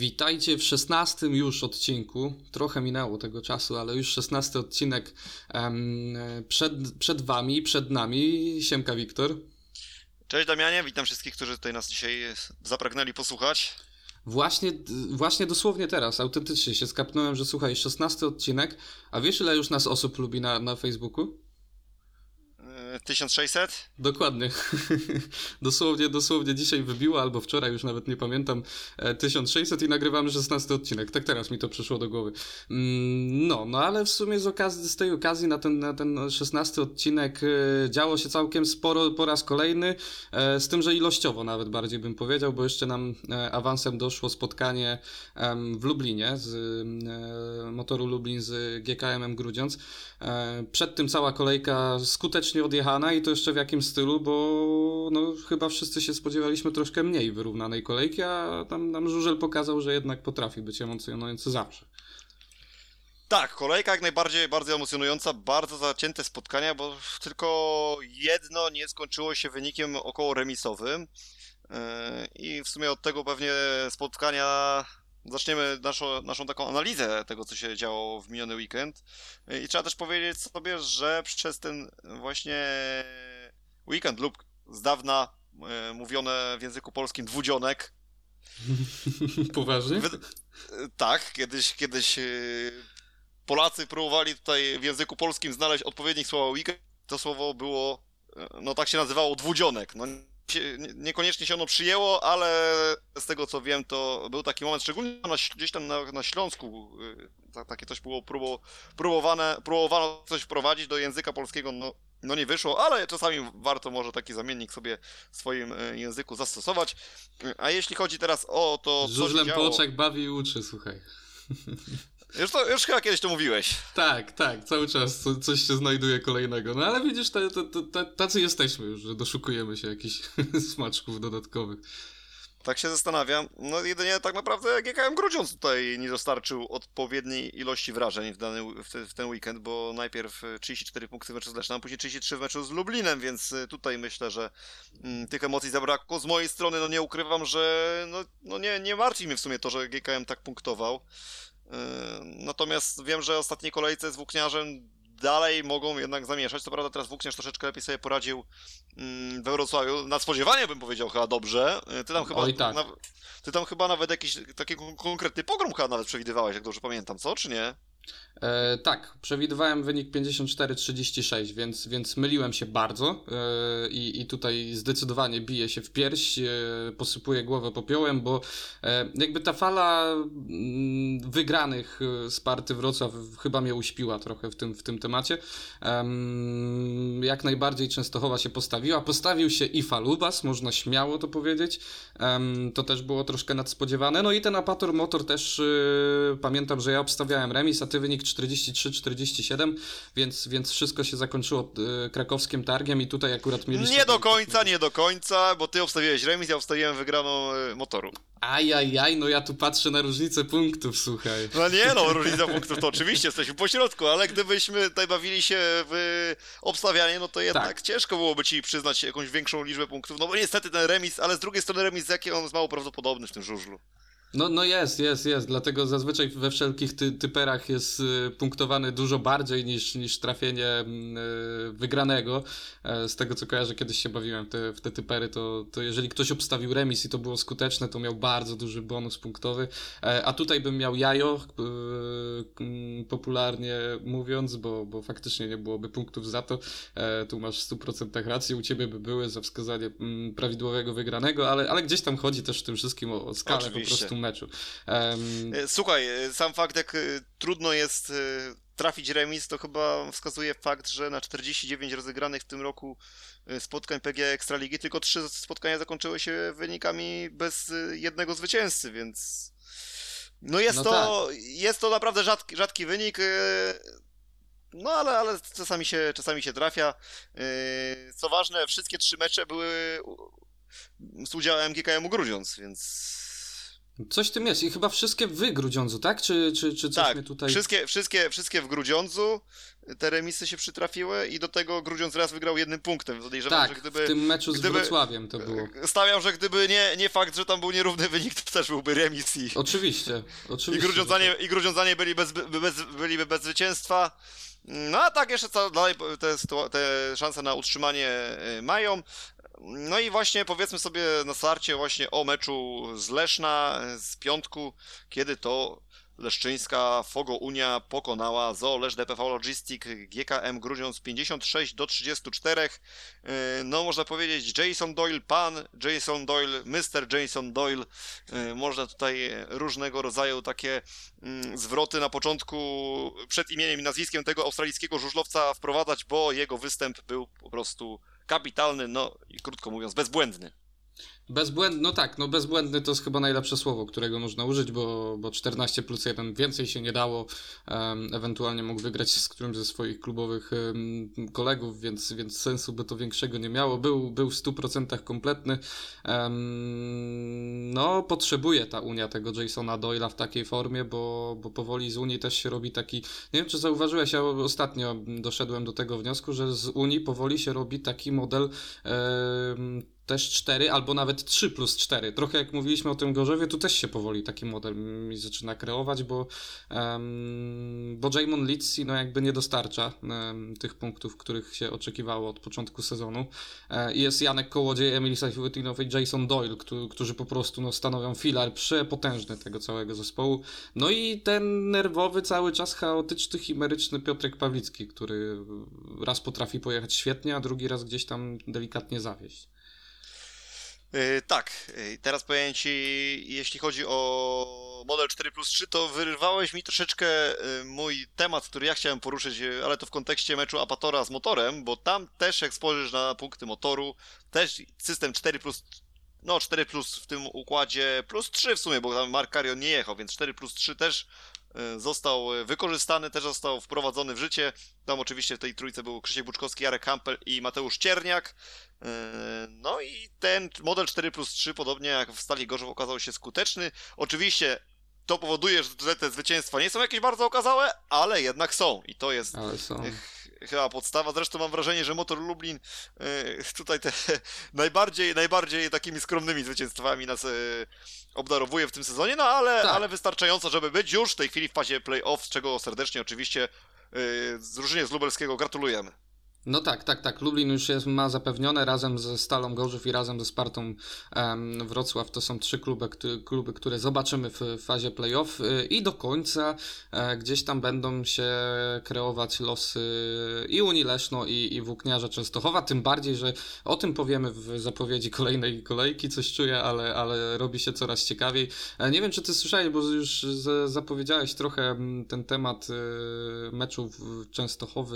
Witajcie w 16 już odcinku. Trochę minęło tego czasu, ale już 16 odcinek przed wami, przed nami. Siemka, Wiktor. Cześć Damianie, witam wszystkich, którzy tutaj nas dzisiaj zapragnęli posłuchać. Właśnie dosłownie teraz, autentycznie się skapnąłem, że słuchaj, 16 odcinek, a wiesz ile już nas osób lubi na Facebooku? 1600? Dokładnie. Dosłownie dzisiaj wybiło, albo wczoraj, już nawet nie pamiętam, 1600 i nagrywamy 16 odcinek. Tak teraz mi to przyszło do głowy. No ale w sumie z tej okazji na ten 16 odcinek działo się całkiem sporo po raz kolejny, z tym, że ilościowo nawet bardziej bym powiedział, bo jeszcze nam awansem doszło spotkanie w Lublinie z Motoru Lublin z GKM-em Grudziądz. Przed tym cała kolejka skutecznie odjechana i to jeszcze w jakim stylu, bo no, chyba wszyscy się spodziewaliśmy troszkę mniej wyrównanej kolejki, a tam nam żużel pokazał, że jednak potrafi być emocjonujący zawsze. Tak, kolejka jak najbardziej bardzo emocjonująca, bardzo zacięte spotkania, bo tylko jedno nie skończyło się wynikiem około remisowym i w sumie od tego pewnie spotkania zaczniemy naszą taką analizę tego, co się działo w miniony weekend. I trzeba też powiedzieć sobie, że przez ten właśnie weekend lub z dawna mówione w języku polskim dwudzionek. Poważnie? Tak, kiedyś Polacy próbowali tutaj w języku polskim znaleźć odpowiednik słowa weekend. To słowo było, no tak się nazywało, dwudzionek. No, niekoniecznie się ono przyjęło, ale z tego co wiem, to był taki moment, szczególnie gdzieś tam na Śląsku, takie coś było próbowano coś wprowadzić do języka polskiego, no nie wyszło, ale czasami warto może taki zamiennik sobie w swoim języku zastosować. A jeśli chodzi teraz o to, co żużlem się działo... po oczach bawi i uczy, słuchaj. Już chyba kiedyś to mówiłeś. Tak, cały czas coś się znajduje kolejnego. No ale widzisz, tacy jesteśmy już, że doszukujemy się jakichś smaczków dodatkowych. Tak się zastanawiam. No jedynie tak naprawdę GKM Grudziądz tutaj nie dostarczył odpowiedniej ilości wrażeń w ten weekend, bo najpierw 34 punkty w meczu z Lesznem, a później 33 w meczu z Lublinem, więc tutaj myślę, że tych emocji zabrakło. Z mojej strony no nie ukrywam, że nie martwi mnie w sumie to, że GKM tak punktował. Natomiast wiem, że ostatniej kolejce z Włókniarzem dalej mogą jednak zamieszać. Co prawda teraz Włókniarz troszeczkę lepiej sobie poradził we Wrocławiu. Nadspodziewanie bym powiedział chyba dobrze. Ty tam chyba nawet jakiś taki konkretny pogrom chyba nawet przewidywałeś, jak dobrze pamiętam, co? Czy nie? Tak, przewidywałem wynik 54-36, więc myliłem się bardzo i tutaj zdecydowanie biję się w pierś, posypuję głowę popiołem, bo jakby ta fala wygranych Sparty Wrocław chyba mnie uśpiła trochę w tym temacie. Jak najbardziej Częstochowa się postawił się i Falubas, można śmiało to powiedzieć, to też było troszkę nadspodziewane, no i ten Apator Motor też pamiętam, że ja obstawiałem remis, a ty wynik 43-47, więc wszystko się zakończyło krakowskim targiem i tutaj akurat mieliśmy... Nie do końca, bo ty obstawiłeś remis, ja obstawiłem wygraną Motoru. Ajajaj, no ja tu patrzę na różnicę punktów, słuchaj. No nie no, różnica punktów to oczywiście jesteśmy po środku, ale gdybyśmy tutaj bawili się w obstawianie, no to jednak tak. Ciężko byłoby ci przyznać jakąś większą liczbę punktów, no bo niestety ten remis, ale z drugiej strony remis jaki on jest mało prawdopodobny w tym żużlu. No jest, dlatego zazwyczaj we wszelkich typerach jest punktowany dużo bardziej niż trafienie wygranego. Z tego co kojarzę, kiedyś się bawiłem w te typery, to jeżeli ktoś obstawił remis i to było skuteczne, to miał bardzo duży bonus punktowy, a tutaj bym miał jajo, popularnie mówiąc, bo faktycznie nie byłoby punktów za to. Tu masz w 100% rację, u ciebie by były za wskazanie prawidłowego wygranego, ale gdzieś tam chodzi też w tym wszystkim o skalę oczywiście. Po prostu meczu. Słuchaj, sam fakt, jak trudno jest trafić remis, to chyba wskazuje fakt, że na 49 rozegranych w tym roku spotkań PGA Ekstraligi tylko 3 spotkania zakończyły się wynikami bez jednego zwycięzcy, więc no jest to naprawdę rzadki wynik. No ale czasami się trafia. Co ważne, wszystkie 3 mecze były z udziałem GKM-u Grudziądz, więc Coś w tym jest i chyba wszystkie w Grudziądzu, tak? Czy coś Tak, mnie tutaj... wszystkie w Grudziądzu te remisy się przytrafiły i do tego Grudziądz raz wygrał 1 punktem. Podejrzewam, Tak, że gdyby... w tym meczu z Wrocławiem to było. Stawiam, że gdyby nie fakt, że tam był nierówny wynik, to też byłby remis Oczywiście. I Grudziądzanie byliby bez zwycięstwa. No a tak jeszcze dalej te szanse na utrzymanie mają. No i właśnie powiedzmy sobie na starcie właśnie o meczu z Leszna z piątku, kiedy to leszczyńska Fogo Unia pokonała ZOO Lesz DPV Logistic GKM Grudziądz 56-34. No można powiedzieć Jason Doyle, pan Jason Doyle, Mr. Jason Doyle. Można tutaj różnego rodzaju takie zwroty na początku przed imieniem i nazwiskiem tego australijskiego żużlowca wprowadzać, bo jego występ był po prostu kapitalny, no i krótko mówiąc bezbłędny. Bezbłędny to jest chyba najlepsze słowo, którego można użyć, bo 14+1 więcej się nie dało, ewentualnie mógł wygrać z którymś ze swoich klubowych kolegów, więc sensu by to większego nie miało, był w 100% kompletny. No, potrzebuje ta Unia tego Jasona Doyle'a w takiej formie, bo powoli z Unii też się robi taki, nie wiem czy zauważyłeś, ja ostatnio doszedłem do tego wniosku, że z Unii powoli się robi taki model też 4 albo nawet 3+4. Trochę jak mówiliśmy o tym Gorzowie, tu też się powoli taki model mi zaczyna kreować, bo Jamon Litsi no jakby nie dostarcza tych punktów, których się oczekiwało od początku sezonu. Jest Janek Kołodziej, Emil Sajfutinow i Jason Doyle, którzy po prostu no, stanowią filar przepotężny tego całego zespołu. No i ten nerwowy, cały czas chaotyczny, chimeryczny Piotrek Pawlicki, który raz potrafi pojechać świetnie, a drugi raz gdzieś tam delikatnie zawieść. Tak, teraz powiem Ci, jeśli chodzi o model 4+3, to wyrwałeś mi troszeczkę mój temat, który ja chciałem poruszyć, ale to w kontekście meczu Apatora z Motorem, bo tam też jak spojrzysz na punkty Motoru, też system 4 plus w tym układzie, +3 w sumie, bo tam Mark Carion nie jechał, więc 4+3 też został wykorzystany, też został wprowadzony w życie. Tam oczywiście w tej trójce był Krzysiek Buczkowski, Jarek Hampel i Mateusz Cierniak. No i ten model 4+3, podobnie jak w Stali Gorzów, okazał się skuteczny. Oczywiście to powoduje, że te zwycięstwa nie są jakieś bardzo okazałe, ale jednak są. I to jest chyba podstawa. Zresztą mam wrażenie, że Motor Lublin tutaj te najbardziej takimi skromnymi zwycięstwami nas obdarowuje w tym sezonie, no ale wystarczająco, żeby być już w tej chwili w fazie play-off, z czego serdecznie oczywiście drużynie z lubelskiego gratulujemy. No tak. Lublin już ma zapewnione razem ze Stalą Gorzów i razem ze Spartą Wrocław. To są 3 kluby, które zobaczymy w fazie play-off i do końca gdzieś tam będą się kreować losy i Unii Leszno i Włókniarza Częstochowa. Tym bardziej, że o tym powiemy w zapowiedzi kolejnej kolejki. Coś czuję, ale robi się coraz ciekawiej. Nie wiem, czy ty słyszałeś, bo już zapowiedziałeś trochę ten temat meczów Częstochowy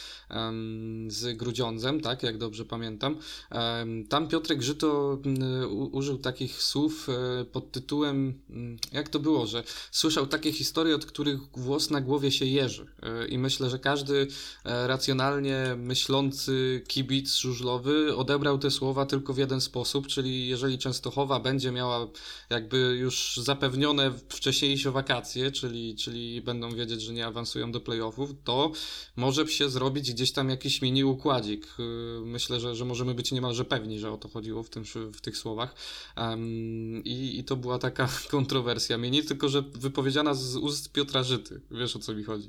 z Grudziądzem, tak, jak dobrze pamiętam. Tam Piotrek Żyto użył takich słów pod tytułem, jak to było, że słyszał takie historie, od których włos na głowie się jeży. I myślę, że każdy racjonalnie myślący kibic żużlowy odebrał te słowa tylko w jeden sposób, czyli jeżeli Częstochowa będzie miała jakby już zapewnione wcześniejsze wakacje, czyli będą wiedzieć, że nie awansują do playoffów, to może się zrobić gdzieś tam jakiś mini układzik. Myślę, że możemy być niemalże pewni, że o to chodziło w tych słowach. I to była taka kontrowersja mini, tylko że wypowiedziana z ust Piotra Żyty. Wiesz, o co mi chodzi.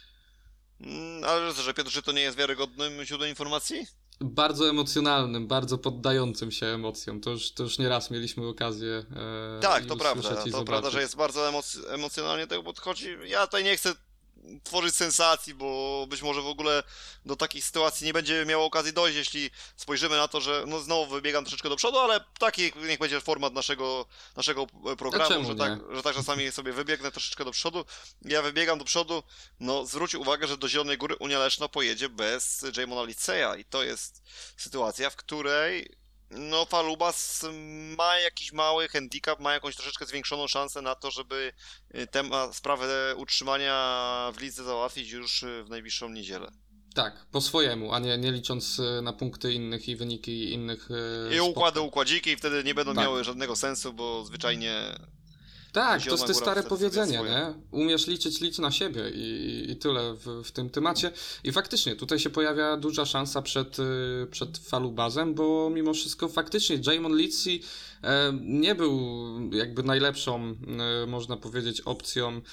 Ale że Piotr Żyto nie jest wiarygodnym źródłem informacji? Bardzo emocjonalnym, bardzo poddającym się emocjom. To już nieraz mieliśmy okazję tak, to prawda. To prawda, że jest bardzo emocjonalnie tego podchodzi. Ja tutaj nie chcę tworzyć sensacji, bo być może w ogóle do takich sytuacji nie będzie miało okazji dojść, jeśli spojrzymy na to, że no znowu wybiegam troszeczkę do przodu, ale taki niech będzie format naszego programu, że tak czasami sobie wybiegnę troszeczkę do przodu. Ja wybiegam do przodu, no zwróć uwagę, że do Zielonej Góry Unia Leszno pojedzie bez Jamona Litseya i to jest sytuacja, w której no Falubas ma jakiś mały handicap, ma jakąś troszeczkę zwiększoną szansę na to, żeby sprawę utrzymania w lidze załatwić już w najbliższą niedzielę. Tak, po swojemu, a nie licząc na punkty innych i wyniki innych i układziki i wtedy nie będą miały żadnego sensu, bo zwyczajnie Tak, to jest te stare wtedy powiedzenie, swoje. nie? Umiesz liczyć, licz na siebie i tyle w tym temacie. I faktycznie tutaj się pojawia duża szansa przed Falubazem, bo mimo wszystko faktycznie Jamon Litsi nie był jakby najlepszą, można powiedzieć, opcją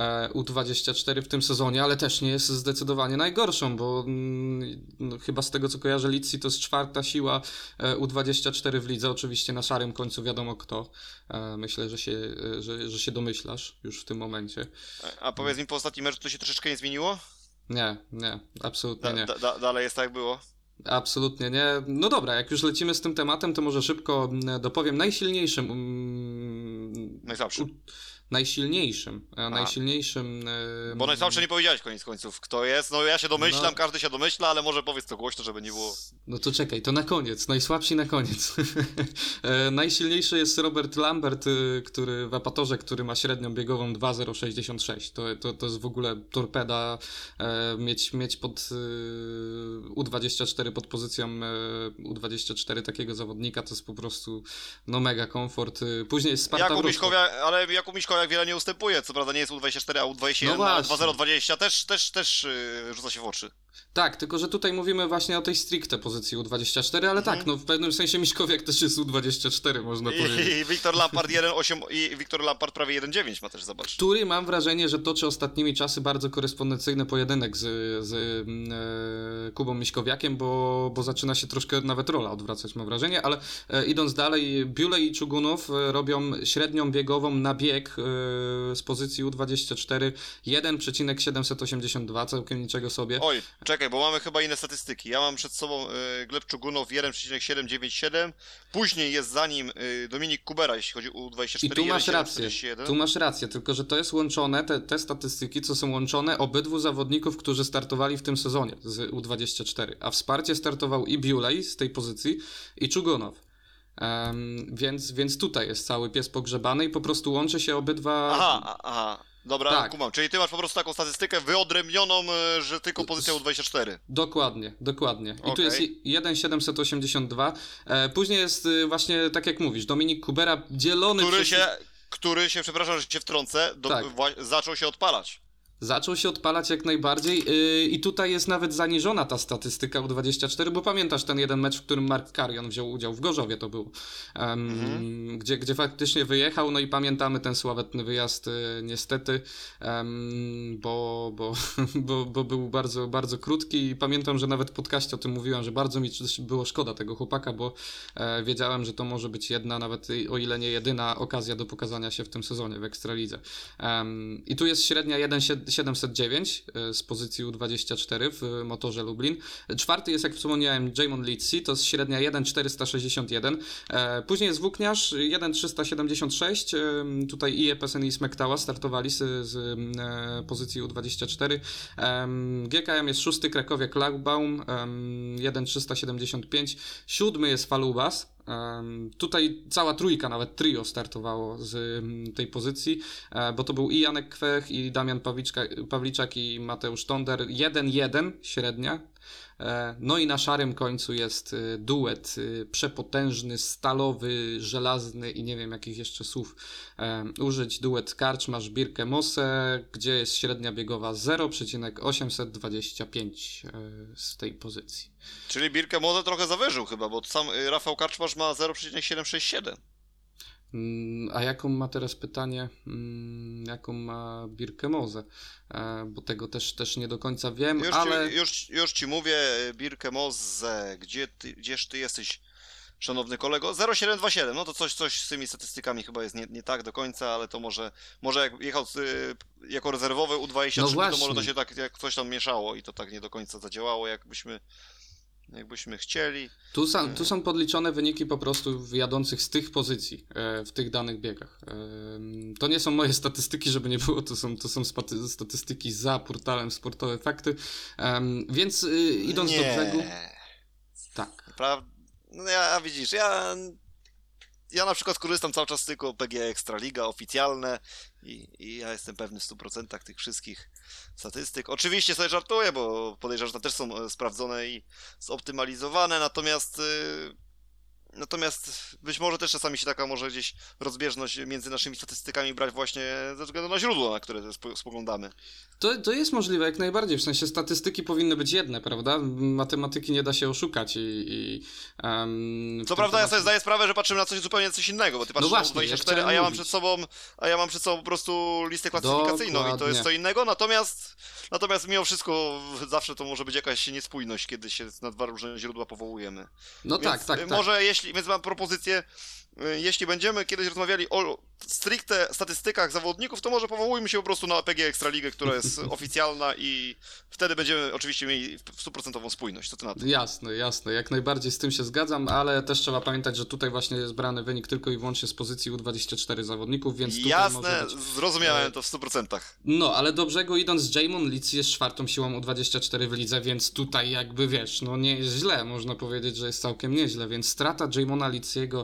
U24 w tym sezonie, ale też nie jest zdecydowanie najgorszą, bo chyba z tego co kojarzę, Litsi to jest 4. siła U24 w lidze, oczywiście na szarym końcu wiadomo kto. Myślę, że się domyślasz już w tym momencie. A powiedz mi, po ostatnim meczu to się troszeczkę nie zmieniło? Nie, absolutnie nie. Dalej jest tak jak było? Absolutnie nie. No dobra, jak już lecimy z tym tematem, to może szybko dopowiem najsilniejszym. Najsłabszym. Najsilniejszym. Bo najsłabsze nie powiedziałeś koniec końców. Kto jest? No ja się domyślam, No. każdy się domyśla, ale może powiedz to głośno, żeby nie było... No to czekaj, to na koniec, najsłabsi na koniec. Najsilniejszy jest Robert Lambert, który w Apatorze, który ma średnią biegową 2,066. To jest w ogóle torpeda. Mieć pod U24 pod pozycją U24 takiego zawodnika to jest po prostu no mega komfort. Później jest Sparta Wrocław. Ale Jakub Miśkowiak wiele nie ustępuje, co prawda nie jest U24, a U21, No ale właśnie. 2,020 też rzuca się w oczy. Tak, tylko że tutaj mówimy właśnie o tej stricte pozycji U24, ale tak, no w pewnym sensie Miśkowiak też jest U24, można powiedzieć. I Wiktor Lampard 1,8 i Wiktor Lampard prawie 1,9 ma też, zobacz. Który mam wrażenie, że toczy ostatnimi czasy bardzo korespondencyjny pojedynek z Kubą Miśkowiakiem, bo zaczyna się troszkę nawet rola odwracać, mam wrażenie, ale idąc dalej, Biule i Czugunów robią średnią biegową na bieg z pozycji U24 1,782, całkiem niczego sobie. Oj, czekaj, bo mamy chyba inne statystyki. Ja mam przed sobą Gleb Czugunow 1,797, później jest za nim Dominik Kubera, jeśli chodzi o U24. I tu masz rację, 1,741. tu masz rację, tylko że to jest łączone, te statystyki, co są łączone obydwu zawodników, którzy startowali w tym sezonie z U24, a wsparcie startował i Biulej z tej pozycji i Czugunow. Więc tutaj jest cały pies pogrzebany i po prostu łączy się obydwa... Aha. Dobra, Tak. kumam. Czyli ty masz po prostu taką statystykę wyodrębnioną, że tylko pozycja U24. Dokładnie. I tu Okej. jest 1,782. Później jest właśnie, tak jak mówisz, Dominik Kubera dzielony Który się, przepraszam, że się wtrącę, Tak. zaczął się odpalać. Zaczął się odpalać jak najbardziej i tutaj jest nawet zaniżona ta statystyka U24, bo pamiętasz ten jeden mecz, w którym Mark Carrion wziął udział, w Gorzowie to był, gdzie faktycznie wyjechał, no i pamiętamy ten sławetny wyjazd niestety, bo był bardzo, bardzo krótki i pamiętam, że nawet w podcaście o tym mówiłem, że bardzo mi było szkoda tego chłopaka, bo wiedziałem, że to może być jedna, nawet o ile nie jedyna okazja do pokazania się w tym sezonie w Ekstralidze. I tu jest średnia 1,709 z pozycji U24 w Motorze Lublin. 4. jest, jak wspomniałem, Jamon Litsi, to jest średnia 1,461. Później jest Włókniarz 1,376. Tutaj IE Pesen i Smektała startowali z pozycji U24. GKM jest 6. Krakowiak Lagbaum 1,375. 7. jest Falubas. Tutaj cała trójka, nawet trio startowało z tej pozycji, bo to był i Janek Kwech, i Damian Pawliczak, i Mateusz Tonder. 1,1 średnia. No i na szarym końcu jest duet przepotężny, stalowy, żelazny i nie wiem jakich jeszcze słów użyć. Duet Karczmarz Birke Mosse, gdzie jest średnia biegowa 0,825 z tej pozycji. Czyli Birke Moze trochę zawyżył chyba, bo sam Rafał Karczmarz ma 0,767. A jaką ma teraz pytanie, jaką ma Birke Moze? Bo tego też nie do końca wiem, ale... Już ci mówię, Birke Moze, gdzież ty jesteś, szanowny kolego? 0,727, no to coś z tymi statystykami chyba jest nie tak do końca, ale to może jak jechał jako rezerwowy U23, No to właśnie. może to się tak jak coś tam mieszało i to tak nie do końca zadziałało, jakbyśmy chcieli. Tu są podliczone wyniki po prostu jadących z tych pozycji w tych danych biegach. To nie są moje statystyki, żeby nie było, to są statystyki za portalem Sportowe Fakty. Więc idąc do brzegu... Tak. No widzisz, ja na przykład korzystam cały czas tylko PG Ekstraliga oficjalne i ja jestem pewny w 100% tych wszystkich statystyk. Oczywiście sobie żartuję, bo podejrzewam, że tam też są sprawdzone i zoptymalizowane, natomiast Natomiast być może też czasami się taka może gdzieś rozbieżność między naszymi statystykami brać właśnie ze względu na źródło, na które spoglądamy. To jest możliwe jak najbardziej, w sensie statystyki powinny być jedne, prawda? Matematyki nie da się oszukać Co prawda ja sobie zdaję sprawę, że patrzymy na zupełnie coś innego, bo ty patrzysz na 24, a ja mam przed sobą po prostu listę klasyfikacyjną. Dokładnie. I to jest co innego, natomiast mimo wszystko zawsze to może być jakaś niespójność, kiedy się na dwa różne źródła powołujemy. No więc tak. Może więc mam propozycję, jeśli będziemy kiedyś rozmawiali o stricte statystykach zawodników, to może powołujmy się po prostu na PG Ekstraligę, która jest oficjalna i wtedy będziemy oczywiście mieli 100% spójność. Co ty na to? Jasne, jak najbardziej z tym się zgadzam, ale też trzeba pamiętać, że tutaj właśnie jest brany wynik tylko i wyłącznie z pozycji U24 zawodników, więc tutaj jasne, może być... zrozumiałem to w 100%. No, ale do brzegu idąc, Jamon Leeds jest czwartą siłą U24 w lidze, więc tutaj jakby wiesz, no nie jest źle, można powiedzieć, że jest całkiem nieźle, więc strata Jamona Leedsiego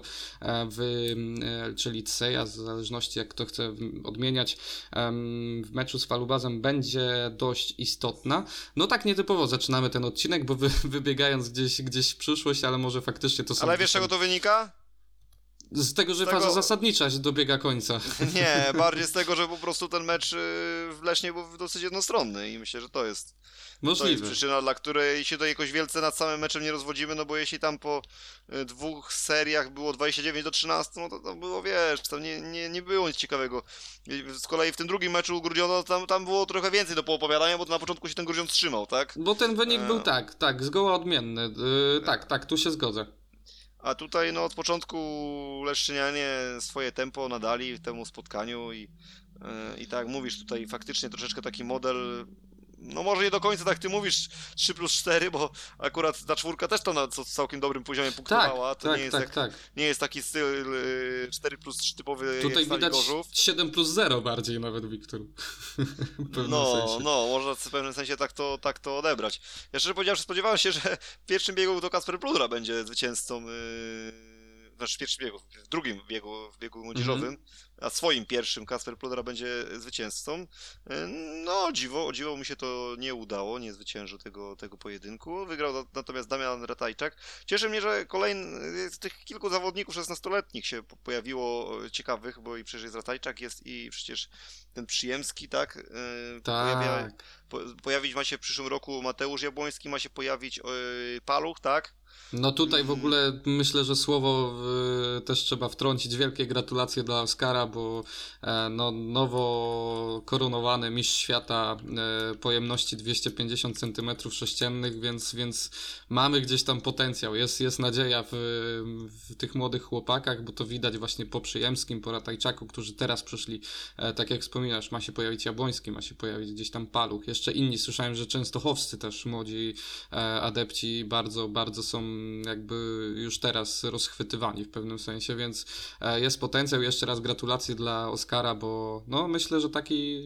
czy Leedseya, w zależności jak to chce odmieniać, w meczu z Falubazem będzie dość istotna. No tak nietypowo zaczynamy ten odcinek, bo wybiegając gdzieś w przyszłość, ale może faktycznie to są... Ale wiesz czego to wynika? Z tego, że faza zasadnicza się dobiega końca. Nie, bardziej z tego, że po prostu ten mecz w Lesznie był dosyć jednostronny i myślę, że to jest przyczyna, dla której się to jakoś wielce nad samym meczem nie rozwodzimy, no bo jeśli tam po dwóch seriach było 29-13, no to było, wiesz, tam nie było nic ciekawego. Z kolei w tym drugim meczu Grudziądza tam było trochę więcej do poopowiadania, bo na początku się ten Grudziądz trzymał, tak? Bo ten wynik był tak, zgoła odmienny. Tak, tu się zgodzę. A tutaj no od początku Leszczynianie swoje tempo nadali temu spotkaniu i tak jak mówisz, tutaj faktycznie troszeczkę taki model, no może nie do końca tak ty mówisz 3+4, bo akurat ta czwórka też to na całkiem dobrym poziomie punktowała. To nie jest taki styl 4+3 typowy tutaj jak widać Gorzów. 7+0 bardziej nawet, Wiktor. No, można w pewnym sensie tak to odebrać. Ja szczerze powiedziawszy, spodziewałem się, że w pierwszym biegu to Kacper Pludra będzie zwycięzcą, znaczy w pierwszym biegu, w drugim biegu, w biegu młodzieżowym, a swoim pierwszym Kacper Pludra będzie zwycięzcą. No, o dziwo mu się to nie udało, nie zwyciężył tego pojedynku. Wygrał natomiast Damian Ratajczak. Cieszy mnie, że z tych kilku zawodników 16-letnich się pojawiło ciekawych, bo i przecież jest Ratajczak, jest i przecież ten Przyjemski, tak? Pojawić ma się w przyszłym roku Mateusz Jabłoński, ma się pojawić Paluch, tak? No tutaj w ogóle myślę, że słowo też trzeba wtrącić. Wielkie gratulacje dla Oskara, bo nowo koronowany mistrz świata pojemności 250 cm3, więc mamy gdzieś tam potencjał. Jest nadzieja w tych młodych chłopakach, bo to widać właśnie po Przyjemskim, po Ratajczaku, którzy teraz przyszli, tak jak wspominasz, ma się pojawić Jabłoński, ma się pojawić gdzieś tam Paluch. Jeszcze inni, słyszałem, że częstochowscy też młodzi adepci bardzo są jakby już teraz rozchwytywani w pewnym sensie, więc jest potencjał. Jeszcze raz gratulacje dla Oskara, bo no myślę, że taki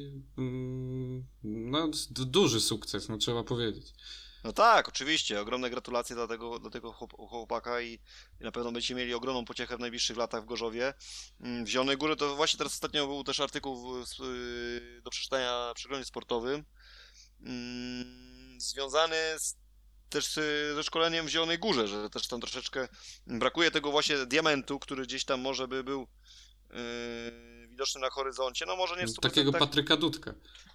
duży sukces, no trzeba powiedzieć. No tak, oczywiście, ogromne gratulacje dla tego chłopaka i na pewno będziecie mieli ogromną pociechę w najbliższych latach w Gorzowie. W Zielonej Górze to właśnie teraz ostatnio był też artykuł do przeczytania w przeglądzie sportowym związany też ze szkoleniem w Zielonej Górze, że też tam troszeczkę brakuje tego właśnie diamentu, który gdzieś tam może by był widoczny na horyzoncie, no może nie w 100%. Takiego Patryka Dudka.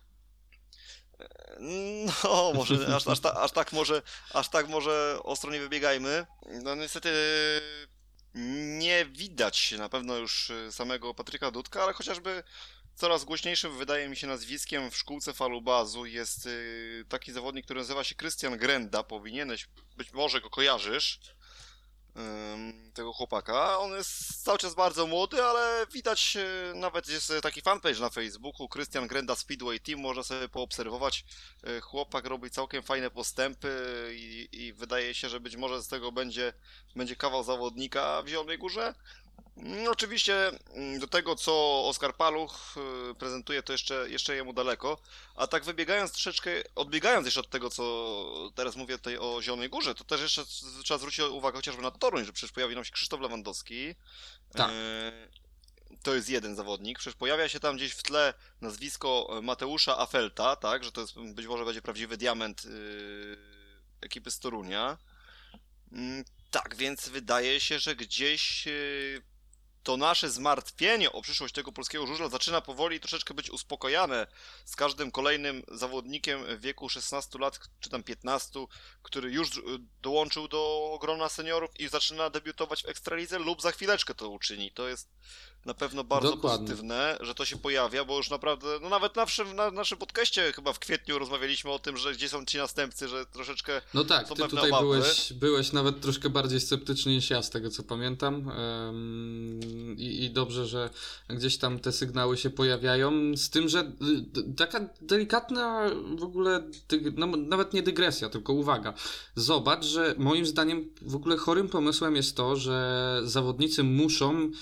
No, może aż tak może ostro nie wybiegajmy. No niestety nie widać na pewno już samego Patryka Dudka, ale chociażby coraz głośniejszym wydaje mi się nazwiskiem w szkółce falubazu jest taki zawodnik, który nazywa się Krystian Grenda. Powinieneś, być może go kojarzysz, tego chłopaka. On jest cały czas bardzo młody, ale widać, nawet jest taki fanpage na Facebooku, Krystian Grenda Speedway Team, można sobie poobserwować. Chłopak robi całkiem fajne postępy i wydaje się, że być może z tego będzie kawał zawodnika w Zielonej Górze. Oczywiście do tego, co Oskar Paluch prezentuje, to jeszcze jemu daleko, a tak odbiegając jeszcze od tego, co teraz mówię tutaj o Zielonej Górze, to też jeszcze trzeba zwrócić uwagę chociażby na Toruń, że przecież pojawi nam się Krzysztof Lewandowski. Tak. To jest jeden zawodnik, przecież pojawia się tam gdzieś w tle nazwisko Mateusza Afelta, tak, że to jest, być może będzie prawdziwy diament ekipy z Torunia. Tak, więc wydaje się, że gdzieś to nasze zmartwienie o przyszłość tego polskiego żużla zaczyna powoli troszeczkę być uspokojane z każdym kolejnym zawodnikiem w wieku 16 lat, czy tam 15, który już dołączył do grona seniorów i zaczyna debiutować w Ekstralidze lub za chwileczkę to uczyni. To jest na pewno bardzo pozytywne, że to się pojawia, bo już naprawdę, no nawet na naszym podcaście chyba w kwietniu rozmawialiśmy o tym, że gdzie są ci następcy, że troszeczkę no tak, są ty pewne tutaj obawy. byłeś nawet troszkę bardziej sceptyczny niż ja, z tego co pamiętam. I dobrze, że gdzieś tam te sygnały się pojawiają, z tym, że taka delikatna w ogóle, no, nawet nie dygresja, tylko uwaga. Zobacz, że moim zdaniem w ogóle chorym pomysłem jest to, że zawodnicy muszą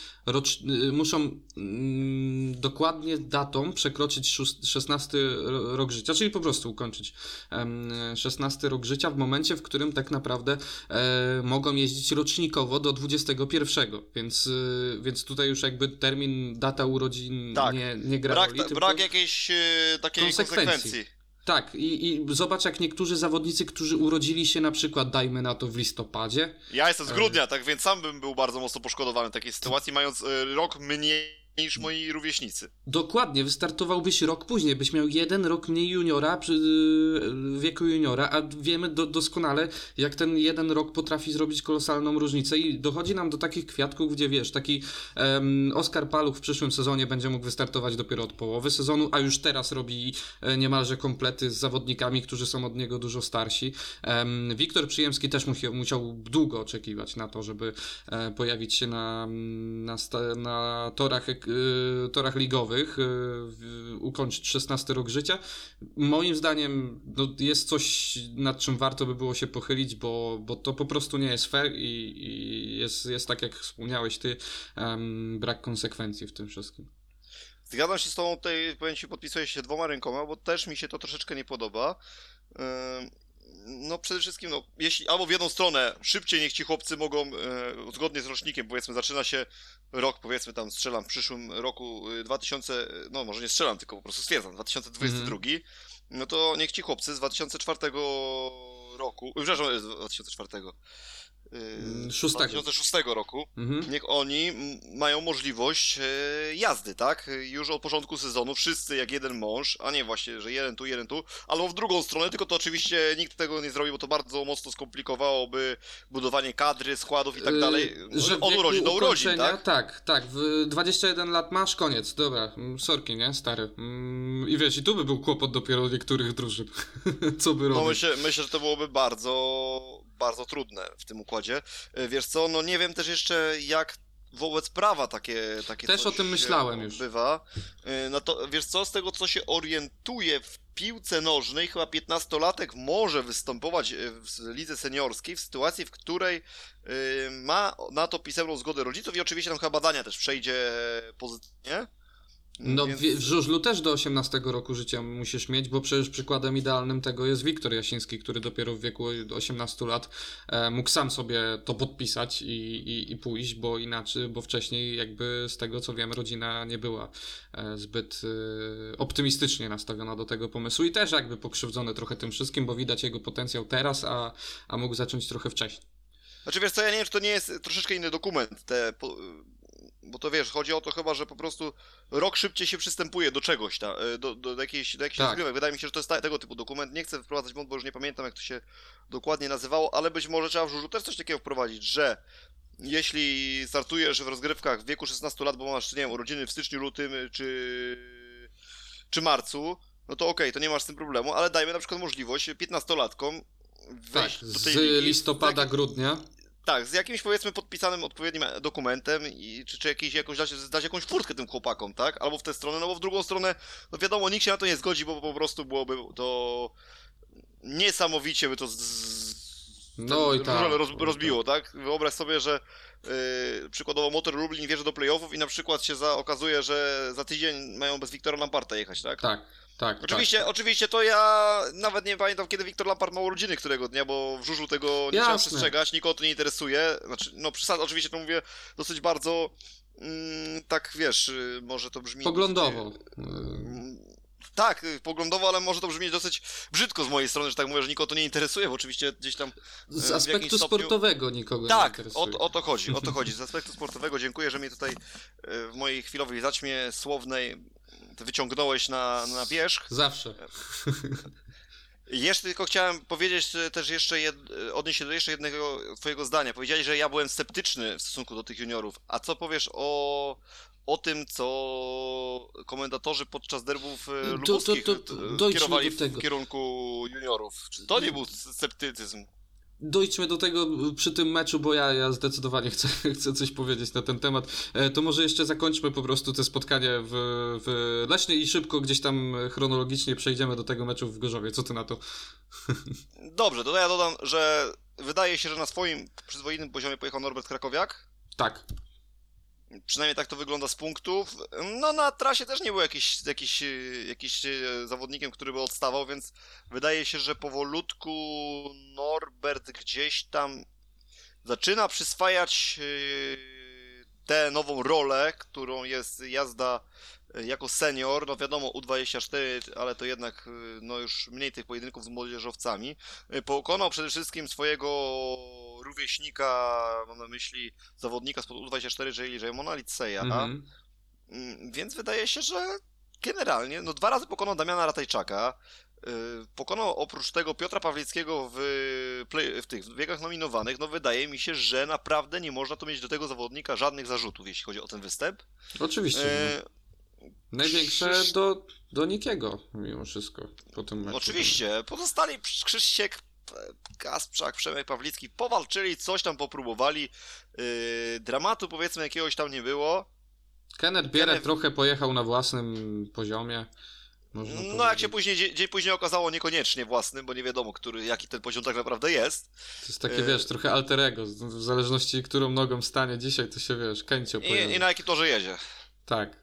dokładnie datą przekroczyć 16 rok życia, czyli po prostu ukończyć 16 rok życia w momencie, w którym tak naprawdę mogą jeździć rocznikowo do 21, więc tutaj już jakby termin, data urodzin tak. nie gra roli. Brak jakiejś takiej konsekwencji. Tak, i zobacz, jak niektórzy zawodnicy, którzy urodzili się na przykład, dajmy na to, w listopadzie. Ja jestem z grudnia, tak więc sam bym był bardzo mocno poszkodowany w takiej sytuacji, mając rok mniej niż moi rówieśnicy. Dokładnie, wystartowałbyś rok później, byś miał 1 rok mniej juniora przy wieku juniora, a wiemy doskonale, jak ten 1 rok potrafi zrobić kolosalną różnicę i dochodzi nam do takich kwiatków, gdzie wiesz, taki Oskar Paluch w przyszłym sezonie będzie mógł wystartować dopiero od połowy sezonu, a już teraz robi niemalże komplety z zawodnikami, którzy są od niego dużo starsi. Wiktor Przyjemski też musiał długo oczekiwać na to, żeby pojawić się na torach ligowych, ukończyć 16 rok życia. Moim zdaniem jest coś, nad czym warto by było się pochylić, bo to po prostu nie jest fair i jest tak, jak wspomniałeś ty, brak konsekwencji w tym wszystkim. Zgadzam się z tobą, tutaj powiem ci, podpisuję się 2 rękoma, bo też mi się to troszeczkę nie podoba. No przede wszystkim, jeśli albo w jedną stronę szybciej niech ci chłopcy mogą, zgodnie z rocznikiem, powiedzmy, zaczyna się rok, powiedzmy tam strzelam w przyszłym roku 2000, może nie strzelam, tylko po prostu stwierdzam, 2022, no to niech ci chłopcy z 2004 roku, przepraszam, 2004, 2006 roku, niech oni mają możliwość jazdy, tak? Już od początku sezonu wszyscy jak jeden mąż, a nie właśnie, że jeden tu, albo w drugą stronę, tylko to oczywiście nikt tego nie zrobi, bo to bardzo mocno skomplikowałoby budowanie kadry, składów i tak dalej. Od urodzin do urodzin, tak? Tak, w 21 lat masz, koniec, dobra, sorki, nie, stary. I wiesz, i tu by był kłopot dopiero niektórych drużyn, co by robić. Myślę, że to byłoby bardzo trudne w tym układzie. Wiesz co, nie wiem też jeszcze jak wobec prawa takie też o tym myślałem już. Bywa. No to wiesz co, z tego co się orientuję w piłce nożnej, chyba 15-latek może występować w lidze seniorskiej w sytuacji, w której ma na to pisemną zgodę rodziców i oczywiście tam chyba badania też przejdzie pozytywnie. No więc... w żużlu też do 18 roku życia musisz mieć, bo przecież przykładem idealnym tego jest Wiktor Jasiński, który dopiero w wieku 18 lat mógł sam sobie to podpisać i pójść, bo wcześniej jakby z tego co wiem rodzina nie była zbyt optymistycznie nastawiona do tego pomysłu i też jakby pokrzywdzony trochę tym wszystkim, bo widać jego potencjał teraz, a mógł zacząć trochę wcześniej. Znaczy wiesz co, ja nie wiem, czy to nie jest troszeczkę inny dokument, bo to wiesz, chodzi o to chyba, że po prostu rok szybciej się przystępuje do czegoś, do jakiejś rozgrywek. Wydaje mi się, że to jest tego typu dokument. Nie chcę wprowadzać błąd, bo już nie pamiętam, jak to się dokładnie nazywało, ale być może trzeba w żużlu też coś takiego wprowadzić, że jeśli startujesz w rozgrywkach w wieku 16 lat, bo masz, nie wiem, urodziny w styczniu, lutym czy marcu, no to okej, to nie masz z tym problemu, ale dajmy na przykład możliwość 15-latkom wejść do tej ligi. Z listopada, grudnia. Tak, z jakimś powiedzmy podpisanym odpowiednim dokumentem i czy dać jakąś furtkę tym chłopakom, tak? Albo w tę stronę, bo w drugą stronę, wiadomo, nikt się na to nie zgodzi, bo po prostu byłoby to niesamowicie by to rozbiło, tak? Wyobraź sobie, że przykładowo Motor Lublin wjeżdża do playoffów i na przykład się okazuje, że za tydzień mają bez Wiktora Lamparta jechać, tak? Tak. Oczywiście to ja nawet nie pamiętam, kiedy Wiktor Lampard ma urodziny którego dnia, bo w żużlu tego nie trzeba przestrzegać, nikogo to nie interesuje. Znaczy, oczywiście to mówię dosyć bardzo, tak wiesz, może to brzmi... Poglądowo. Tak, poglądowo, ale może to brzmieć dosyć brzydko z mojej strony, że tak mówię, że nikogo to nie interesuje, bo oczywiście gdzieś tam Z aspektu sportowego nikogo nie tak, interesuje. o to chodzi. Z aspektu sportowego dziękuję, że mnie tutaj w mojej chwilowej zaćmie słownej wyciągnąłeś na wierzch. Zawsze. Jeszcze tylko chciałem powiedzieć też odnieść się do jeszcze jednego twojego zdania. Powiedziałeś, że ja byłem sceptyczny w stosunku do tych juniorów. A co powiesz o tym, co komentatorzy podczas derbów lubuskich kierowali w kierunku juniorów? Czy to nie był sceptycyzm? Dojdźmy do tego przy tym meczu, bo ja zdecydowanie chcę coś powiedzieć na ten temat. To może jeszcze zakończmy po prostu te spotkanie w Lesznie i szybko gdzieś tam chronologicznie przejdziemy do tego meczu w Gorzowie. Co ty na to? Dobrze, to ja dodam, że wydaje się, że na swoim przyzwoitym poziomie pojechał Norbert Krakowiak. Tak. Przynajmniej tak to wygląda z punktów. No na trasie też nie był jakiś zawodnikiem, który by odstawał, więc wydaje się, że powolutku Norbert gdzieś tam zaczyna przyswajać tę nową rolę, którą jest jazda jako senior. No wiadomo, U24, ale to jednak no już mniej tych pojedynków z młodzieżowcami. Pokonał przede wszystkim swojego rówieśnika, mam na myśli zawodnika spod U24, czyli Raymona Litseja. Więc wydaje się, że generalnie, no 2 razy pokonał Damiana Ratajczaka, pokonał oprócz tego Piotra Pawlickiego w tych biegach nominowanych. No wydaje mi się, że naprawdę nie można tu mieć do tego zawodnika żadnych zarzutów, jeśli chodzi o ten występ. Oczywiście. Największe do nikiego, mimo wszystko, po tym meczu. Oczywiście. Pozostali Krzysiek, Kasprzak, Przemek Pawlicki powalczyli, coś tam popróbowali. Dramatu powiedzmy jakiegoś tam nie było. Kenneth Bierek trochę pojechał na własnym poziomie. No jak się dzień później okazało, niekoniecznie własnym, bo nie wiadomo, jaki ten poziom tak naprawdę jest. To jest takie, wiesz, trochę alter ego, w zależności którą nogą stanie dzisiaj, to się, wiesz, Kęcio pojawia. I na jakim torze jedzie. Tak.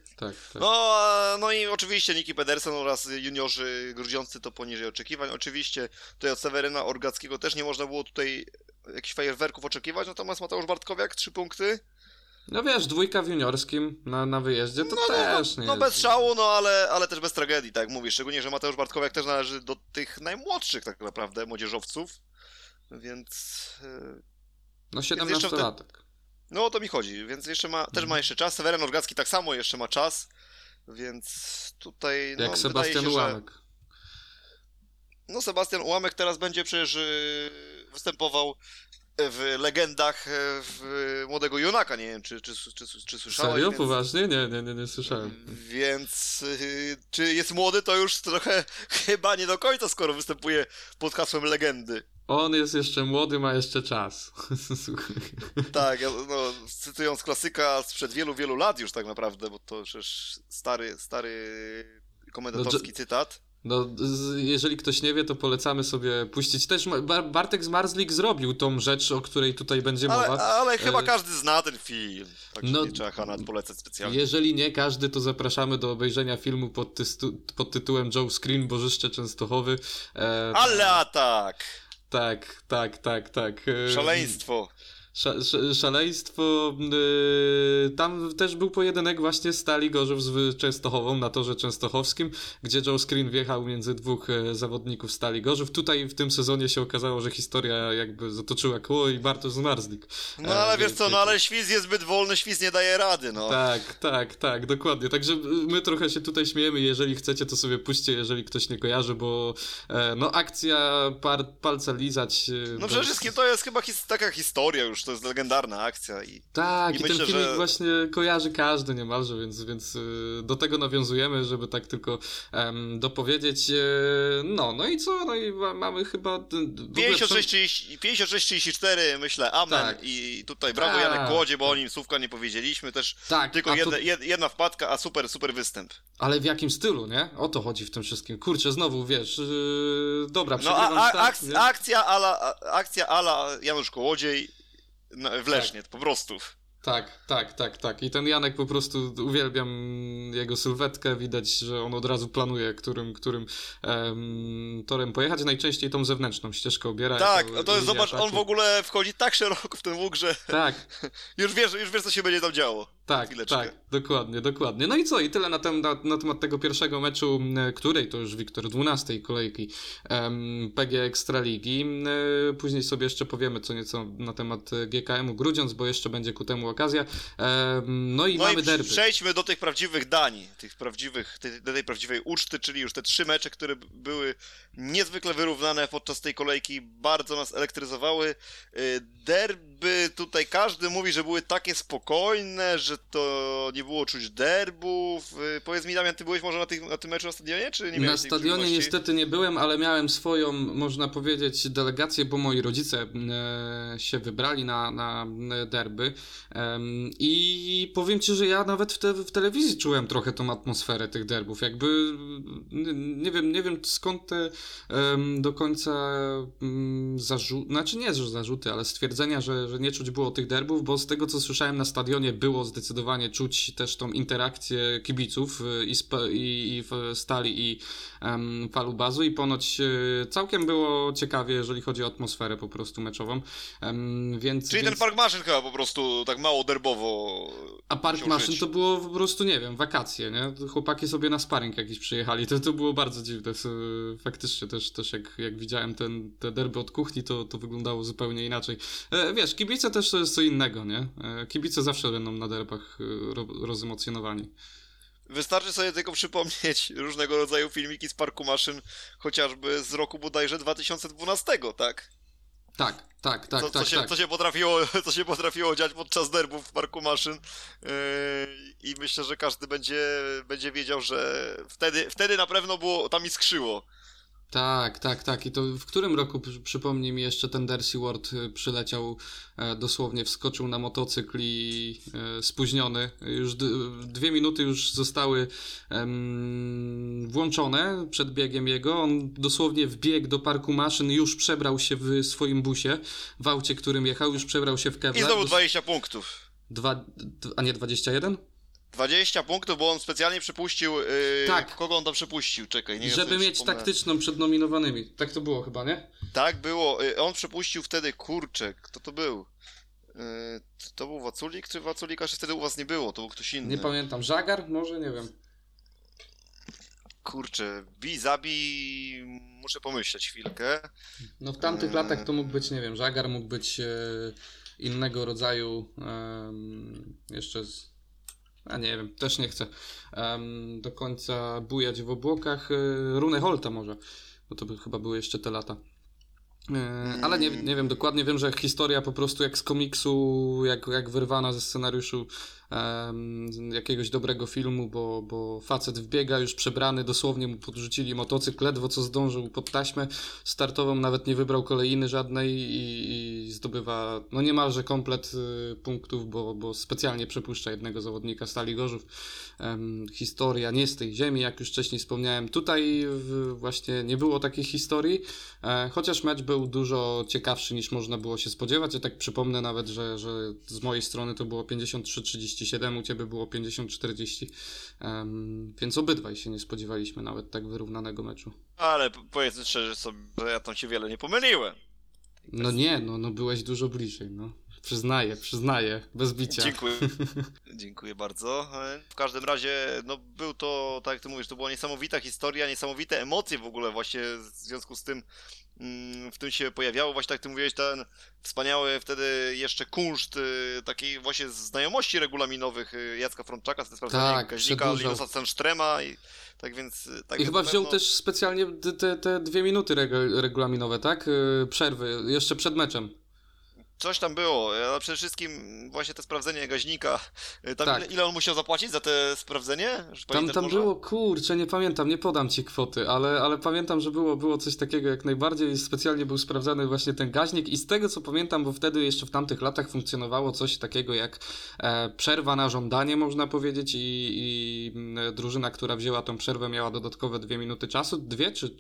No i oczywiście Niki Pedersen oraz juniorzy grudziący to poniżej oczekiwań. Oczywiście tutaj od Seweryna Orgackiego też nie można było tutaj jakichś fajerwerków oczekiwać, natomiast Mateusz Bartkowiak 3 punkty. No wiesz, 2 w juniorskim na wyjeździe to też nie jest. Bez szału, no ale też bez tragedii, tak jak mówisz. Szczególnie, że Mateusz Bartkowiak też należy do tych najmłodszych tak naprawdę młodzieżowców, więc... No 17-latek. No o to mi chodzi, więc też ma jeszcze czas. Seweryn Orgacki tak samo jeszcze ma czas, więc tutaj... Jak Sebastian Ułamek. No Sebastian Ułamek teraz będzie przecież występował w legendach Młodego Junaka, nie wiem czy słyszałeś. Serio? Więc... Poważnie? Nie słyszałem. Więc czy jest młody, to już trochę chyba nie do końca, skoro występuje pod hasłem legendy. On jest jeszcze młody, ma jeszcze czas. Tak, no, cytując klasyka sprzed wielu lat już tak naprawdę, bo to przecież stary komentatorski cytat. No, jeżeli ktoś nie wie, to polecamy sobie puścić. Też Bartek Zmarzlik zrobił tą rzecz, o której tutaj będzie mowa. Ale chyba każdy zna ten film, także nie trzeba Hanat polecać specjalnie. Jeżeli nie każdy, to zapraszamy do obejrzenia filmu pod tytułem Joe Screen, Bożyszcze Częstochowy. Ale tak! Tak. Szaleństwo. Szaleństwo. Tam też był pojedynek właśnie Stali Gorzów z Częstochową na torze częstochowskim, gdzie Joe Screen wjechał między 2 zawodników Stali Gorzów. Tutaj w tym sezonie się okazało, że historia jakby zatoczyła koło i Bartosz Zmarzlik. No ale wiesz co, ale świz jest zbyt wolny, świz nie daje rady, no. Tak, dokładnie. Także my trochę się tutaj śmiejemy, jeżeli chcecie, to sobie puśćcie, jeżeli ktoś nie kojarzy, bo akcja palca lizać. No przede wszystkim to jest chyba taka historia już, to jest legendarna akcja. I myślę, ten filmik właśnie kojarzy każdy niemalże, więc do tego nawiązujemy, żeby tak tylko dopowiedzieć. No i co? No i mamy chyba... 56-34 myślę, amen. Tak. I tutaj brawo Janek Kłodzie, bo o nim słówka nie powiedzieliśmy. Też tylko jedna wpadka, a super występ. Ale w jakim stylu, nie? O to chodzi w tym wszystkim. Kurczę, znowu, wiesz, dobra, akcja ala Janusz Kołodziej w Lesznie, po prostu. Tak. I ten Janek po prostu, uwielbiam jego sylwetkę, widać, że on od razu planuje, którym torem pojechać, najczęściej tą zewnętrzną ścieżkę obiera. Tak, to jest, zobacz, on w ogóle wchodzi tak szeroko w ten łuk, że tak. już wiesz, co się będzie tam działo. Tak, chwileczkę. tak, dokładnie. No i co? I tyle na temat tego pierwszego meczu, której to już, Wiktor, 12 kolejki PG Ekstraligi. Później sobie jeszcze powiemy co nieco na temat GKM-u Grudziądz, bo jeszcze będzie ku temu okazja. No i mamy derby. Przejdźmy do tych prawdziwych dań, do tej prawdziwej uczty, czyli już te 3 mecze, które były niezwykle wyrównane podczas tej kolejki, bardzo nas elektryzowały. Derby tutaj każdy mówi, że były takie spokojne, że to nie było czuć derbów. Powiedz mi, Damian, ty byłeś może na tym meczu na stadionie, czy nie miałeś Na stadionie niestety nie byłem, ale miałem swoją, można powiedzieć, delegację, bo moi rodzice się wybrali na derby i powiem ci, że ja nawet w telewizji czułem trochę tą atmosferę tych derbów, jakby nie wiem skąd te do końca znaczy nie zarzuty, ale stwierdzenia, że nie czuć było tych derbów, bo z tego co słyszałem na stadionie było zdecydowanie czuć też tą interakcję kibiców i w Stali i Falubazu i ponoć całkiem było ciekawie, jeżeli chodzi o atmosferę po prostu meczową. Czyli ten Park Maszyn chyba po prostu tak mało derbowo. A Park Maszyn to było po prostu, nie wiem, wakacje, nie? Chłopaki sobie na sparring jakiś przyjechali, to było bardzo dziwne. Faktycznie też jak widziałem te derby od kuchni, to wyglądało zupełnie inaczej. Wiesz, kibice też to jest co innego, nie? Kibice zawsze będą na derbach rozemocjonowani. Wystarczy sobie tylko przypomnieć różnego rodzaju filmiki z Parku Maszyn, chociażby z roku bodajże 2012, tak? Tak. Co się potrafiło dziać podczas derbów w Parku Maszyn i myślę, że każdy będzie wiedział, że wtedy na pewno było, tam iskrzyło. Tak. I to w którym roku, przypomnij mi jeszcze, ten Dersi Ward przyleciał, dosłownie wskoczył na motocykl i spóźniony. Już 2 minuty już zostały włączone przed biegiem jego. On dosłownie wbiegł do Parku Maszyn, już przebrał się w swoim busie, w aucie, którym jechał, już przebrał się w Kevlar. I znowu 20 punktów. A nie 21? 20 punktów, bo on specjalnie przepuścił. Tak. Kogo on tam przepuścił? Czekaj, nie wiem. Żeby mieć taktyczną przed nominowanymi. Tak to było chyba, nie? Tak było. On przepuścił wtedy, kurczę, kto to był? To był Waculik, czy Waculika jeszcze wtedy u was nie było? To był ktoś inny. Nie pamiętam. Żagar? Może? Nie wiem. Kurczę, muszę pomyśleć chwilkę. No w tamtych latach to mógł być, nie wiem, Żagar mógł być innego rodzaju jeszcze a nie wiem, też nie chcę do końca bujać w obłokach. Rune Holta może, bo to chyba były jeszcze te lata. Ale nie wiem dokładnie, wiem, że historia po prostu jak z komiksu, jak wyrwana ze scenariuszu jakiegoś dobrego filmu, bo facet wbiega już przebrany, dosłownie mu podrzucili motocykl, ledwo co zdążył pod taśmę startową, nawet nie wybrał kolejny żadnej i zdobywa no niemalże komplet punktów, bo specjalnie przepuszcza jednego zawodnika Stali Gorzów. Historia nie z tej ziemi, jak już wcześniej wspomniałem. Tutaj właśnie nie było takiej historii, chociaż mecz był dużo ciekawszy niż można było się spodziewać. Ja tak przypomnę nawet, że z mojej strony to było 53-37, u ciebie było 50-40, więc obydwaj się nie spodziewaliśmy nawet tak wyrównanego meczu. Ale powiedzmy szczerze sobie, że ja tam się wiele nie pomyliłem. No nie, no byłeś dużo bliżej, no. Przyznaję, bez bicia. Dziękuję bardzo. W każdym razie, no był to, tak jak ty mówisz, to była niesamowita historia, niesamowite emocje w ogóle właśnie w związku z tym w tym się pojawiało, właśnie tak jak ty mówiłeś, ten wspaniały wtedy jeszcze kunszt takiej właśnie znajomości regulaminowych Jacka Frączaka, z sprawdzenia Kaźnika, Linusa Sandstrema i tak więc... Tak I chyba wziął też specjalnie te 2 minuty regulaminowe, tak? Przerwy, jeszcze przed meczem. Coś tam było, ale przede wszystkim właśnie to sprawdzenie gaźnika. Tam tak. Ile on musiał zapłacić za te sprawdzenie? Tam było, kurczę, nie pamiętam, nie podam ci kwoty, ale pamiętam, że było coś takiego jak najbardziej. Specjalnie był sprawdzany właśnie ten gaźnik i z tego co pamiętam, bo wtedy jeszcze w tamtych latach funkcjonowało coś takiego jak przerwa na żądanie, można powiedzieć, i drużyna, która wzięła tą przerwę, miała dodatkowe 2 minuty czasu, 2 czy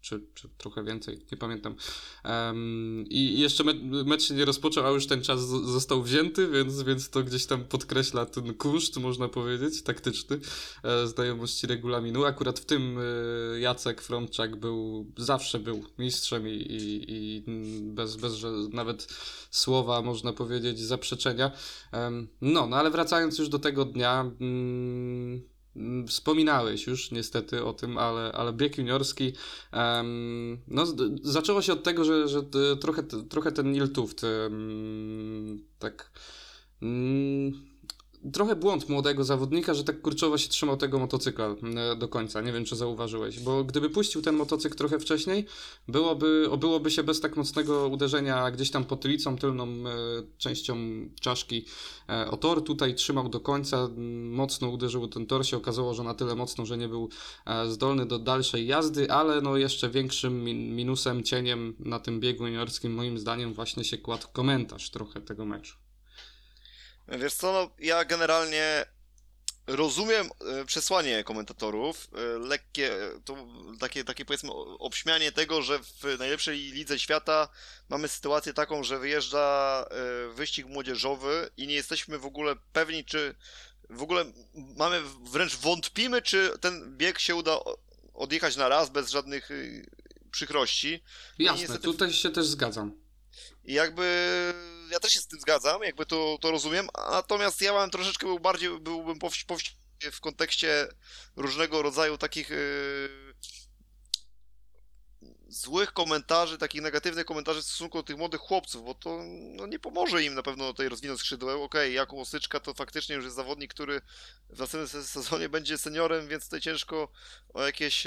czy trochę więcej, nie pamiętam. I jeszcze mecz się nie rozpoczął, a już ten czas został wzięty, więc to gdzieś tam podkreśla ten kunszt, można powiedzieć, taktyczny, znajomości regulaminu. Akurat w tym Jacek Frączak zawsze był mistrzem i bez że nawet słowa, można powiedzieć, zaprzeczenia. No ale wracając już do tego dnia, wspominałeś już niestety o tym, ale bieg juniorski, no zaczęło się od tego, że trochę ten Nil Tuft tak trochę błąd młodego zawodnika, że tak kurczowo się trzymał tego motocykla do końca. Nie wiem, czy zauważyłeś, bo gdyby puścił ten motocykl trochę wcześniej, obyłoby się bez tak mocnego uderzenia gdzieś tam potylicą, tylną częścią czaszki o tor. Tutaj trzymał do końca, mocno uderzył ten tor, się okazało, że na tyle mocno, że nie był zdolny do dalszej jazdy, ale no jeszcze większym minusem, cieniem na tym biegu juniorskim moim zdaniem właśnie się kładł komentarz trochę tego meczu. Wiesz co, no, ja generalnie rozumiem przesłanie komentatorów, lekkie, to takie powiedzmy obśmianie tego, że w najlepszej lidze świata mamy sytuację taką, że wyjeżdża wyścig młodzieżowy i nie jesteśmy w ogóle pewni, czy w ogóle wręcz wątpimy, czy ten bieg się uda odjechać na raz bez żadnych przykrości. Jasne, niestety... tutaj się też zgadzam. I ja też się z tym zgadzam, to rozumiem, natomiast ja mam troszeczkę byłbym w kontekście różnego rodzaju takich złych komentarzy, takich negatywnych komentarzy w stosunku do tych młodych chłopców, bo to no, nie pomoże im na pewno tej rozwinąć skrzydła. Okej, Jakub Osyczka to faktycznie już jest zawodnik, który w następnym sezonie będzie seniorem, więc tutaj ciężko o jakieś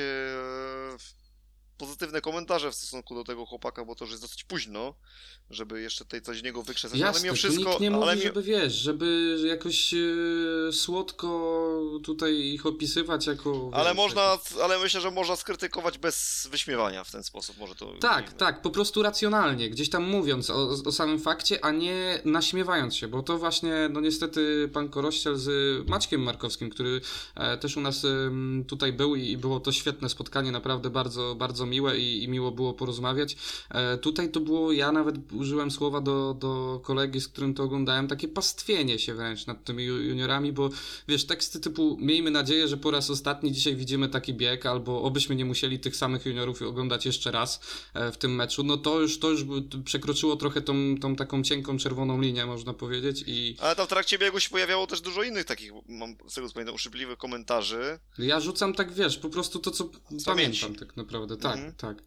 pozytywne komentarze w stosunku do tego chłopaka, bo to już jest dosyć późno, żeby jeszcze tutaj coś z niego wykrzesać. Jasne, ale mimo wszystko, nikt nie mówi, żeby wiesz, żeby jakoś słodko tutaj ich opisywać jako... Ale myślę, że można skrytykować bez wyśmiewania w ten sposób. Może to tak, po prostu racjonalnie, gdzieś tam mówiąc o samym fakcie, a nie naśmiewając się, bo to właśnie, no niestety pan Korościel z Maćkiem Markowskim, który też u nas tutaj był i było to świetne spotkanie, naprawdę bardzo, bardzo miłe i miło było porozmawiać. Tutaj to było, ja nawet użyłem słowa do kolegi, z którym to oglądałem, takie pastwienie się wręcz nad tymi juniorami, bo wiesz, teksty typu miejmy nadzieję, że po raz ostatni dzisiaj widzimy taki bieg, albo obyśmy nie musieli tych samych juniorów oglądać jeszcze raz w tym meczu, no to już przekroczyło trochę tą taką cienką czerwoną linię, można powiedzieć. Ale tam w trakcie biegu się pojawiało też dużo innych takich, mam z tego co pamiętam, uszczypliwych komentarzy. Ja rzucam tak, wiesz, po prostu to, co pamiętam tak naprawdę, tak. Tak.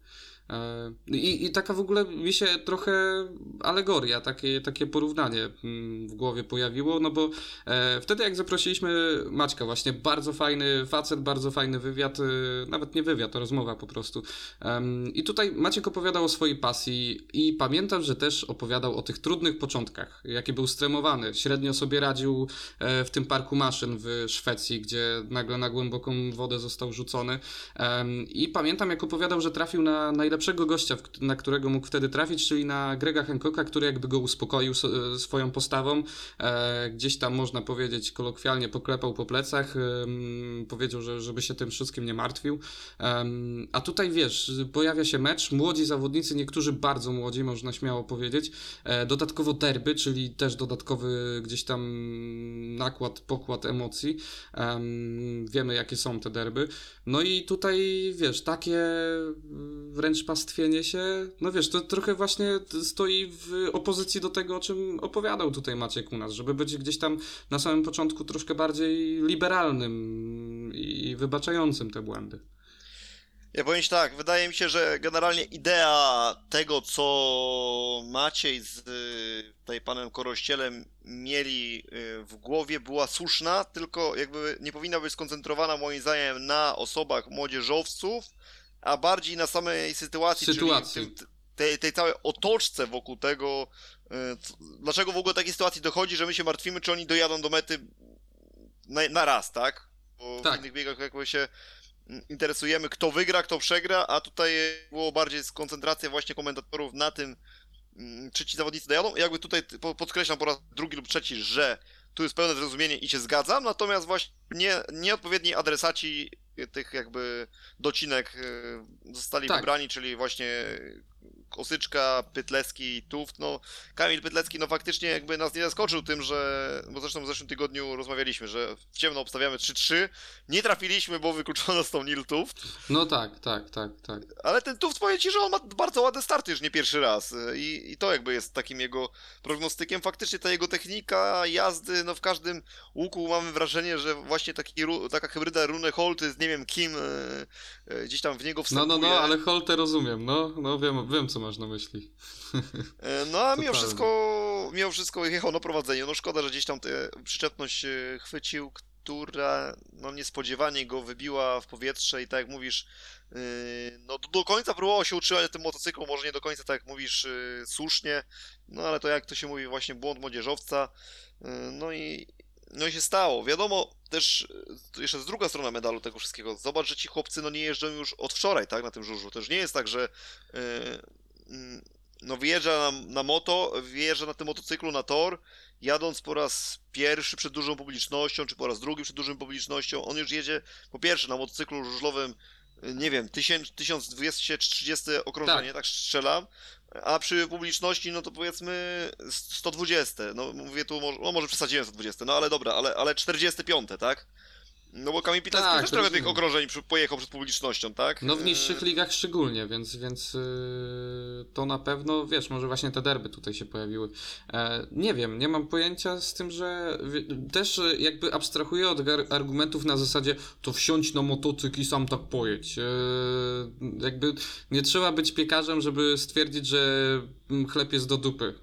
I taka w ogóle mi się trochę alegoria, takie porównanie w głowie pojawiło, no bo wtedy jak zaprosiliśmy Maćka właśnie, bardzo fajny facet, bardzo fajny wywiad, nawet nie wywiad, to rozmowa po prostu. I tutaj Maciek opowiadał o swojej pasji i pamiętam, że też opowiadał o tych trudnych początkach, jaki był stremowany, średnio sobie radził w tym parku maszyn w Szwecji, gdzie nagle na głęboką wodę został rzucony. I pamiętam, jak opowiadał, że trafił na najlepszego gościa, na którego mógł wtedy trafić, czyli na Grega Hancocka, który jakby go uspokoił swoją postawą. Gdzieś tam, można powiedzieć, kolokwialnie poklepał po plecach, powiedział, żeby się tym wszystkim nie martwił. A tutaj, wiesz, pojawia się mecz, młodzi zawodnicy, niektórzy bardzo młodzi, można śmiało powiedzieć. Dodatkowo derby, czyli też dodatkowy gdzieś tam pokład emocji. Wiemy, jakie są te derby. No i tutaj, wiesz, takie wręcz pastwienie się, no wiesz, to trochę właśnie stoi w opozycji do tego, o czym opowiadał tutaj Maciek u nas, żeby być gdzieś tam na samym początku troszkę bardziej liberalnym i wybaczającym te błędy. Ja powiem ci tak, wydaje mi się, że generalnie idea tego, co Maciej z tutaj panem Korościelem mieli w głowie, była słuszna, tylko jakby nie powinna być skoncentrowana moim zdaniem na osobach młodzieżowców, a bardziej na samej sytuacji. Czyli tej całej otoczce wokół tego, dlaczego w ogóle do takiej sytuacji dochodzi, że my się martwimy, czy oni dojadą do mety na raz, tak? Bo w innych biegach jakby się interesujemy, kto wygra, kto przegra, a tutaj było bardziej koncentracja właśnie komentatorów na tym, czy ci zawodnicy dojadą. Jakby tutaj podkreślam po raz drugi lub trzeci, że tu jest pełne zrozumienie i się zgadzam, natomiast właśnie nieodpowiedni adresaci tych jakby docinek zostali Tak. wybrani, czyli właśnie Osyczka, Pytlewski i Tuft. No, Kamil Pytlewski no faktycznie jakby nas nie zaskoczył tym, że, bo zresztą w zeszłym tygodniu rozmawialiśmy, że w ciemno obstawiamy 3-3, nie trafiliśmy, bo wykluczono z tą Nil Tuft. No tak. Ale ten Tuft, powiem ci, że on ma bardzo ładne starty już nie pierwszy raz i to jakby jest takim jego prognostykiem. Faktycznie ta jego technika jazdy, no w każdym łuku mamy wrażenie, że właśnie taka hybryda Rune Holty z nie wiem kim gdzieś tam w niego wstępuje. No, ale Holte rozumiem, no wiem co masz na myśli. No a mimo wszystko jechał na prowadzeniu. No szkoda, że gdzieś tam tę przyczepność chwycił, która no niespodziewanie go wybiła w powietrze i tak jak mówisz, no do końca próbował się utrzymać na tym motocyklu, może nie do końca tak jak mówisz słusznie, no ale to jak to się mówi właśnie błąd młodzieżowca, no i się stało. Wiadomo też, jeszcze z druga strona medalu tego wszystkiego, zobacz, że ci chłopcy no nie jeżdżą już od wczoraj, tak, na tym żużlu. To już nie jest tak, że no wyjeżdża na moto, wyjeżdża na tym motocyklu na tor, jadąc po raz pierwszy przed dużą publicznością, czy po raz drugi przed dużą publicznością. On już jedzie po pierwsze na motocyklu żużlowym, nie wiem, 1230 okrążenie, tak strzelam, a przy publiczności, no to powiedzmy 120, no mówię tu, może przesadziłem 120, no ale dobra, ale 45, tak? No bo Kamil Pytlewski też trochę tych okrążeń pojechał przed publicznością, tak? No w niższych ligach szczególnie, więc to na pewno, wiesz, może właśnie te derby tutaj się pojawiły. Nie wiem, nie mam pojęcia z tym, że też jakby abstrahuję od argumentów na zasadzie to wsiądź na motocykl i sam tak pojedź. Jakby nie trzeba być piekarzem, żeby stwierdzić, że chleb jest do dupy.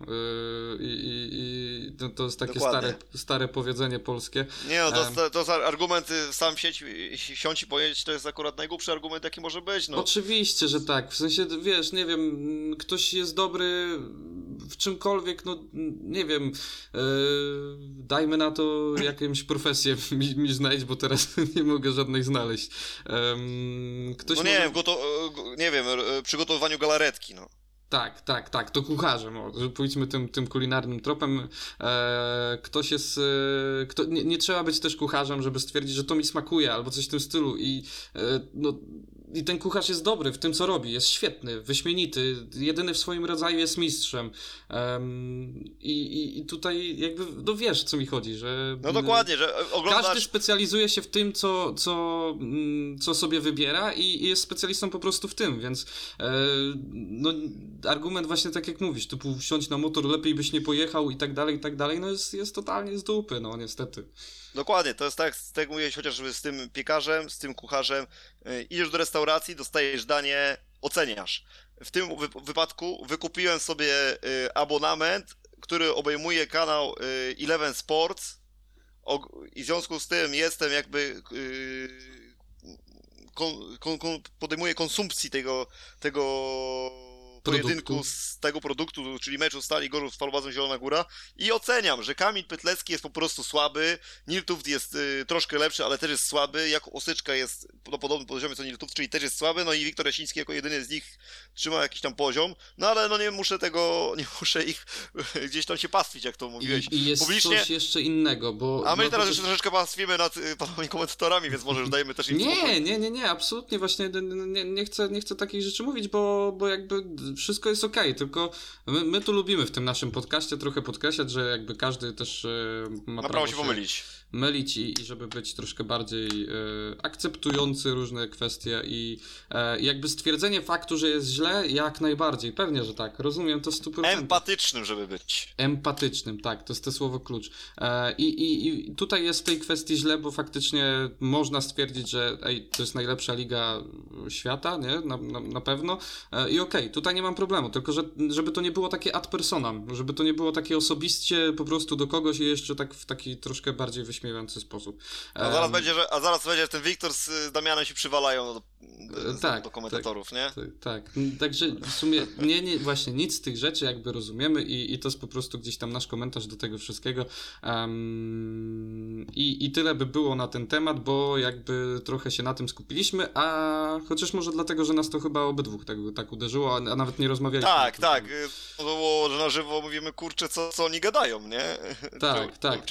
I to jest takie stare powiedzenie polskie. Nie no, to jest argument sam siądź i pojedź, to jest akurat najgłupszy argument, jaki może być. No. Oczywiście, że tak. W sensie, wiesz, nie wiem, ktoś jest dobry w czymkolwiek, no nie wiem, dajmy na to jakąś profesję mi znajdź, bo teraz nie mogę żadnej znaleźć. Ktoś no nie nie wiem, przygotowywaniu galaretki, no. Tak, to kucharzem, pójdźmy tym kulinarnym tropem. Ktoś jest, nie trzeba być też kucharzem, żeby stwierdzić, że to mi smakuje, albo coś w tym stylu i ten kucharz jest dobry w tym, co robi, jest świetny, wyśmienity, jedyny w swoim rodzaju jest mistrzem. I tutaj jakby, no wiesz, co mi chodzi, że... No dokładnie, że oglądasz... Każdy specjalizuje się w tym, co sobie wybiera i jest specjalistą po prostu w tym, więc no argument właśnie tak jak mówisz, typu wsiądź na motor, lepiej byś nie pojechał i tak dalej, no jest totalnie z dupy, no niestety. Dokładnie, to jest tak jak mówiłeś, chociażby z tym piekarzem, z tym kucharzem, idziesz do restauracji, dostajesz danie, oceniasz. W tym wypadku wykupiłem sobie abonament, który obejmuje kanał Eleven Sports i w związku z tym jestem jakby podejmuję konsumpcji tego pojedynku z tego produktu, czyli meczu Stali Gorzów z Falobazem Zielona Góra i oceniam, że Kamil Pytlewski jest po prostu słaby, Nil Tuft jest troszkę lepszy, ale też jest słaby, jak Osyczka jest na podobnym poziomie co Nil Tuft, czyli też jest słaby, no i Wiktor Jasiński jako jedyny z nich trzyma jakiś tam poziom, no ale no nie muszę ich gdzieś tam się pastwić, jak to mówiłeś. I jest publicznie coś jeszcze innego, bo... A my teraz jeszcze troszeczkę pastwimy nad panami komentatorami, więc może już dajemy też im spokój. Nie, absolutnie właśnie nie chcę takich rzeczy mówić, bo jakby wszystko jest okej, tylko my tu lubimy w tym naszym podcaście trochę podkreślać, że jakby każdy też ma prawo się pomylić. Mylić i żeby być troszkę bardziej akceptujący różne kwestie i jakby stwierdzenie faktu, że jest źle, jak najbardziej, pewnie, że tak, rozumiem to 100%. Empatycznym, żeby być. Empatycznym, tak, to jest to słowo klucz. I tutaj jest w tej kwestii źle, bo faktycznie można stwierdzić, że to jest najlepsza liga świata, nie? Na pewno. I okej, tutaj nie mam problemu, tylko żeby to nie było takie ad personam, żeby to nie było takie osobiście po prostu do kogoś i jeszcze tak w taki troszkę bardziej wyśmiewający sposób. A zaraz będzie, że ten Wiktor z Damianem się przywalają do komentatorów, nie? Tak. Także w sumie właśnie nic z tych rzeczy jakby rozumiemy i to jest po prostu gdzieś tam nasz komentarz do tego wszystkiego. I tyle by było na ten temat, bo jakby trochę się na tym skupiliśmy, a chociaż może dlatego, że nas to chyba obydwóch tak uderzyło, a nawet nawet nie rozmawialiśmy. Tak. To było, że na żywo mówimy, kurczę, co oni gadają, nie? Tak.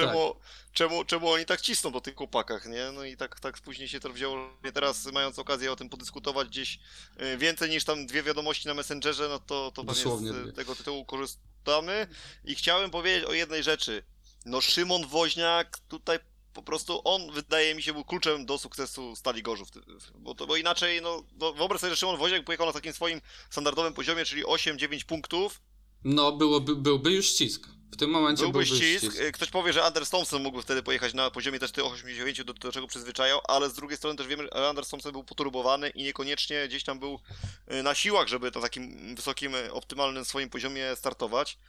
Czemu oni tak cisną po tych chłopakach, nie? No i tak później się to wzięło. Teraz, mając okazję o tym podyskutować gdzieś więcej niż tam 2 wiadomości na Messengerze, no to pewnie z tego tytułu korzystamy. I chciałem powiedzieć o jednej rzeczy. No Szymon Woźniak tutaj po prostu on, wydaje mi się, był kluczem do sukcesu Stali Gorzów, bo inaczej, no wyobraź sobie, że Szymon Woźniak pojechał na takim swoim standardowym poziomie, czyli 8-9 punktów. No, byłby już ścisk. W tym momencie byłby ścisk. Ktoś powie, że Anders Thompson mógł wtedy pojechać na poziomie też tych 8-9, do czego przyzwyczajał, ale z drugiej strony też wiemy, że Anders Thompson był poturbowany i niekoniecznie gdzieś tam był na siłach, żeby na takim wysokim, optymalnym swoim poziomie startować.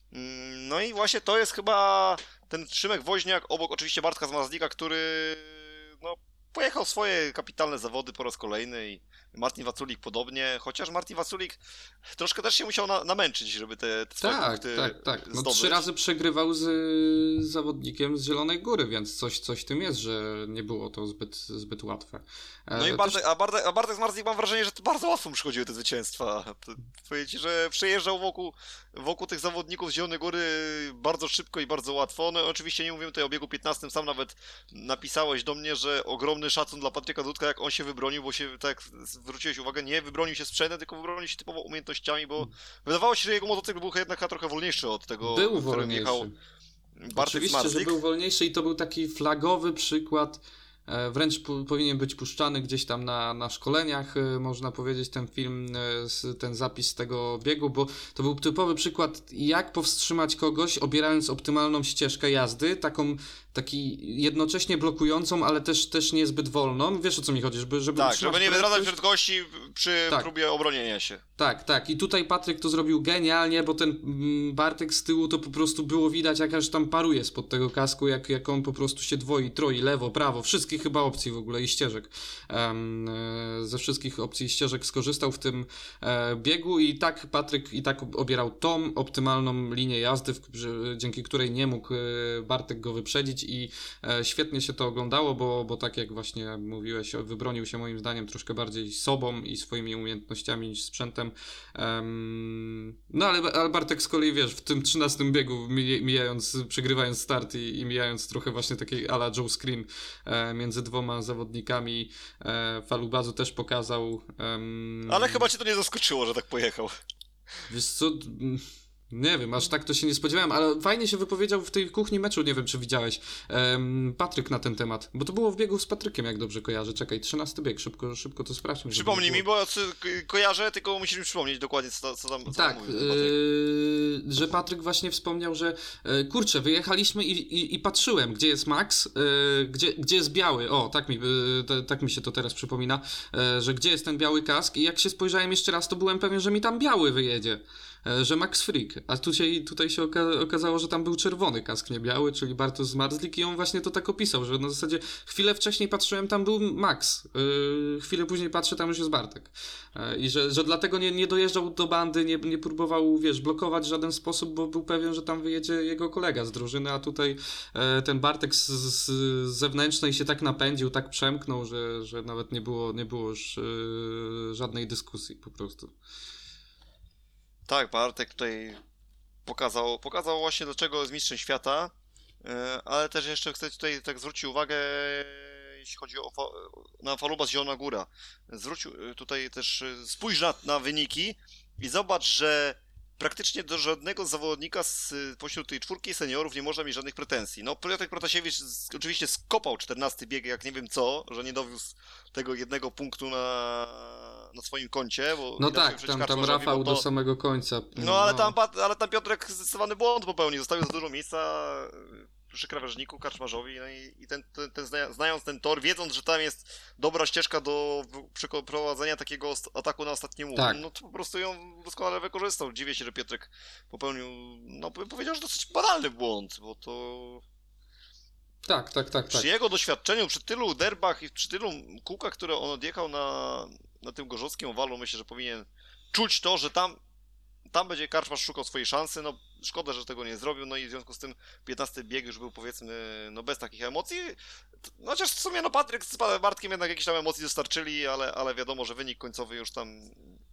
No i właśnie to jest chyba ten Szymek Woźniak, obok oczywiście Bartka Zmarzlika, który no, pojechał swoje kapitalne zawody po raz kolejny i Martin Waculik podobnie, chociaż Martin Waculik troszkę też się musiał namęczyć, żeby te swoje punkty Tak. No zdobyć. 3 razy przegrywał z zawodnikiem z Zielonej Góry, więc coś w tym jest, że nie było to zbyt łatwe. No i Bartek Zmarzlik, mam wrażenie, że to bardzo łatwo mu przychodziły te zwycięstwa. Powiem ci, że przejeżdżał wokół tych zawodników z Zielonej Góry bardzo szybko i bardzo łatwo. No oczywiście nie mówimy tutaj o biegu 15, sam nawet napisałeś do mnie, że ogromny szacun dla Patryka Dudka, jak on się wybronił, bo się, tak zwróciłeś uwagę, nie wybronił się sprzętem, tylko wybronił się typowo umiejętnościami, bo wydawało się, że jego motocykl był jednak trochę wolniejszy od tego, był wolniejszy. Jechał Bartek Oczywiście, Zmarzlik. że był wolniejszy i to był taki flagowy przykład. Wręcz powinien być puszczany gdzieś tam na szkoleniach, można powiedzieć, ten film, ten zapis z tego biegu, bo to był typowy przykład, jak powstrzymać kogoś, obierając optymalną ścieżkę jazdy, taki jednocześnie blokującą, ale też niezbyt wolną. Wiesz, o co mi chodzi? Żeby nie wydradzać prędkości przy próbie obronienia się. Tak. I tutaj Patryk to zrobił genialnie, bo ten Bartek z tyłu to po prostu było widać, jak aż tam paruje spod tego kasku, jak on po prostu się dwoi, troi, lewo, prawo, wszystkich chyba opcji w ogóle i ścieżek. Ze wszystkich opcji i ścieżek skorzystał w tym biegu i tak Patryk i tak obierał tą optymalną linię jazdy, dzięki której nie mógł Bartek go wyprzedzić i świetnie się to oglądało, bo tak jak właśnie mówiłeś, wybronił się moim zdaniem troszkę bardziej sobą i swoimi umiejętnościami niż sprzętem. No ale Bartek z kolei, wiesz, w tym 13 biegu przegrywając start i mijając trochę właśnie takiej a la Joe Screen między 2 zawodnikami, Falubazu też pokazał. Ale chyba cię to nie zaskoczyło, że tak pojechał. Wiesz co, nie wiem, aż tak to się nie spodziewałem, ale fajnie się wypowiedział w tej kuchni meczu, nie wiem czy widziałeś, Patryk na ten temat, bo to było w biegu z Patrykiem, jak dobrze kojarzę. Czekaj, 13 bieg, szybko to sprawdźmy. Przypomnij mi, bo kojarzę, tylko musisz mi przypomnieć dokładnie, co tam mówił że Patryk właśnie wspomniał, że kurczę, wyjechaliśmy i patrzyłem, gdzie jest Max, gdzie jest biały, tak mi się to teraz przypomina, że gdzie jest ten biały kask i jak się spojrzałem jeszcze raz, to byłem pewien, że mi tam biały wyjedzie. Że Max Frick, a tutaj się okazało, że tam był czerwony kask, nie biały, czyli Bartosz Zmarzlik i on właśnie to tak opisał, że na zasadzie chwilę wcześniej patrzyłem, tam był Max, chwilę później patrzę, tam już jest Bartek i że dlatego nie dojeżdżał do bandy, nie próbował, wiesz, blokować w żaden sposób, bo był pewien, że tam wyjedzie jego kolega z drużyny, a tutaj ten Bartek z zewnętrznej się tak napędził, tak przemknął, że nawet nie było już żadnej dyskusji po prostu. Tak, Bartek tutaj pokazał właśnie, dlaczego jest mistrzem świata, ale też jeszcze chcę tutaj tak zwrócić uwagę, jeśli chodzi na Falubas Zielona Góra. Tutaj też spójrz na wyniki i zobacz, że praktycznie do żadnego zawodnika pośród tej 4 seniorów nie można mieć żadnych pretensji. No, Piotr Protasiewicz oczywiście skopał 14 bieg, jak nie wiem co, że nie dowiózł tego 1 punktu na swoim koncie. Bo no tak, tam Rafał do samego końca. No, ale tam Piotrek zdecydowany błąd popełnił, zostawił za dużo miejsca przy krawężniku Karczmarzowi, no i ten znając ten tor, wiedząc, że tam jest dobra ścieżka do przeprowadzenia takiego ataku na ostatnim łuku, tak. No to po prostu ją doskonale wykorzystał. Dziwię się, że Piotrek popełnił, no powiedział, że dosyć banalny błąd, bo to... Tak. Przy jego doświadczeniu, przy tylu derbach i przy tylu kółkach, które on odjechał na tym gorzowskim owalu, myślę, że powinien czuć to, że tam będzie Karczmarz szukał swojej szansy, no szkoda, że tego nie zrobił, no i w związku z tym 15 bieg już był, powiedzmy, no bez takich emocji, no chociaż w sumie Patryk z Bartkiem jednak jakieś tam emocji dostarczyli, ale wiadomo, że wynik końcowy już tam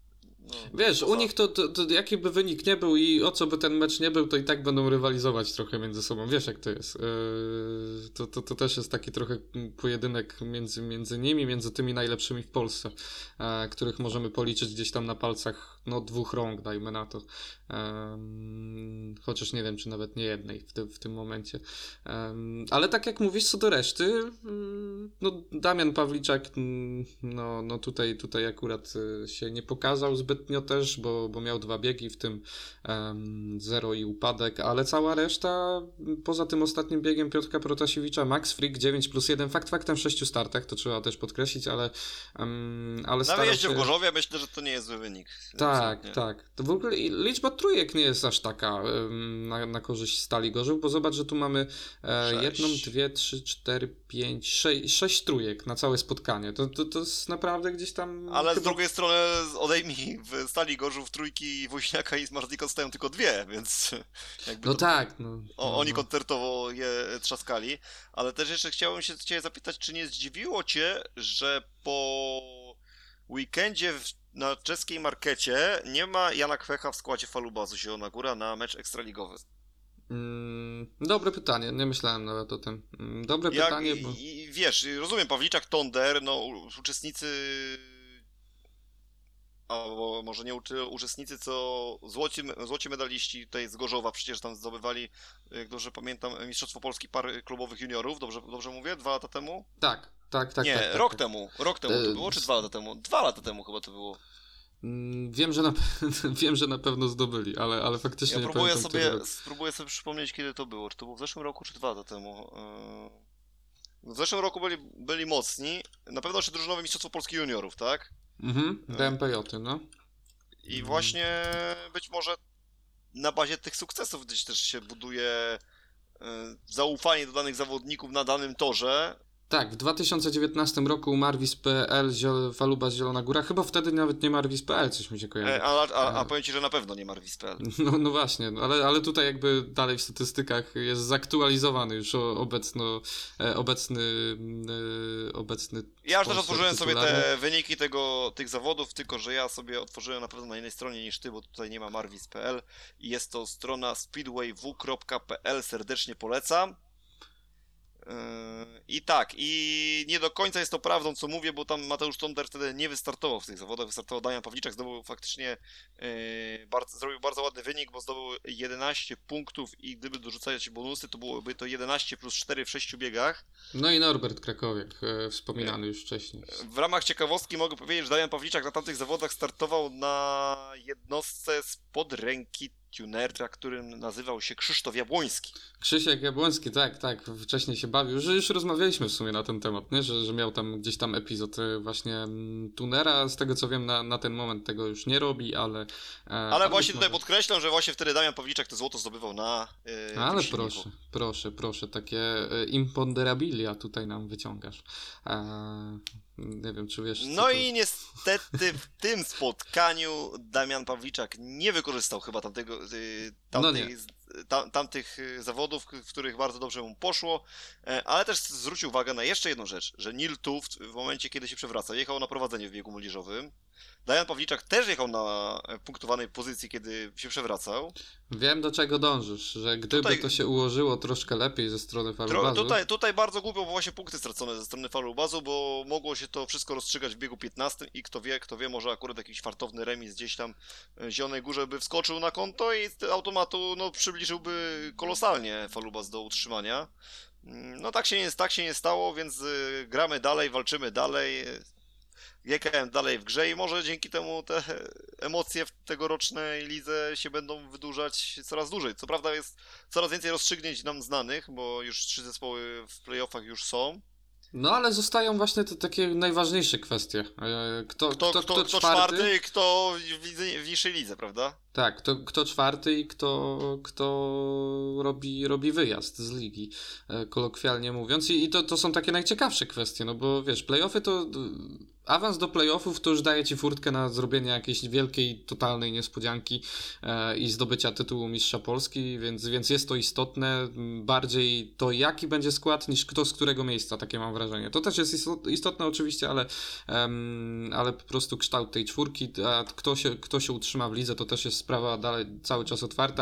Wiesz, u nich to jaki by wynik nie był i o co by ten mecz nie był, to i tak będą rywalizować trochę między sobą. Wiesz, jak to jest. To też jest taki trochę pojedynek między nimi, między tymi najlepszymi w Polsce, których możemy policzyć gdzieś tam na palcach, no 2 rąk, dajmy na to. Chociaż nie wiem, czy nawet nie jednej w tym momencie. Ale tak jak mówisz, co do reszty, no Damian Pawliczak, no tutaj akurat się nie pokazał zbytnio też, bo miał 2 biegi, w tym 0 i upadek, ale cała reszta, poza tym ostatnim biegiem Piotrka Protasiewicza, Max Frick 9+1, faktem w 6 startach, to trzeba też podkreślić, ale na wyjeździe w Gorzowie myślę, że to nie jest zły wynik. Tak. To w ogóle liczba trójek nie jest aż taka na korzyść Stali Gorzów, bo zobacz, że tu mamy 1, 2, 3, 4, 5, 6 trójek na całe spotkanie. To jest naprawdę gdzieś tam... Ale z drugiej strony odejmij w Stali Gorzów trójki Woźniaka i Smartnika stają tylko 2, więc jakby oni koncertowo je trzaskali. Ale też jeszcze chciałem się cię zapytać, czy nie zdziwiło cię, że po weekendzie na czeskiej markecie nie ma Jana Kwecha w składzie Falubazu Zielona Góra na mecz ekstraligowy? Dobre pytanie, nie myślałem nawet o tym. Dobre pytanie, bo... I wiesz, rozumiem, Pawliczak, Tonder, no uczestnicy, albo może nie uczestnicy, co złoci medaliści tutaj z Gorzowa, przecież tam zdobywali, jak dobrze pamiętam, Mistrzostwo Polski par klubowych juniorów, dobrze mówię? 2 lata temu? Tak. Nie, rok temu to było, czy 2 lata temu? 2 lata temu chyba to było. Wiem, że na pewno zdobyli, ale faktycznie ja nie pamiętam. Spróbuję sobie przypomnieć, kiedy to było. Czy to było w zeszłym roku, czy 2 lata temu? W zeszłym roku byli mocni. Na pewno jeszcze drużynowe Mistrzostwo Polski Juniorów, tak? DMPJ, no. I właśnie być może na bazie tych sukcesów gdzieś też się buduje zaufanie do danych zawodników na danym torze. Tak, w 2019 roku Marwis.pl, Falubas Zielona Góra, chyba wtedy nawet nie Marwis.pl, coś mi się kojarzy. A powiem ci, że na pewno nie Marwis.pl. No właśnie, ale tutaj jakby dalej w statystykach jest zaktualizowany już obecny Ja już też otworzyłem sobie te wyniki tych zawodów, tylko że ja sobie otworzyłem na pewno na innej stronie niż ty, bo tutaj nie ma Marwis.pl i jest to strona speedwayw.pl, serdecznie polecam. I tak, i nie do końca jest to prawdą, co mówię, bo tam Mateusz Tonder wtedy nie wystartował w tych zawodach, wystartował Damian Pawliczak, zdobył faktycznie, zrobił bardzo ładny wynik, bo zdobył 11 punktów i gdyby dorzucać bonusy, to byłoby to 11 plus 4 w 6 biegach. No i Norbert Krakowiak, wspominany już wcześniej. W ramach ciekawostki mogę powiedzieć, że Damian Pawliczak na tamtych zawodach startował na jednostce spod ręki tunera, którym nazywał się Krzysztof Jabłoński. Krzysiek Jabłoński, tak, wcześniej się bawił, że już rozmawialiśmy w sumie na ten temat, nie? Że miał tam gdzieś tam epizod właśnie tunera, z tego co wiem na ten moment tego już nie robi, ale właśnie tutaj podkreślam, że właśnie wtedy Damian Pawliczak to złoto zdobywał na ale proszę, takie imponderabilia tutaj nam wyciągasz. Nie wiem, czy wiesz... No i niestety w tym spotkaniu Damian Pawliczak nie wykorzystał chyba tamtych zawodów, w których bardzo dobrze mu poszło, ale też zwrócił uwagę na jeszcze jedną rzecz, że Neil Tuft w momencie, kiedy się przewraca, jechał na prowadzenie w biegu młodzieżowym. Damian Pawliczak też jechał na punktowanej pozycji, kiedy się przewracał. Wiem, do czego dążysz, że gdyby to się ułożyło troszkę lepiej ze strony Falubazu. Tutaj bardzo głupio, bo właśnie punkty stracone ze strony Falubazu, bo mogło się to wszystko rozstrzygać w biegu 15 i kto wie, może akurat jakiś fartowny remis gdzieś tam w Zielonej Górze by wskoczył na konto i z automatu przybliżyłby kolosalnie Falubaz do utrzymania. No tak się nie stało, więc gramy dalej, walczymy dalej. GKM dalej w grze i może dzięki temu te emocje w tegorocznej lidze się będą wydłużać coraz dłużej. Co prawda jest coraz więcej rozstrzygnięć nam znanych, bo już 3 zespoły w playoffach już są. No ale zostają właśnie te takie najważniejsze kwestie. Kto czwarty i kto w niższej lidze, prawda? Tak, kto czwarty i kto robi wyjazd z ligi, kolokwialnie mówiąc. I to są takie najciekawsze kwestie, no bo wiesz, playoffy to... Awans do playoffów to już daje ci furtkę na zrobienie jakiejś wielkiej, totalnej niespodzianki i zdobycia tytułu mistrza Polski, więc jest to istotne. Bardziej to, jaki będzie skład, niż kto z którego miejsca, takie mam wrażenie. To też jest istotne oczywiście, ale po prostu kształt tej czwórki, a kto się utrzyma w lidze, to też jest sprawa dalej cały czas otwarta.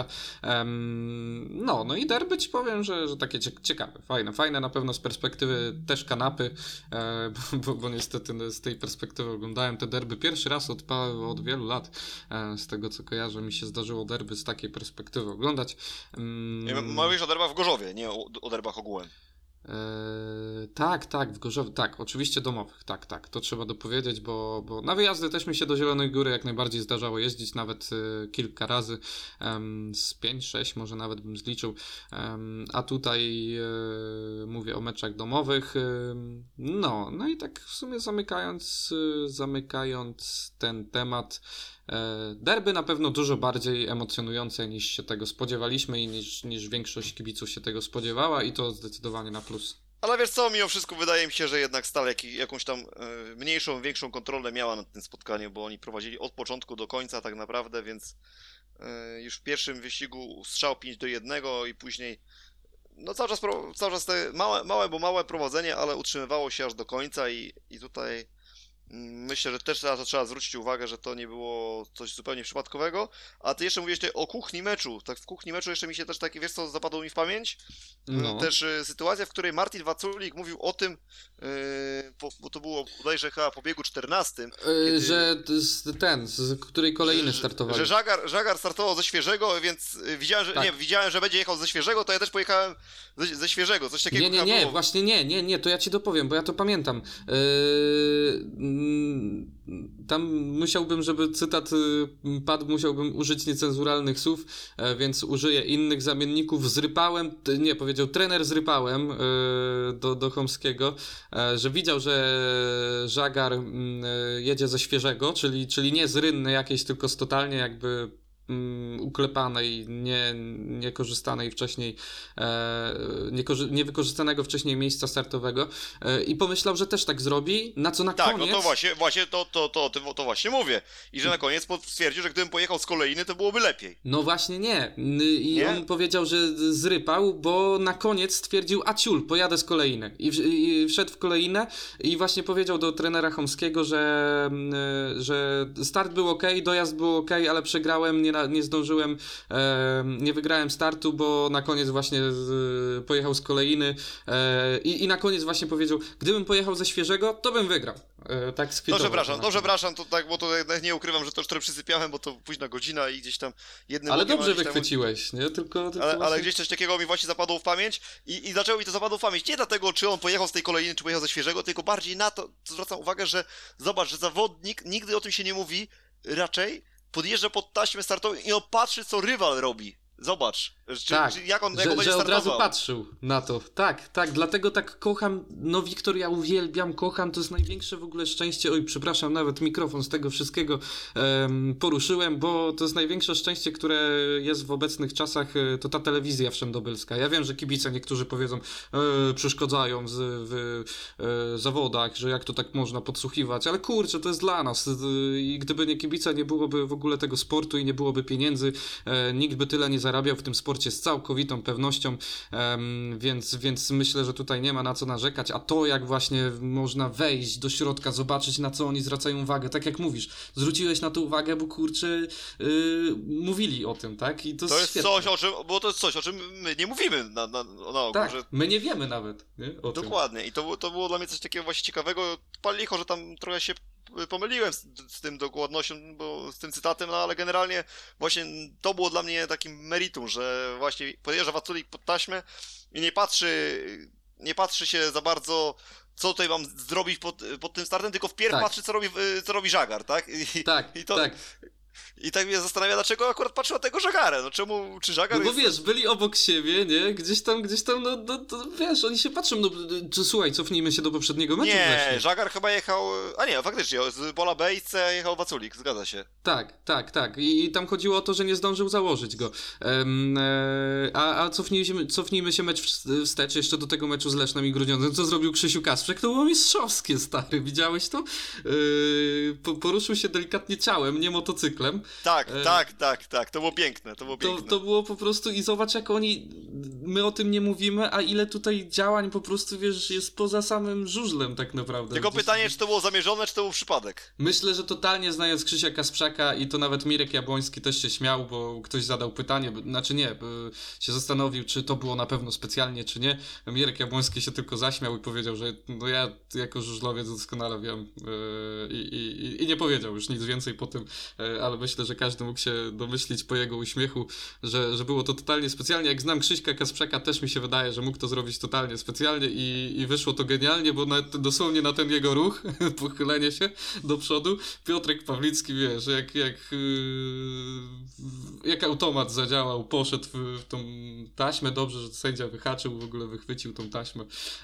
No i derby ci powiem, że takie ciekawe, fajne na pewno z perspektywy też kanapy, bo niestety z tej perspektywy oglądałem te derby pierwszy raz od wielu lat. Z tego co kojarzę, mi się zdarzyło derby z takiej perspektywy oglądać. Mówisz o derbach w Gorzowie, nie o derbach ogółem. Tak, w Gorzowie, tak, oczywiście domowych, tak, to trzeba dopowiedzieć, bo na wyjazdy też mi się do Zielonej Góry jak najbardziej zdarzało jeździć, nawet kilka razy, z 5-6 może nawet bym zliczył, a tutaj mówię o meczach domowych, no i tak w sumie zamykając ten temat, derby na pewno dużo bardziej emocjonujące niż się tego spodziewaliśmy i niż większość kibiców się tego spodziewała i to zdecydowanie na plus. Ale wiesz co, mimo wszystko wydaje mi się, że jednak Stal jakąś tam mniejszą, większą kontrolę miała nad tym spotkaniu, bo oni prowadzili od początku do końca tak naprawdę, więc już w pierwszym wyścigu strzał 5-1 i później no cały czas te małe prowadzenie, ale utrzymywało się aż do końca i tutaj myślę, że też trzeba zwrócić uwagę, że to nie było coś zupełnie przypadkowego. A ty jeszcze mówiłeś tutaj o kuchni meczu. Tak, w kuchni meczu jeszcze mi się też takie, wiesz co zapadło mi w pamięć? No. Też sytuacja, w której Martin Waculik mówił o tym, bo to było bodajże chyba po biegu 14. Kiedy, że z której kolejny startowali. Że Żagar startował ze świeżego, więc widziałem, że będzie jechał ze świeżego, to ja też pojechałem ze świeżego. Coś takiego Nie, właśnie nie, to ja ci dopowiem, bo ja to pamiętam. Tam musiałbym, żeby cytat padł, musiałbym użyć niecenzuralnych słów, więc użyję innych zamienników. Powiedział trener z Rypałem do Chomskiego, że widział, że Żagar jedzie ze świeżego, czyli nie z rynny jakiejś, tylko z totalnie jakby uklepanej, niekorzystanej wcześniej, niewykorzystanego wcześniej miejsca startowego i pomyślał, że też tak zrobi, na co na koniec... Tak, no to właśnie mówię. I że na koniec stwierdził, że gdybym pojechał z kolejny, to byłoby lepiej. No właśnie nie. Nie? On powiedział, że zrypał, bo na koniec stwierdził, ciul, pojadę z kolejny. I wszedł w kolejne i właśnie powiedział do trenera Chomskiego, że start był okej, dojazd był okej, ale przegrałem, nie zdążyłem, nie wygrałem startu, bo na koniec właśnie pojechał z kolejny i na koniec właśnie powiedział, gdybym pojechał ze świeżego, to bym wygrał. Tak skwitował. Dobrze, przepraszam, to tak, bo to nie ukrywam, że to już trochę przysypiałem, bo to późna godzina i gdzieś tam jednym... Ale dobrze wychwyciłeś, nie? Tylko ale gdzieś coś takiego mi właśnie zapadło w pamięć i dlaczego mi to zapadło w pamięć? Nie dlatego, czy on pojechał z tej kolejny, czy pojechał ze świeżego, tylko bardziej na to, zwracam uwagę, że zobacz, że zawodnik, nigdy o tym się nie mówi, raczej podjeżdża pod taśmę startową i on patrzy, co rywal robi. Zobacz, jak on będzie startował. Od razu patrzył na to. Tak, dlatego tak kocham, Wiktor, ja uwielbiam, kocham, to jest największe w ogóle szczęście, przepraszam, nawet mikrofon z tego wszystkiego poruszyłem, bo to jest największe szczęście, które jest w obecnych czasach, to ta telewizja wszędobylska. Ja wiem, że kibice niektórzy powiedzą, przeszkadzają w zawodach, że jak to tak można podsłuchiwać, ale kurczę, to jest dla nas i gdyby nie kibice, nie byłoby w ogóle tego sportu i nie byłoby pieniędzy, nikt by tyle nie zarabiał w tym sporcie z całkowitą pewnością, więc myślę, że tutaj nie ma na co narzekać, a to jak właśnie można wejść do środka, zobaczyć na co oni zwracają uwagę, tak jak mówisz, zwróciłeś na to uwagę, bo kurczę mówili o tym, tak? I to jest coś, o czym my nie mówimy na ogół. Tak, my nie wiemy nawet o tym. Dokładnie i to było dla mnie coś takiego właśnie ciekawego, pal licho, że tam trochę się pomyliłem z tym dokładnością, bo z tym cytatem, no ale generalnie właśnie to było dla mnie takim meritum, że właśnie podjeżdża Waculik pod taśmę i nie patrzy się za bardzo, co tutaj mam zrobić pod tym startem, tylko wpierw patrzy, co robi Żagar, tak? Tak. I tak mnie zastanawia, dlaczego akurat patrzył na tego Żagarę. No czemu, czy Żagar No bo jest... wiesz, byli obok siebie, nie? Gdzieś tam, to, wiesz, oni się patrzą, no, czy słuchaj, cofnijmy się do poprzedniego meczu Nie, wreszcie. Żagar chyba jechał... A nie, faktycznie, z Bola Bejce jechał Waculik, zgadza się. Tak. I tam chodziło o to, że nie zdążył założyć go. A cofnijmy się mecz wstecz, jeszcze do tego meczu z Lesznem i Grudziądzem. Co zrobił Krzysiu Kasprzak? To było mistrzowskie, stary. Widziałeś to? Poruszył się delikatnie ciałem, nie motocyklem. Tak. To było piękne, To było po prostu i zobacz, jak my o tym nie mówimy, a ile tutaj działań po prostu, wiesz, jest poza samym żużlem tak naprawdę. Tylko pytanie, czy to było zamierzone, czy to był przypadek? Myślę, że totalnie znając Krzysia Kasprzaka i to nawet Mirek Jabłoński też się śmiał, bo ktoś zadał pytanie, się zastanowił, czy to było na pewno specjalnie, czy nie. Mirek Jabłoński się tylko zaśmiał i powiedział, że no ja jako żużlowiec doskonale wiem i nie powiedział już nic więcej po tym, ale myślę, że każdy mógł się domyślić po jego uśmiechu, że było to totalnie specjalnie. Jak znam Krzyśka Kasprzaka, też mi się wydaje, że mógł to zrobić totalnie specjalnie i wyszło to genialnie, bo dosłownie na ten jego ruch, pochylenie się do przodu, Piotrek Pawlicki, wiesz, jak automat zadziałał, poszedł w tą taśmę, dobrze, że sędzia wyhaczył, w ogóle wychwycił tą taśmę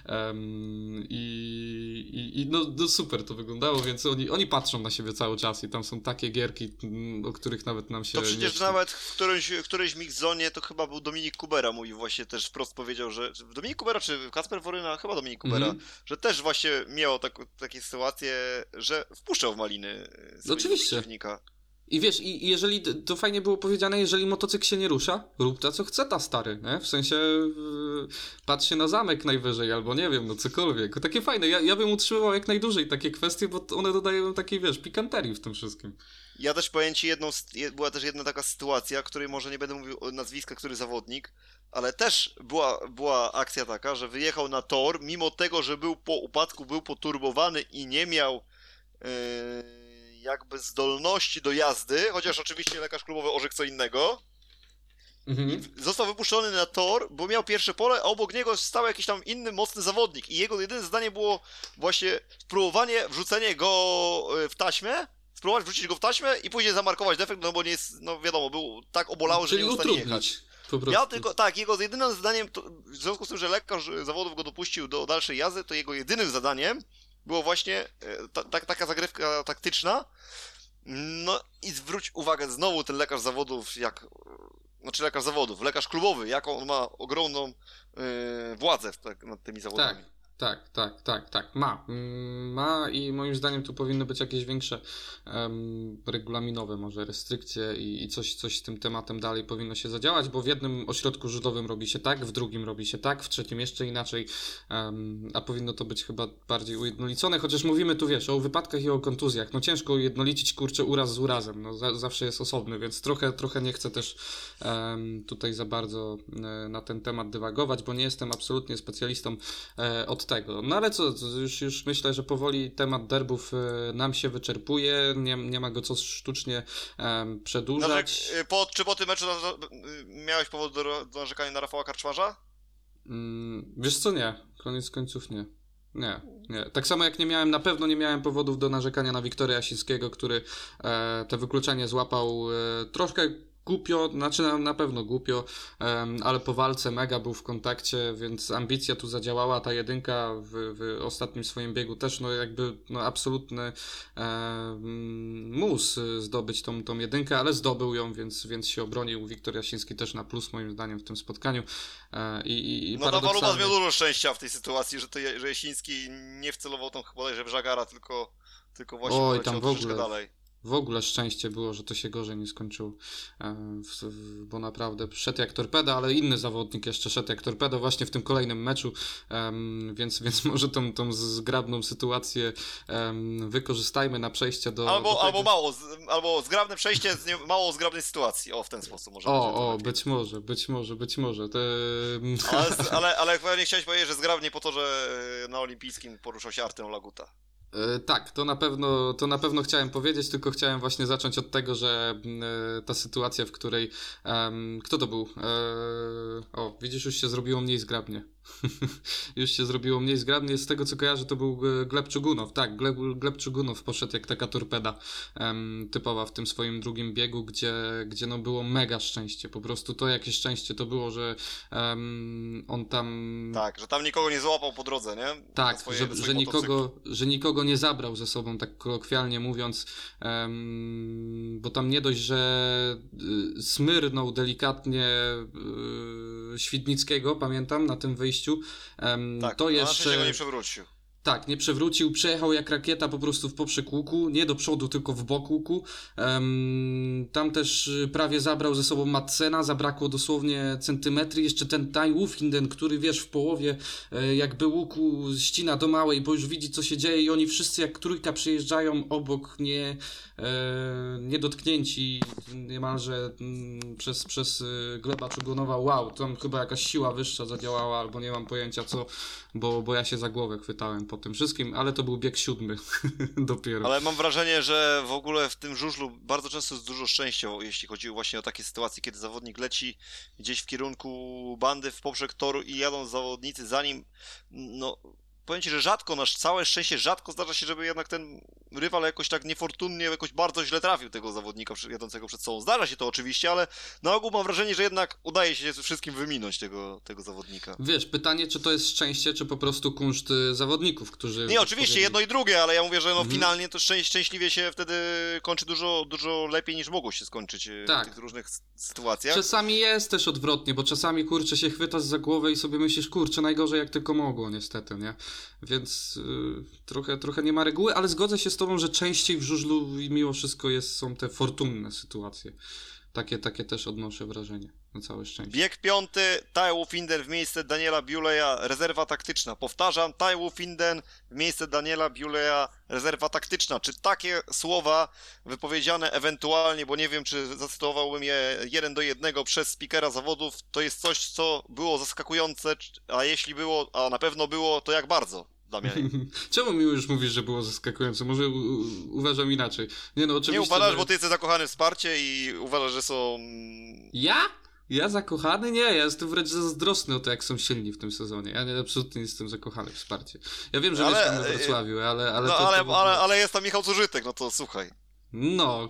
no super to wyglądało, więc oni patrzą na siebie cały czas i tam są takie gierki, o których nawet nam się to przecież nie... nawet w którejś mix-zonie to chyba był Dominik Kubera, mówi właśnie też wprost powiedział, że Dominik Kubera czy Kacper Woryna, chyba Dominik Kubera, że też właśnie miał takie sytuacje, że wpuszczał w maliny swojego przeciwnika. I wiesz, i jeżeli, to fajnie było powiedziane, jeżeli motocykl się nie rusza, rób ta co chce ta, stary, nie? W sensie patrz się na zamek najwyżej, albo nie wiem, no cokolwiek. Takie fajne, ja bym utrzymywał jak najdłużej takie kwestie, bo one dodają takiej, wiesz, pikanterii w tym wszystkim. Ja też powiem ci była też jedna taka sytuacja, której może nie będę mówił nazwiska, który zawodnik, ale też była akcja taka, że wyjechał na tor, mimo tego, że był po upadku, był poturbowany i nie miał jakby zdolności do jazdy, chociaż oczywiście lekarz klubowy orzekł co innego. Został wypuszczony na tor, bo miał pierwsze pole, a obok niego stał jakiś tam inny mocny zawodnik i jego jedyne zadanie było właśnie wrzucenie go w taśmę, spróbować wrzucić go w taśmę i później zamarkować defekt, no bo nie jest, no wiadomo, był tak obolały, że nie był w stanie jechać. Ja tylko, tak, jego jedynym zadaniem, w związku z tym, że lekarz zawodów go dopuścił do dalszej jazdy, to jego jedynym zadaniem było właśnie taka zagrywka taktyczna. No i zwróć uwagę, znowu ten lekarz zawodów, lekarz klubowy, jaką on ma ogromną władzę nad tymi zawodami. Tak. Ma i moim zdaniem tu powinny być jakieś większe regulaminowe może restrykcje i coś z tym tematem dalej powinno się zadziałać, bo w jednym ośrodku żużlowym robi się tak, w drugim robi się tak, w trzecim jeszcze inaczej, a powinno to być chyba bardziej ujednolicone, chociaż mówimy tu, wiesz, o wypadkach i o kontuzjach. No ciężko ujednolicić, kurczę, uraz z urazem, no zawsze jest osobny, więc trochę nie chcę też tutaj za bardzo na ten temat dywagować, bo nie jestem absolutnie specjalistą od tego. No ale co, już myślę, że powoli temat derbów nam się wyczerpuje, nie ma go co sztucznie przedłużać. Czy po tym meczu miałeś powód do narzekania na Rafała Karczmarza? Wiesz co, nie. Koniec końców nie. Nie. Tak samo jak na pewno nie miałem powodów do narzekania na Wiktora Jasińskiego, który te wykluczenie złapał troszkę głupio, znaczy na pewno głupio, ale po walce mega był w kontakcie, więc ambicja tu zadziałała, ta jedynka w ostatnim swoim biegu też absolutny mus zdobyć tą jedynkę, ale zdobył ją, więc się obronił. Wiktor Jasiński też na plus moim zdaniem w tym spotkaniu. No ta Waluba miał dużo szczęścia w tej sytuacji, że Jasiński nie wcelował tam chyba w Żagara, tylko właśnie poleciał troszeczkę dalej. W ogóle szczęście było, że to się gorzej nie skończyło, bo naprawdę szedł jak torpeda, ale inny zawodnik jeszcze szedł jak torpeda właśnie w tym kolejnym meczu, więc może tą zgrabną sytuację wykorzystajmy na przejście do albo zgrabne przejście z mało zgrabnej sytuacji, w ten sposób może. Być może. Ale pewnie chciałeś powiedzieć, że zgrabnie po to, że na olimpijskim poruszał się Artem Laguta. Tak, to na pewno chciałem powiedzieć, tylko chciałem właśnie zacząć od tego, że ta sytuacja, w której kto to był? Widzisz, już się zrobiło mniej zgrabnie. Już się zrobiło mniej zgrabnie. Z tego co kojarzę, to był Gleb Czugunow. Tak, Gleb Czugunow poszedł jak taka torpeda typowa w tym swoim drugim biegu, gdzie no było mega szczęście. Po prostu to jakie szczęście to było, że on tam... Tak, że tam nikogo nie złapał po drodze, nie? Tak, że nikogo nie zabrał ze sobą, tak kolokwialnie mówiąc, bo tam nie dość, że smyrnął delikatnie Świdnickiego, pamiętam, na tym wyjściu, tak, to jeszcze... się go nie przewrócił. Tak, nie przewrócił, przejechał jak rakieta po prostu w poprzek łuku, nie do przodu, tylko w bok łuku. Tam też prawie zabrał ze sobą Madsena, zabrakło dosłownie centymetry. Jeszcze ten Tai Woffinden, który wiesz, w połowie jakby łuku ścina do małej, bo już widzi co się dzieje i oni wszyscy jak trójka przyjeżdżają obok, niedotknięci niemalże przez Gleba Czugunowa. Wow, tam chyba jakaś siła wyższa zadziałała, albo nie mam pojęcia co, bo ja się za głowę chwytałem po tym wszystkim, ale to był bieg 7 dopiero. Ale mam wrażenie, że w ogóle w tym żużlu bardzo często jest dużo szczęścia, jeśli chodzi właśnie o takie sytuacje, kiedy zawodnik leci gdzieś w kierunku bandy w poprzek toru i jadą zawodnicy za nim. No, powiem ci, że rzadko, na całe szczęście rzadko zdarza się, żeby jednak ten rywal jakoś tak niefortunnie, jakoś bardzo źle trafił tego zawodnika jadącego przed sobą. Zdarza się to oczywiście, ale na ogół mam wrażenie, że jednak udaje się wszystkim wyminąć tego zawodnika. Wiesz, pytanie, czy to jest szczęście, czy po prostu kunszt zawodników, którzy... Nie, oczywiście jedno i drugie, ale ja mówię, że no finalnie to szczęśliwie się wtedy kończy dużo lepiej niż mogło się skończyć w tych różnych sytuacjach. Czasami jest też odwrotnie, bo czasami kurczę się chwytasz za głowę i sobie myślisz, kurczę, najgorzej jak tylko mogło niestety, nie? Więc trochę nie ma reguły, ale zgodzę się z tobą, że częściej w żużlu mimo wszystko są te fortunne sytuacje. Takie też odnoszę wrażenie, na całe szczęście. Bieg 5, Tai Woffinden w miejsce Daniela Biuleya, rezerwa taktyczna. Powtarzam, Tai Woffinden w miejsce Daniela Biuleya, rezerwa taktyczna. Czy takie słowa wypowiedziane ewentualnie, bo nie wiem, czy zacytowałbym je 1:1 przez speakera zawodów, to jest coś, co było zaskakujące, a jeśli było, a na pewno było, to jak bardzo? Damianie. Czemu mi już mówisz, że było zaskakujące? Może uważam inaczej. Nie no, oczywiście. Nie uważasz, bo ty jesteś zakochany w Sparcie i uważasz, że są... Ja? Ja zakochany? Nie, ja jestem wręcz zazdrosny o to, jak są silni w tym sezonie. Ja absolutnie nie jestem zakochany w Sparcie. Ja wiem, że mieszkam we Wrocławiu, ale... Ale jest tam Michał Zużytek, no to słuchaj. No,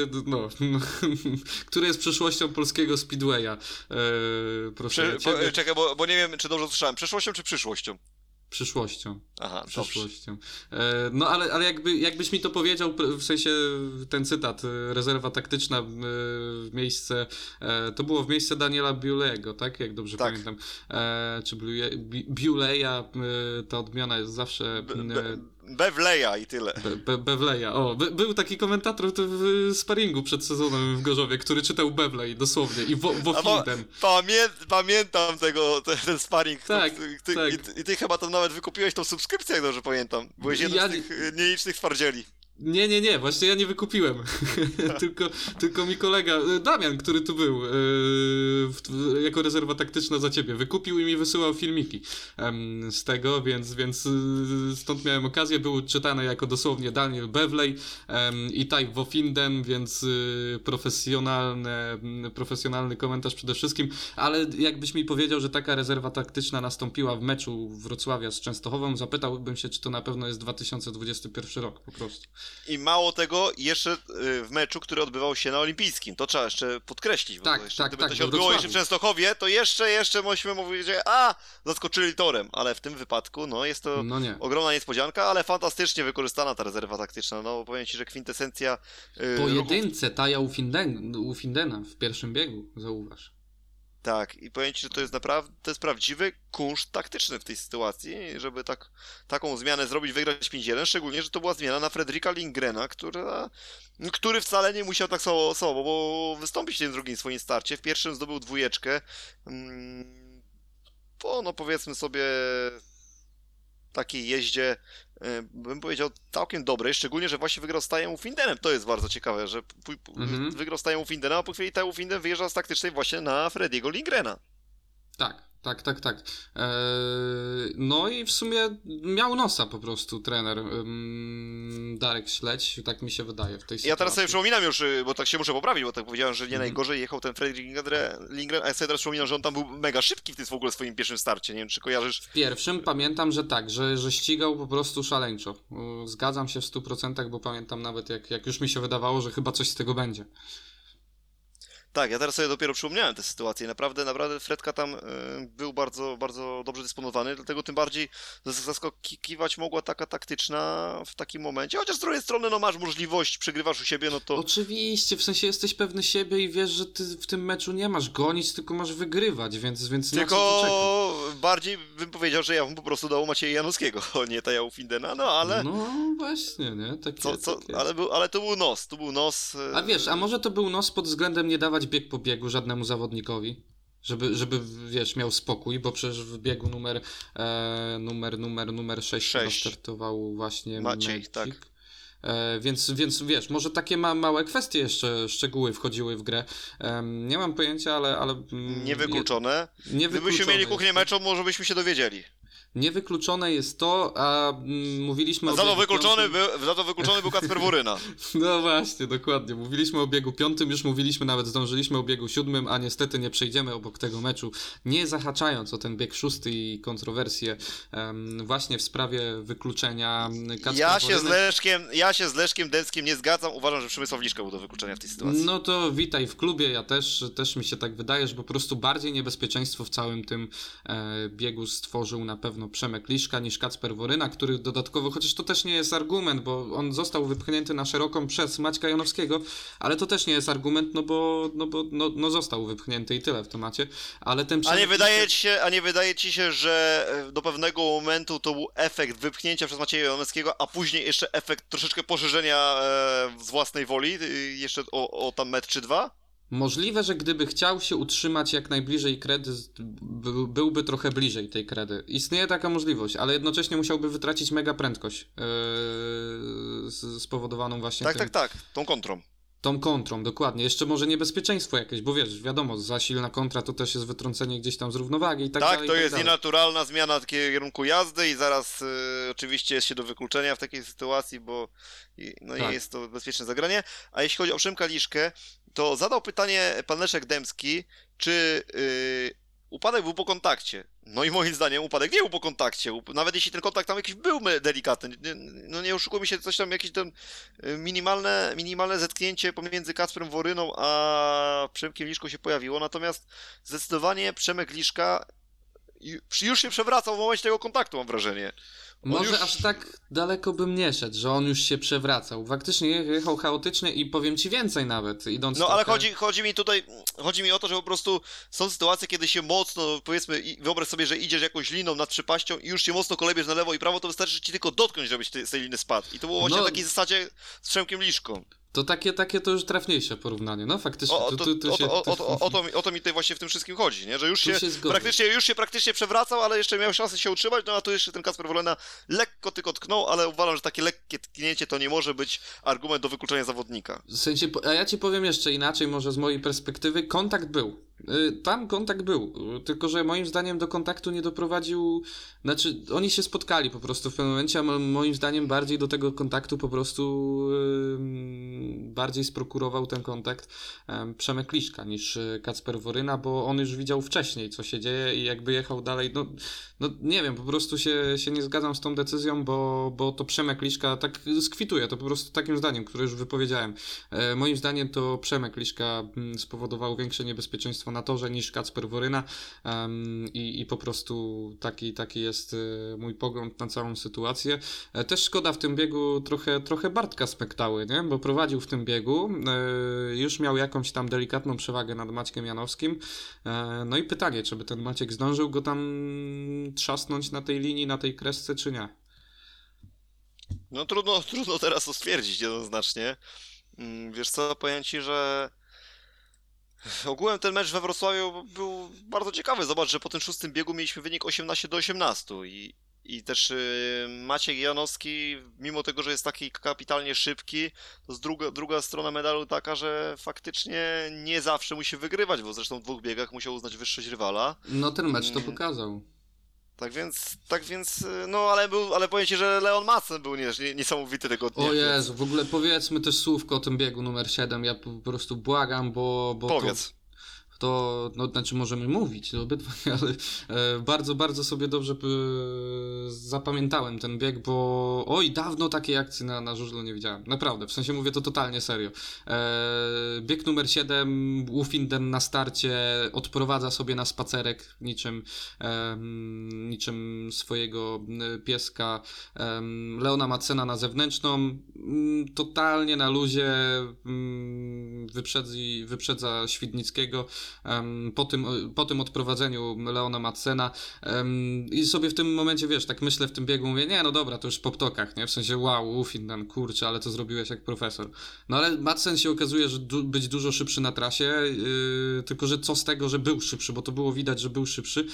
który jest przyszłością polskiego speedwaya. Proszę czekaj, bo nie wiem, czy dobrze słyszałem. Przeszłością czy przyszłością? Przyszłością. Aha, przyszłością. No ale jakbyś mi to powiedział, w sensie ten cytat, rezerwa taktyczna w miejsce, to było w miejsce Daniela Biuley'ego, tak? Jak dobrze pamiętam. Czy Biuleya, ta odmiana jest zawsze... Bewleya i tyle. Bewleya, o. Był taki komentator w sparingu przed sezonem w Gorzowie, który czytał Bewley dosłownie i Woffinden. Pamiętam ten sparing. Tak, I ty chyba tam nawet wykupiłeś tą subskrypcję, jak dobrze pamiętam. Byłeś jednym z tych nielicznych twardzieli. Nie, właśnie ja nie wykupiłem. tylko mi kolega, Damian, który tu był jako rezerwa taktyczna za ciebie, wykupił i mi wysyłał filmiki z tego, więc stąd miałem okazję, były czytane jako dosłownie Daniel Bewley i Tai Woffinden, więc profesjonalny komentarz przede wszystkim, ale jakbyś mi powiedział, że taka rezerwa taktyczna nastąpiła w meczu Wrocławia z Częstochową, zapytałbym się, czy to na pewno jest 2021 rok po prostu. I mało tego, jeszcze w meczu, który odbywał się na Olimpijskim. To trzeba jeszcze podkreślić. Bo gdyby to się odbyło jeszcze w Częstochowie, to jeszcze musimy mówić, że zaskoczyli torem. Ale w tym wypadku, jest to ogromna niespodzianka, ale fantastycznie wykorzystana ta rezerwa taktyczna. No, powiem ci, że kwintesencja... Pojedynce Taja Woffindena w pierwszym biegu, zauważ. Tak, i powiem ci, że to jest prawdziwy kunszt taktyczny w tej sytuacji, żeby taką zmianę zrobić, wygrać 5-1, szczególnie, że to była zmiana na Fredrika Lindgrena, który wcale nie musiał tak słabo wystąpić w tym drugim swoim starcie. W pierwszym zdobył 2, po powiedzmy sobie takiej jeździe, bym powiedział, całkiem dobrej, szczególnie, że właśnie wygrał z Tajem Woffindenem. To jest bardzo ciekawe, że wygrał z Tajem Woffindenem, a po chwili Tai Woffinden wyjeżdża z taktycznej właśnie na Frediego Lindgrena. Tak. Tak, tak, tak. No i w sumie miał nosa po prostu trener Darek Śledź, tak mi się wydaje w tej sytuacji. Ja teraz sobie przypominam już, bo tak się muszę poprawić, bo tak powiedziałem, że nie najgorzej jechał ten Fredrik Lindgren, a ja sobie teraz przypominam, że on tam był mega szybki w tym w ogóle swoim pierwszym starcie, nie wiem czy kojarzysz. W pierwszym pamiętam, że tak, że ścigał po prostu szaleńczo. Zgadzam się w 100%, bo pamiętam nawet jak już mi się wydawało, że chyba coś z tego będzie. Tak, ja teraz sobie dopiero przypomniałem tę sytuację. Naprawdę Fredka tam był bardzo, bardzo dobrze dysponowany, dlatego tym bardziej zaskakiwać mogła taka taktyczna w takim momencie. Chociaż z drugiej strony, no masz możliwość, przegrywasz u siebie, no to... Oczywiście, w sensie jesteś pewny siebie i wiesz, że ty w tym meczu nie masz gonić, tylko masz wygrywać, więc tylko bardziej bym powiedział, że ja bym po prostu dał Macieja Janowskiego, nie Tajał Findena, no ale... No właśnie, nie? Takie. Ale to był nos... A wiesz, a może to był nos pod względem nie dawać bieg po biegu żadnemu zawodnikowi, żeby wiesz, miał spokój, bo przecież w biegu numer 6 startował właśnie Maciej, tak. Więc wiesz, może takie małe kwestie jeszcze, szczegóły wchodziły w grę. Nie mam pojęcia, ale niewykluczone. Gdybyśmy mieli kuchnię meczu, może byśmy się dowiedzieli. Niewykluczone jest to, a mówiliśmy za to wykluczony był Kacper Woryna. No właśnie, dokładnie. Mówiliśmy o biegu 5, już zdążyliśmy o biegu 7, a niestety nie przejdziemy obok tego meczu, nie zahaczając o ten bieg 6 i kontrowersje właśnie w sprawie wykluczenia Kacpra Woryny. Ja się z Leszkiem Dębskim nie zgadzam. Uważam, że Przemysław Liszka był do wykluczenia w tej sytuacji. No to witaj w klubie, ja też mi się tak wydaje, że po prostu bardziej niebezpieczeństwo w całym tym biegu stworzył na pewno Przemek Liszka niż Kacper Woryna, który dodatkowo, chociaż to też nie jest argument, bo on został wypchnięty na szeroką przez Maćka Janowskiego, ale to też nie jest argument, no bo został wypchnięty i tyle w temacie, ale ten Przemek A nie wydaje ci się, że do pewnego momentu to był efekt wypchnięcia przez Macieja Janowskiego, a później jeszcze efekt troszeczkę poszerzenia z własnej woli, jeszcze o tam metr czy dwa? Możliwe, że gdyby chciał się utrzymać jak najbliżej kredy, byłby trochę bliżej tej kredy. Istnieje taka możliwość, ale jednocześnie musiałby wytracić mega prędkość spowodowaną właśnie Tak, tą kontrą. Tą kontrą, dokładnie. Jeszcze może niebezpieczeństwo jakieś, bo wiesz, wiadomo, za silna kontra to też jest wytrącenie gdzieś tam z równowagi i tak dalej. Tak, to jest nienaturalna zmiana kierunku jazdy i zaraz oczywiście jest się do wykluczenia w takiej sytuacji, bo tak. Jest to bezpieczne zagranie. A jeśli chodzi o Przemka Liszkę, to zadał pytanie pan Leszek Dębski, czy upadek był po kontakcie. No i moim zdaniem upadek nie był po kontakcie. Nawet jeśli ten kontakt tam jakiś był delikatny, no nie oszukujmy się, coś tam jakieś tam minimalne zetknięcie pomiędzy Kacprem Woryną a Przemkiem Liszką się pojawiło, natomiast zdecydowanie Przemek Liszka już się przewracał w momencie tego kontaktu, mam wrażenie. Może aż tak daleko bym nie szedł, że on już się przewracał. Faktycznie jechał chaotycznie i powiem ci więcej nawet, idąc No ale chodzi mi o to, że po prostu są sytuacje, kiedy się mocno, powiedzmy, wyobraź sobie, że idziesz jakąś liną nad przepaścią i już się mocno kolebiesz na lewo i prawo, to wystarczy ci tylko dotknąć, żebyś z tej liny spadł. I to było właśnie na takiej zasadzie z Przemkiem Liszką. To takie to już trafniejsze porównanie, no faktycznie. O to mi tutaj właśnie w tym wszystkim chodzi, nie? Że już się praktycznie przewracał, ale jeszcze miał szansę się utrzymać, no a tu jeszcze ten Kacper Woryna lekko tylko tknął, ale uważam, że takie lekkie tknięcie to nie może być argument do wykluczenia zawodnika. W sensie, a ja ci powiem jeszcze inaczej, może z mojej perspektywy, kontakt był. Tam kontakt był, tylko że moim zdaniem do kontaktu nie doprowadził, znaczy oni się spotkali po prostu w pewnym momencie, a moim zdaniem bardziej do tego kontaktu po prostu bardziej sprokurował ten kontakt Przemek Liszka niż Kacper Woryna, bo on już widział wcześniej, co się dzieje i jakby jechał dalej, no nie wiem, po prostu się nie zgadzam z tą decyzją, bo to Przemek Liszka tak skwituje, to po prostu takim zdaniem, które już wypowiedziałem. Moim zdaniem to Przemek Liszka spowodował większe niebezpieczeństwo na torze niż Kacper Woryna i po prostu taki jest mój pogląd na całą sytuację. Też szkoda w tym biegu trochę Bartka Smektały, nie? Bo prowadził w tym biegu, już miał jakąś tam delikatną przewagę nad Maćkiem Janowskim, no i pytanie, czy by ten Maciek zdążył go tam trzasnąć na tej linii, na tej kresce, czy nie? No trudno teraz to stwierdzić jednoznacznie. Wiesz co, powiem ci, że ogółem ten mecz we Wrocławiu był bardzo ciekawy. Zobacz, że po tym 6. biegu mieliśmy wynik 18-18 i też Maciej Janowski, mimo tego, że jest taki kapitalnie szybki, to jest druga strona medalu taka, że faktycznie nie zawsze musi wygrywać, bo zresztą w 2 biegach musiał uznać wyższość rywala. No ten mecz to pokazał. Tak więc, no ale powiem ci, że Leon Madsen był niesamowity tego dnia. O Jezu, w ogóle powiedzmy też słówko o tym biegu numer 7, ja po prostu błagam, bo Powiedz. To no, znaczy możemy mówić obydwaj, ale bardzo, bardzo sobie dobrze zapamiętałem ten bieg, bo oj, dawno takiej akcji na żużlu nie widziałem. Naprawdę, w sensie mówię to totalnie serio. Bieg numer 7, Ufinden na starcie odprowadza sobie na spacerek niczym swojego pieska Leona Madsena na zewnętrzną. Totalnie na luzie wyprzedza Świdnickiego po tym odprowadzeniu Leona Madsena i sobie w tym momencie, wiesz, tak myślę w tym biegu, mówię, nie, no dobra, to już po ptokach, nie? W sensie, wow, Ufindan, kurczę, ale to zrobiłeś jak profesor. No ale Madsen się okazuje, że być dużo szybszy na trasie, tylko że co z tego, że był szybszy, bo to było widać, że był szybszy.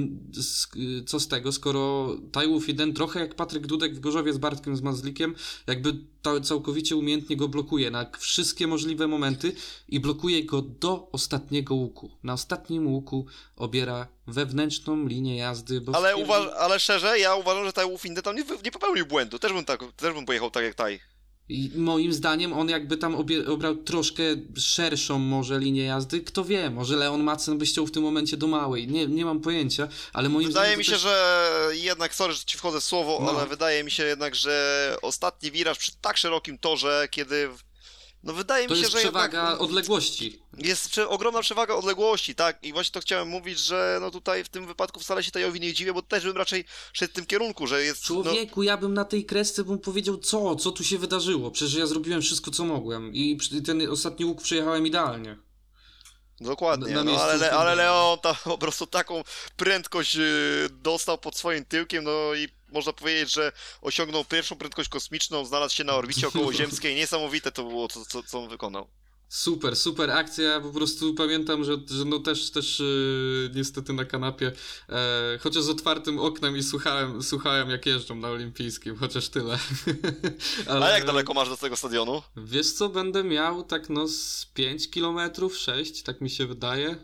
Co z tego, skoro Taj Ufindan trochę jak Patryk Dudek w Gorzowie z Bartkiem z Mazlikiem, jakby całkowicie umiejętnie go blokuje na wszystkie możliwe momenty i blokuje go do ostatniego łuku. Na ostatnim łuku obiera wewnętrzną linię jazdy. Bo ale szczerze, ja uważam, że Taj Ufindan tam nie popełnił błędu. Też bym pojechał tak jak Taj. I moim zdaniem on jakby tam obrał troszkę szerszą może linię jazdy. Kto wie, może Leon Madsen by ściął w tym momencie do małej. Nie mam pojęcia, ale moim zdaniem... Wydaje mi się, że jednak, sorry, że ci wchodzę w słowo, ale wydaje mi się jednak, że ostatni wiraż przy tak szerokim torze, kiedy... No wydaje mi się, że to jest przewaga odległości. Jest ogromna przewaga odległości, tak? I właśnie to chciałem mówić, że no tutaj w tym wypadku wcale się Tajowi nie dziwię, bo też bym raczej szedł w tym kierunku, że jest... Człowieku, ja bym na tej kresce powiedział, co tu się wydarzyło? Przecież ja zrobiłem wszystko, co mogłem i ten ostatni łuk przejechałem idealnie. Dokładnie, ale Leon tam po prostu taką prędkość dostał pod swoim tyłkiem, no i można powiedzieć, że osiągnął pierwszą prędkość kosmiczną, znalazł się na orbicie okołoziemskiej, niesamowite to było, co on wykonał. Super akcja, ja po prostu pamiętam, że no też niestety na kanapie, chociaż z otwartym oknem i słuchałem jak jeżdżą na Olimpijskim, chociaż tyle. Ale... A jak daleko masz do tego stadionu? Wiesz co, będę miał tak no z 5 kilometrów, 6, tak mi się wydaje,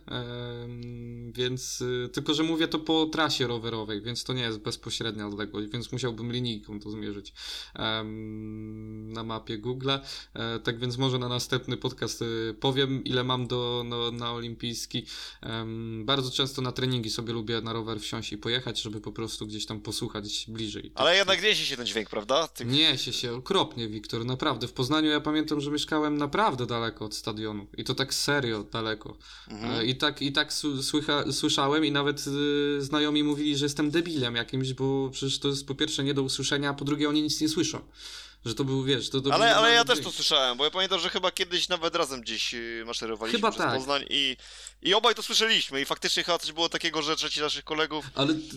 więc tylko, że mówię to po trasie rowerowej, więc to nie jest bezpośrednia odległość, więc musiałbym linijką to zmierzyć na mapie Google'a, tak więc może na następny podcast powiem, ile mam na olimpijski. Bardzo często na treningi sobie lubię na rower wsiąść i pojechać, żeby po prostu gdzieś tam posłuchać bliżej. Ale jednak niesie się ten dźwięk, prawda? Niesie się okropnie, Wiktor, naprawdę. W Poznaniu ja pamiętam, że mieszkałem naprawdę daleko od stadionu i to tak serio daleko. I tak słyszałem i nawet znajomi mówili, że jestem debilem jakimś, bo przecież to jest po pierwsze nie do usłyszenia, a po drugie oni nic nie słyszą. Że to był, wiesz, to ale ja też to słyszałem, bo ja pamiętam, że chyba kiedyś nawet razem gdzieś maszerowaliśmy chyba przez tak. Poznań i obaj to słyszeliśmy i faktycznie chyba coś było takiego, że trzeci naszych kolegów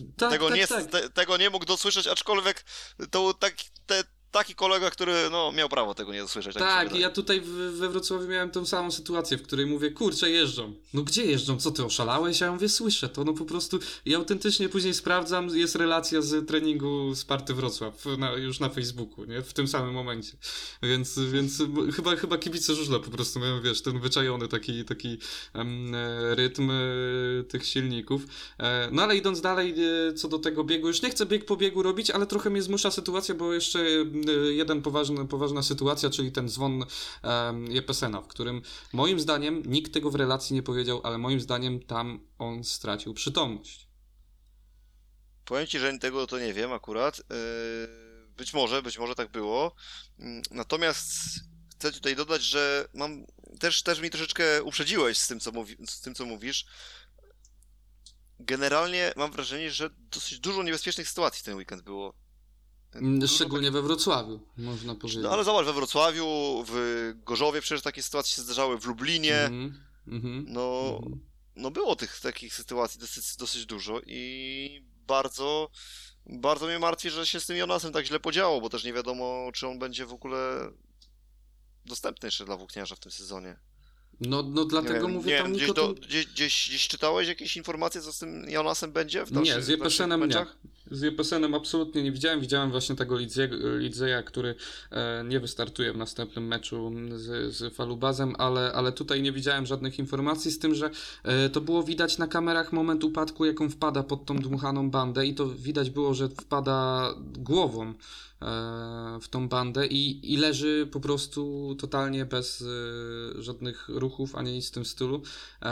tego nie mógł dosłyszeć, aczkolwiek to taki kolega, który miał prawo tego nie dosłyszeć. Tak, i ja tutaj we Wrocławiu miałem tą samą sytuację, w której mówię, kurczę, jeżdżą. No gdzie jeżdżą? Co ty, oszalałeś? A ja mówię, słyszę to, no po prostu i autentycznie później sprawdzam, jest relacja z treningu Sparty Wrocław już na Facebooku, nie? W tym samym momencie. Więc chyba kibice żużla po prostu mają, wiesz, ten wyczajony taki rytm tych silników. No ale idąc dalej, co do tego biegu, już nie chcę bieg po biegu robić, ale trochę mnie zmusza sytuacja, bo jeszcze poważna sytuacja, czyli ten dzwon Jeppesena, w którym moim zdaniem, nikt tego w relacji nie powiedział, ale moim zdaniem tam on stracił przytomność. Powiem ci, że tego to nie wiem akurat. Być może tak było. Natomiast chcę tutaj dodać, że też mi troszeczkę uprzedziłeś z tym, co mówisz. Generalnie mam wrażenie, że dosyć dużo niebezpiecznych sytuacji w ten weekend było. Szczególnie we Wrocławiu, można powiedzieć. No ale zobacz, we Wrocławiu, w Gorzowie przecież takie sytuacje się zdarzały, w Lublinie. No było tych takich sytuacji dosyć dużo i bardzo, bardzo mnie martwi, że się z tym Jonasem tak źle podziało, bo też nie wiadomo, czy on będzie w ogóle dostępny jeszcze dla włókniarza w tym sezonie. No dlatego mówię tam gdzieś czytałeś jakieś informacje, co z tym Jonasem będzie w dalszych Nie, z Jeppesenem nie. Z Jepesenem absolutnie nie widziałem. Widziałem właśnie tego Lidzeja, który nie wystartuje w następnym meczu z Falubazem, ale tutaj nie widziałem żadnych informacji, z tym, że to było widać na kamerach moment upadku, jaką wpada pod tą dmuchaną bandę i to widać było, że wpada głową w tą bandę i leży po prostu totalnie bez żadnych ruchów, ani nic w tym stylu.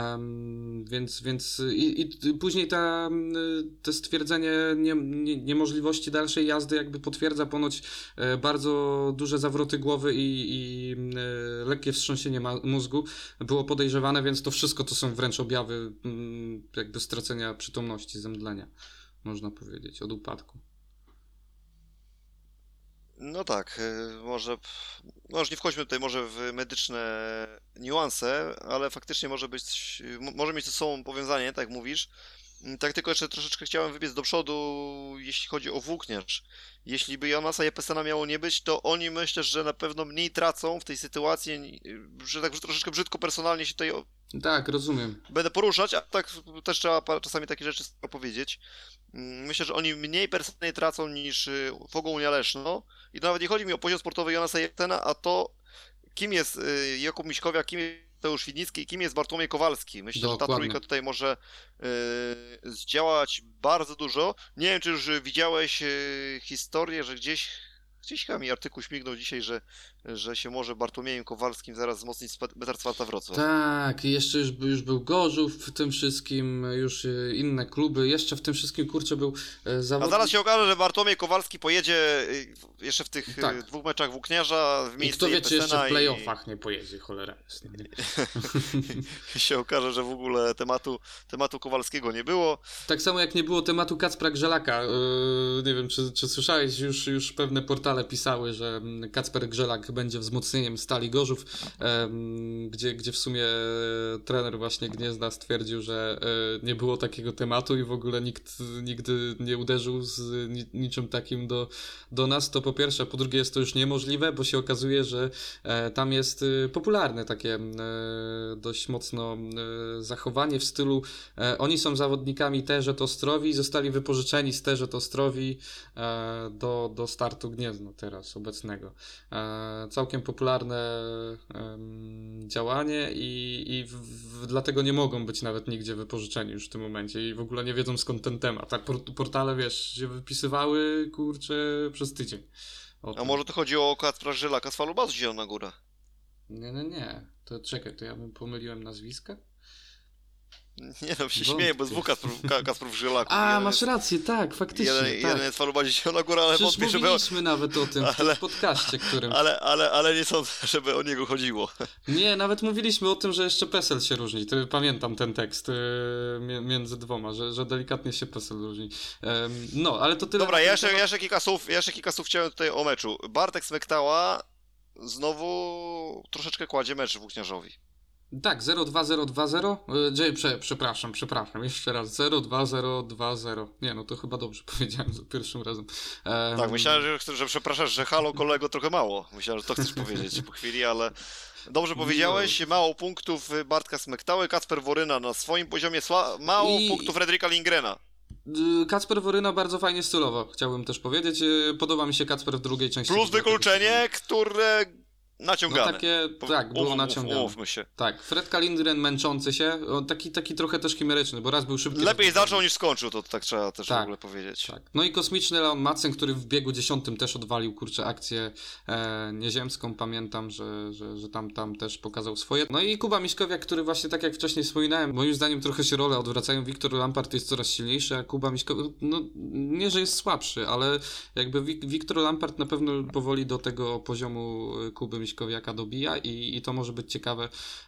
Więc później to stwierdzenie niemożliwości dalszej jazdy jakby potwierdza ponoć bardzo duże zawroty głowy i lekkie wstrząsienie mózgu było podejrzewane, więc to wszystko to są wręcz objawy jakby stracenia przytomności, zemdlenia, można powiedzieć, od upadku. No tak, może nie wchodźmy tutaj może w medyczne niuanse, ale faktycznie może mieć ze sobą powiązanie, tak jak mówisz. Tak tylko jeszcze troszeczkę chciałem wybiec do przodu, jeśli chodzi o włókniarz. Jeśli by Jonasa Jeppesena miało nie być, to oni myślę, że na pewno mniej tracą w tej sytuacji, że tak troszeczkę brzydko personalnie się tutaj tak, rozumiem. będę poruszać, a tak też trzeba czasami takie rzeczy powiedzieć. Myślę, że oni mniej personalnie tracą niż Pogoń Leszno. I to nawet nie chodzi mi o poziom sportowy Jonasa Jeppesena, a to kim jest Jakub Miśkowiak, kim jest Mateusz Widnicki i kim jest Bartłomiej Kowalski. Myślę, że ta trójka tutaj może zdziałać bardzo dużo. Nie wiem, czy już widziałeś historię, że gdzieś chyba mi artykuł śmignął dzisiaj, że się może Bartłomiejem Kowalskim zaraz wzmocnić Metar Sparta Wrocław. Tak, jeszcze już był Gorzów w tym wszystkim, już inne kluby, jeszcze w tym wszystkim, kurczę, był zawodnik. A zaraz się okaże, że Bartłomiej Kowalski pojedzie jeszcze w tych dwóch meczach włókniarza w miejsce. I kto wie, czy jeszcze w playoffach nie pojedzie, cholera jest. się okaże, że w ogóle tematu Kowalskiego nie było. Tak samo jak nie było tematu Kacpra Grzelaka. Nie wiem, czy słyszałeś, już pewne portale pisały, że Kacper Grzelak będzie wzmocnieniem Stali Gorzów, gdzie w sumie trener właśnie Gniezna stwierdził, że nie było takiego tematu i w ogóle nikt nigdy nie uderzył z niczym takim do nas. To po pierwsze, po drugie jest to już niemożliwe, bo się okazuje, że tam jest popularne takie dość mocno zachowanie w stylu oni są zawodnikami Teżet Ostrowi i zostali wypożyczeni z Teżet Ostrowi do Startu Gniezno teraz obecnego. Całkiem popularne działanie i dlatego nie mogą być nawet nigdzie wypożyczeni już w tym momencie i w ogóle nie wiedzą skąd ten temat. Tak portale, wiesz, się wypisywały, kurczę, przez tydzień. A może to chodzi o Kacpra Grzelaka z Falubazu Zielona Góra? Nie. To czekaj, to ja bym pomyliłem nazwiska? Nie no, się śmieję, bo jest dwóch Kacprów Grzelaka. A, masz rację, tak, faktycznie. Jeden jest w Falubazie Zielona Góra, ale wątpię, żeby... mówiliśmy nawet o tym w podcaście, którym... Ale nie sądzę, żeby o niego chodziło. Nie, nawet mówiliśmy o tym, że jeszcze PESEL się różni. Pamiętam ten tekst między dwoma, że delikatnie się PESEL różni. No, ale to tyle... Dobra, jeszcze kilka słów chciałem tutaj o meczu. Bartek Smektała znowu troszeczkę kładzie mecz włókniarzowi. Tak, 0-2-0-2-0. Przepraszam, jeszcze raz. 0-2-0-2-0. Nie, no to chyba dobrze powiedziałem za pierwszym razem. Tak, myślałem, że przepraszasz, że halo kolego trochę mało. Myślałem, że to chcesz powiedzieć po chwili, ale dobrze powiedziałeś. Mało punktów Bartka Smektały, Kacper Woryna na swoim poziomie, mało punktów Fredrika Lindgrena. Kacper Woryna bardzo fajnie stylowo, chciałbym też powiedzieć. Podoba mi się Kacper w drugiej części. Plus wykluczenie, które... naciągane. No takie, tak, było naciągane. Umówmy się. Tak, Fredka Lindgren męczący się, taki trochę też chimeryczny, bo raz był szybki. Lepiej zaczął niż skończył, to tak trzeba też w ogóle powiedzieć. Tak. No i kosmiczny Leon Madsen, który w biegu 10 też odwalił, kurczę, akcję nieziemską, pamiętam, że tam też pokazał swoje. No i Kuba Miśkowiak, który właśnie tak jak wcześniej wspominałem, moim zdaniem trochę się role odwracają. Wiktor Lampart jest coraz silniejszy, a Kuba Miśkowiak, no nie, że jest słabszy, ale jakby Wiktor Lampart na pewno powoli do tego poziomu Kuby Miśkowiaka dobija i to może być ciekawe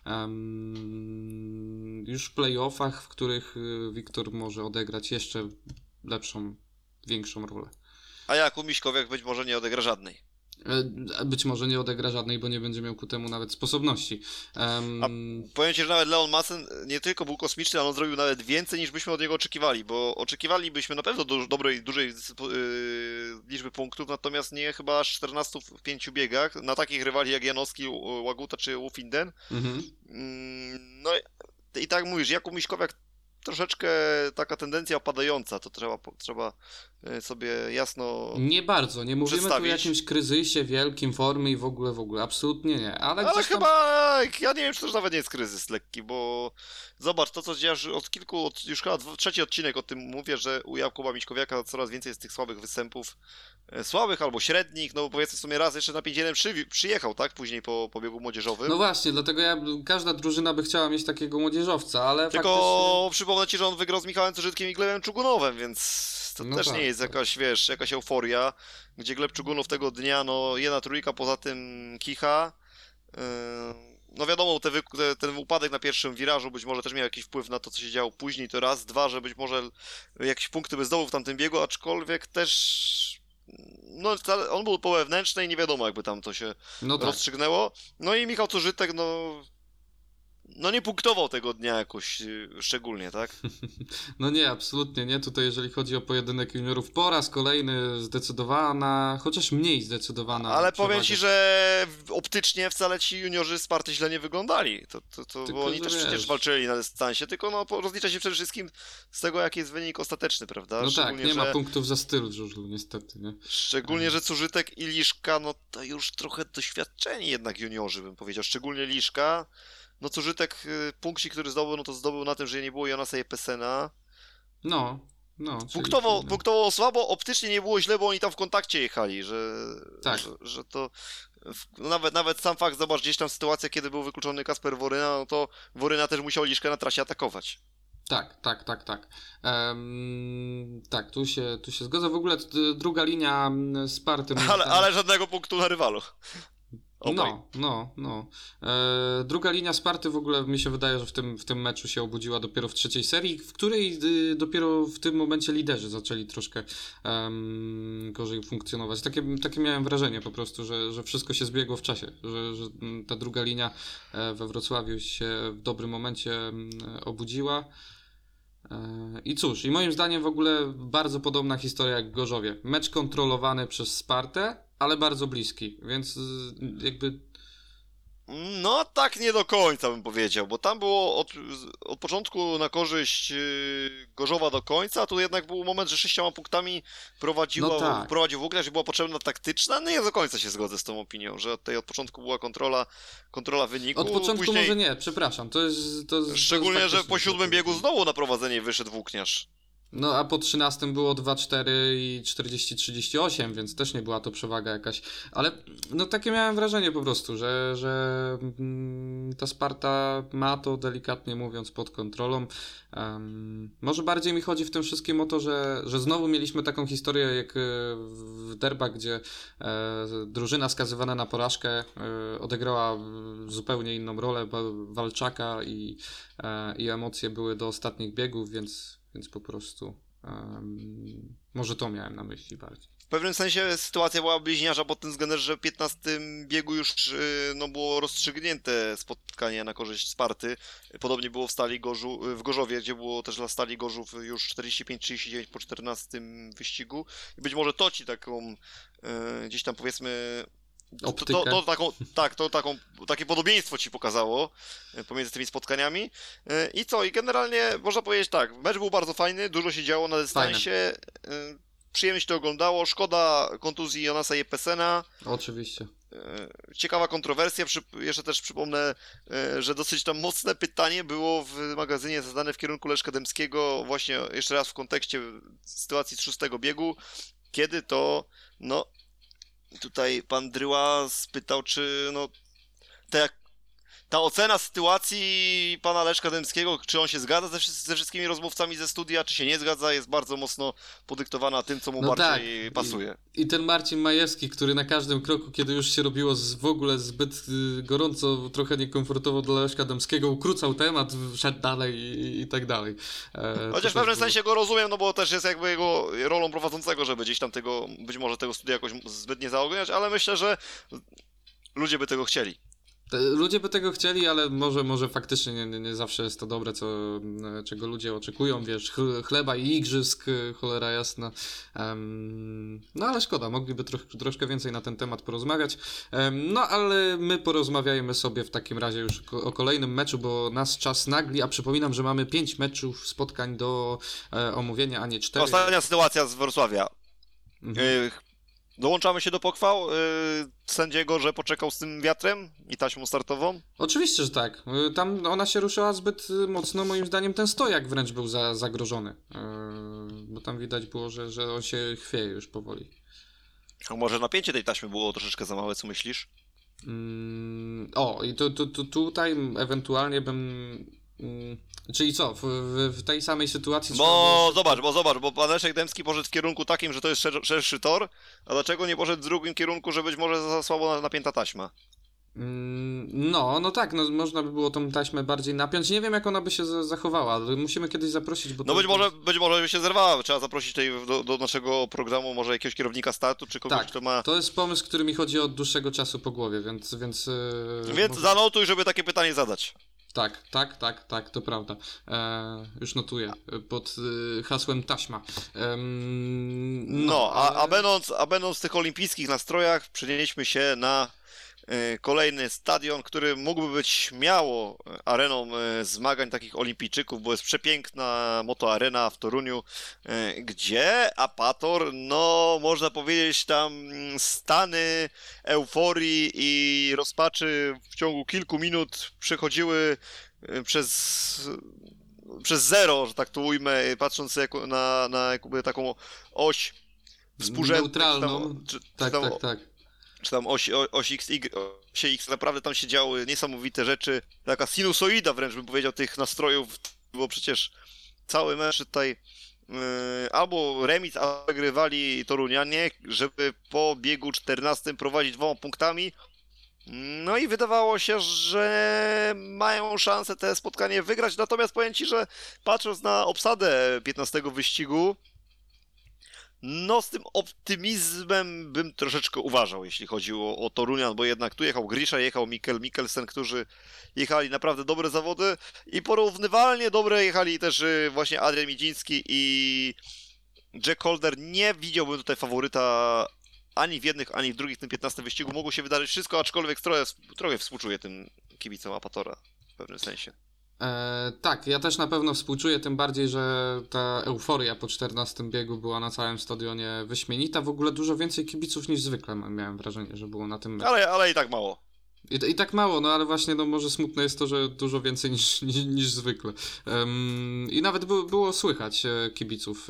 już w play-offach, w których Wiktor może odegrać jeszcze lepszą, większą rolę. A Jakub Miśkowiak być może nie odegra żadnej. Być może nie odegra żadnej, bo nie będzie miał ku temu nawet sposobności. A powiem Ci, że nawet Leon Madsen nie tylko był kosmiczny, ale on zrobił nawet więcej niż byśmy od niego oczekiwali, bo oczekiwalibyśmy na pewno dużej liczby punktów, natomiast nie chyba aż 14 w 5 biegach, na takich rywali jak Janowski, Łaguta czy Łufinden. No i tak mówisz, Jakub Miśkowiak troszeczkę taka tendencja opadająca, to trzeba sobie jasno Nie bardzo, nie mówimy tu o przedstawić. jakimś kryzysie wielkim formy i w ogóle, absolutnie nie. Ale Ale gdzieś tam... chyba, ja nie wiem, czy to już nawet nie jest kryzys lekki, bo zobacz, to co dzieje już chyba trzeci odcinek o tym mówię, że u Jakuba Miśkowiaka coraz więcej jest tych słabych występów, słabych albo średnich, no bo powiedzmy w sumie raz jeszcze na 5-1 przyjechał, tak, później po biegu młodzieżowym. No właśnie, dlatego każda drużyna by chciała mieć takiego młodzieżowca, ale Tylko faktycznie... przypomnę ci, że on wygrał z Michałem Cużytkiem i Glebem Czugunowem, więc to No też tak, nie jest tak. jakaś, wiesz, jakaś euforia, gdzie Gleb Czugunów tego dnia, no jedna trójka, poza tym kicha. No wiadomo, ten upadek na pierwszym wirażu być może też miał jakiś wpływ na to, co się działo później, to raz, dwa, że być może jakieś punkty by zdobył w tamtym biegu, aczkolwiek też no on był po wewnętrznej, nie wiadomo jakby tam to się No tak. rozstrzygnęło. No i Michał Cużytek, no nie punktował tego dnia jakoś szczególnie, tak? No nie, absolutnie nie. Tutaj jeżeli chodzi o pojedynek juniorów, po raz kolejny zdecydowana, chociaż mniej zdecydowana Ale przewaga. powiem ci, że optycznie wcale ci juniorzy Sparty źle nie wyglądali. Tylko, Bo oni że też wiesz... przecież walczyli na dystansie, tylko no rozlicza się przede wszystkim z tego, jaki jest wynik ostateczny, prawda? No tak, nie ma że, punktów za styl w żużlu, niestety, nie? szczególnie, że Cużytek i Liszka, no to już trochę doświadczeni jednak juniorzy, bym powiedział. Szczególnie Liszka. No Cużytek, punkcik, który zdobył, no to zdobył na tym, że nie było Jonasa Jepesena. No, czyli... Punktowo słabo, optycznie nie było źle, bo oni tam w kontakcie jechali, Tak. że to... No nawet sam fakt, zobacz, gdzieś tam sytuacja, kiedy był wykluczony Kasper Woryna, no to Woryna też musiał Liszkę na trasie atakować. Tak. Tak, tu się zgodzę. W ogóle druga linia Sparty... Ale żadnego punktu na rywalu. Obaj. No. Druga linia Sparty w ogóle mi się wydaje, że w tym meczu się obudziła dopiero w trzeciej serii, w której dopiero w tym momencie liderzy zaczęli troszkę gorzej funkcjonować. Takie miałem wrażenie po prostu, że wszystko się zbiegło w czasie, że ta druga linia we Wrocławiu się w dobrym momencie obudziła. I cóż, i moim zdaniem w ogóle bardzo podobna historia jak w Gorzowie. Mecz kontrolowany przez Spartę, ale bardzo bliski, więc jakby... No tak nie do końca bym powiedział, bo tam było od początku na korzyść Gorzowa do końca, a tu jednak był moment, że 6 punktami prowadził Włókniarz i była potrzebna taktyczna. No nie do końca się zgodzę z tą opinią, że od początku była kontrola wyniku. Od początku później... może nie, przepraszam. To jest Szczególnie, że po 7 biegu znowu na prowadzenie wyszedł Włókniarz. No a po 13 było 2-4 i 40-38, więc też nie była to przewaga jakaś. Ale no takie miałem wrażenie po prostu, że ta Sparta ma to, delikatnie mówiąc, pod kontrolą. Może bardziej mi chodzi w tym wszystkim o to, że znowu mieliśmy taką historię jak w derbach, gdzie drużyna skazywana na porażkę odegrała zupełnie inną rolę Walczaka i emocje były do ostatnich biegów, więc po prostu może to miałem na myśli bardziej. W pewnym sensie sytuacja była bliźniacza pod tym względem, że w 15 biegu już było rozstrzygnięte spotkanie na korzyść Sparty. Podobnie było w Gorzowie, gdzie było też dla Stali Gorzów już 45-39 po 14 wyścigu. I być może to ci taką gdzieś tam powiedzmy takie podobieństwo ci pokazało pomiędzy tymi spotkaniami. I co? I generalnie można powiedzieć tak, mecz był bardzo fajny, dużo się działo na dystansie. Przyjemnie się to oglądało. Szkoda kontuzji Jonasa Jepesena. Oczywiście. Ciekawa kontrowersja. Jeszcze też przypomnę, że dosyć tam mocne pytanie było w magazynie zadane w kierunku Leszka Dębskiego, właśnie jeszcze raz w kontekście sytuacji z 6 biegu, kiedy to tutaj pan Dryła spytał, czy ta ocena sytuacji pana Leszka Dębskiego, czy on się zgadza ze wszystkimi rozmówcami ze studia, czy się nie zgadza, jest bardzo mocno podyktowana tym, co mu bardziej pasuje. I ten Marcin Majewski, który na każdym kroku, kiedy już się robiło w ogóle zbyt gorąco, trochę niekomfortowo dla Leszka Dębskiego, ukrócał temat, szedł dalej i tak dalej. Chociaż w pewnym sensie go rozumiem, no bo też jest jakby jego rolą prowadzącego, żeby gdzieś tam być może tego studia jakoś zbyt nie zaogniać, ale myślę, że ludzie by tego chcieli. Ludzie by tego chcieli, ale może faktycznie nie zawsze jest to dobre, czego ludzie oczekują, wiesz, chleba i igrzysk, cholera jasna. No ale szkoda, mogliby troszkę więcej na ten temat porozmawiać. No ale my porozmawiajmy sobie w takim razie już o kolejnym meczu, bo nas czas nagli, a przypominam, że mamy 5 meczów, spotkań do omówienia, a nie 4. Ostatnia sytuacja z Wrocławia. Dołączamy się do pochwał sędziego, że poczekał z tym wiatrem i taśmą startową? Oczywiście, że tak. Tam ona się ruszyła zbyt mocno, moim zdaniem ten stojak wręcz był zagrożony. Bo tam widać było, że on się chwieje już powoli. A może napięcie tej taśmy było troszeczkę za małe, co myślisz? I tutaj ewentualnie bym... Czyli co, w tej samej sytuacji... Bo pan Leszek Dębski poszedł w kierunku takim, że to jest szerszy tor, a dlaczego nie poszedł w drugim kierunku, że być może za słabo napięta taśma? No tak, można by było tą taśmę bardziej napiąć. Nie wiem, jak ona by się zachowała, ale musimy kiedyś zaprosić, bo... Być może by się zerwała. Trzeba zaprosić tutaj do naszego programu może jakiegoś kierownika startu, czy kogoś, kto ma... to jest pomysł, który mi chodzi od dłuższego czasu po głowie, więc zanotuj, żeby takie pytanie zadać. Tak, to prawda. Już notuję pod hasłem taśma. A będąc w tych olimpijskich nastrojach, przenieśmy się na kolejny stadion, który mógłby być śmiało areną zmagań takich olimpijczyków, bo jest przepiękna motoarena w Toruniu, gdzie Apator, no można powiedzieć tam stany euforii i rozpaczy w ciągu kilku minut przechodziły przez zero, że tak to ujmę, patrząc na jakby taką oś współrzędną. Neutralną. Tak. Czy tam oś X, naprawdę tam się działy niesamowite rzeczy. Taka sinusoida wręcz bym powiedział tych nastrojów, bo przecież cały mecz tutaj albo remis, albo wygrywali Torunianie, żeby po biegu 14 prowadzić 2 punktami. No i wydawało się, że mają szansę te spotkanie wygrać, natomiast powiem Ci, że patrząc na obsadę 15 wyścigu, no z tym optymizmem bym troszeczkę uważał, jeśli chodziło o Torunian, bo jednak tu jechał Grisza, jechał Mikkelsen, którzy jechali naprawdę dobre zawody i porównywalnie dobre jechali też właśnie Adrian Miedziński i Jack Holder. Nie widziałbym tutaj faworyta ani w jednych, ani w drugich, w tym 15 wyścigu. Mogło się wydarzyć wszystko, aczkolwiek trochę współczuję tym kibicom Apatora w pewnym sensie. Tak, ja też na pewno współczuję, tym bardziej, że ta euforia po 14 biegu była na całym stadionie wyśmienita. W ogóle dużo więcej kibiców niż zwykle, miałem wrażenie, że było na tym meczu. Ale i tak mało. I tak mało, no ale właśnie może smutne jest to, że dużo więcej niż zwykle. I nawet było słychać kibiców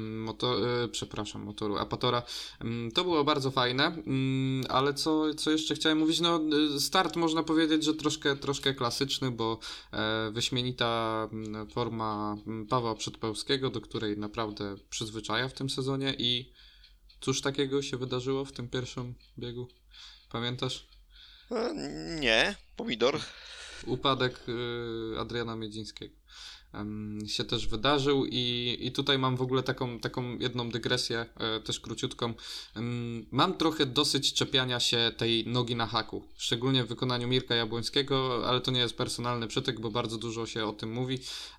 motoru Apatora. To było bardzo fajne, ale co jeszcze chciałem mówić, no start można powiedzieć, że troszkę klasyczny, bo wyśmienita forma Pawła Przedpełskiego, do której naprawdę przyzwyczaja w tym sezonie i cóż takiego się wydarzyło w tym pierwszym biegu? Pamiętasz? Nie, pomidor. Upadek Adriana Miedzińskiego się też wydarzył i tutaj mam w ogóle taką jedną dygresję, też króciutką. Mam trochę dosyć czepiania się tej nogi na haku, szczególnie w wykonaniu Mirka Jabłońskiego, ale to nie jest personalny przytyk, bo bardzo dużo się o tym mówi.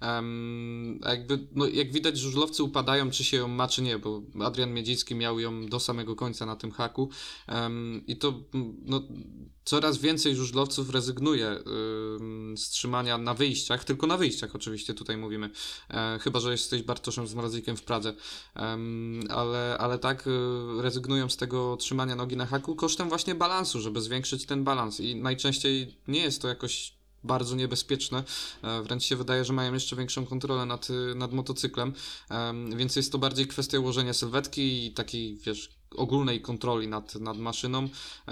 Jak widać, żużlowcy upadają, czy się ją ma, czy nie, bo Adrian Miedziński miał ją do samego końca na tym haku i to coraz więcej żużlowców rezygnuje z trzymania na wyjściach, tylko na wyjściach oczywiście tutaj mówimy, chyba że jesteś Bartoszem z Mrazikiem w Pradze, ale tak rezygnują z tego trzymania nogi na haku kosztem właśnie balansu, żeby zwiększyć ten balans i najczęściej nie jest to jakoś bardzo niebezpieczne, wręcz się wydaje, że mają jeszcze większą kontrolę nad motocyklem, więc jest to bardziej kwestia ułożenia sylwetki i takiej, wiesz, ogólnej kontroli nad maszyną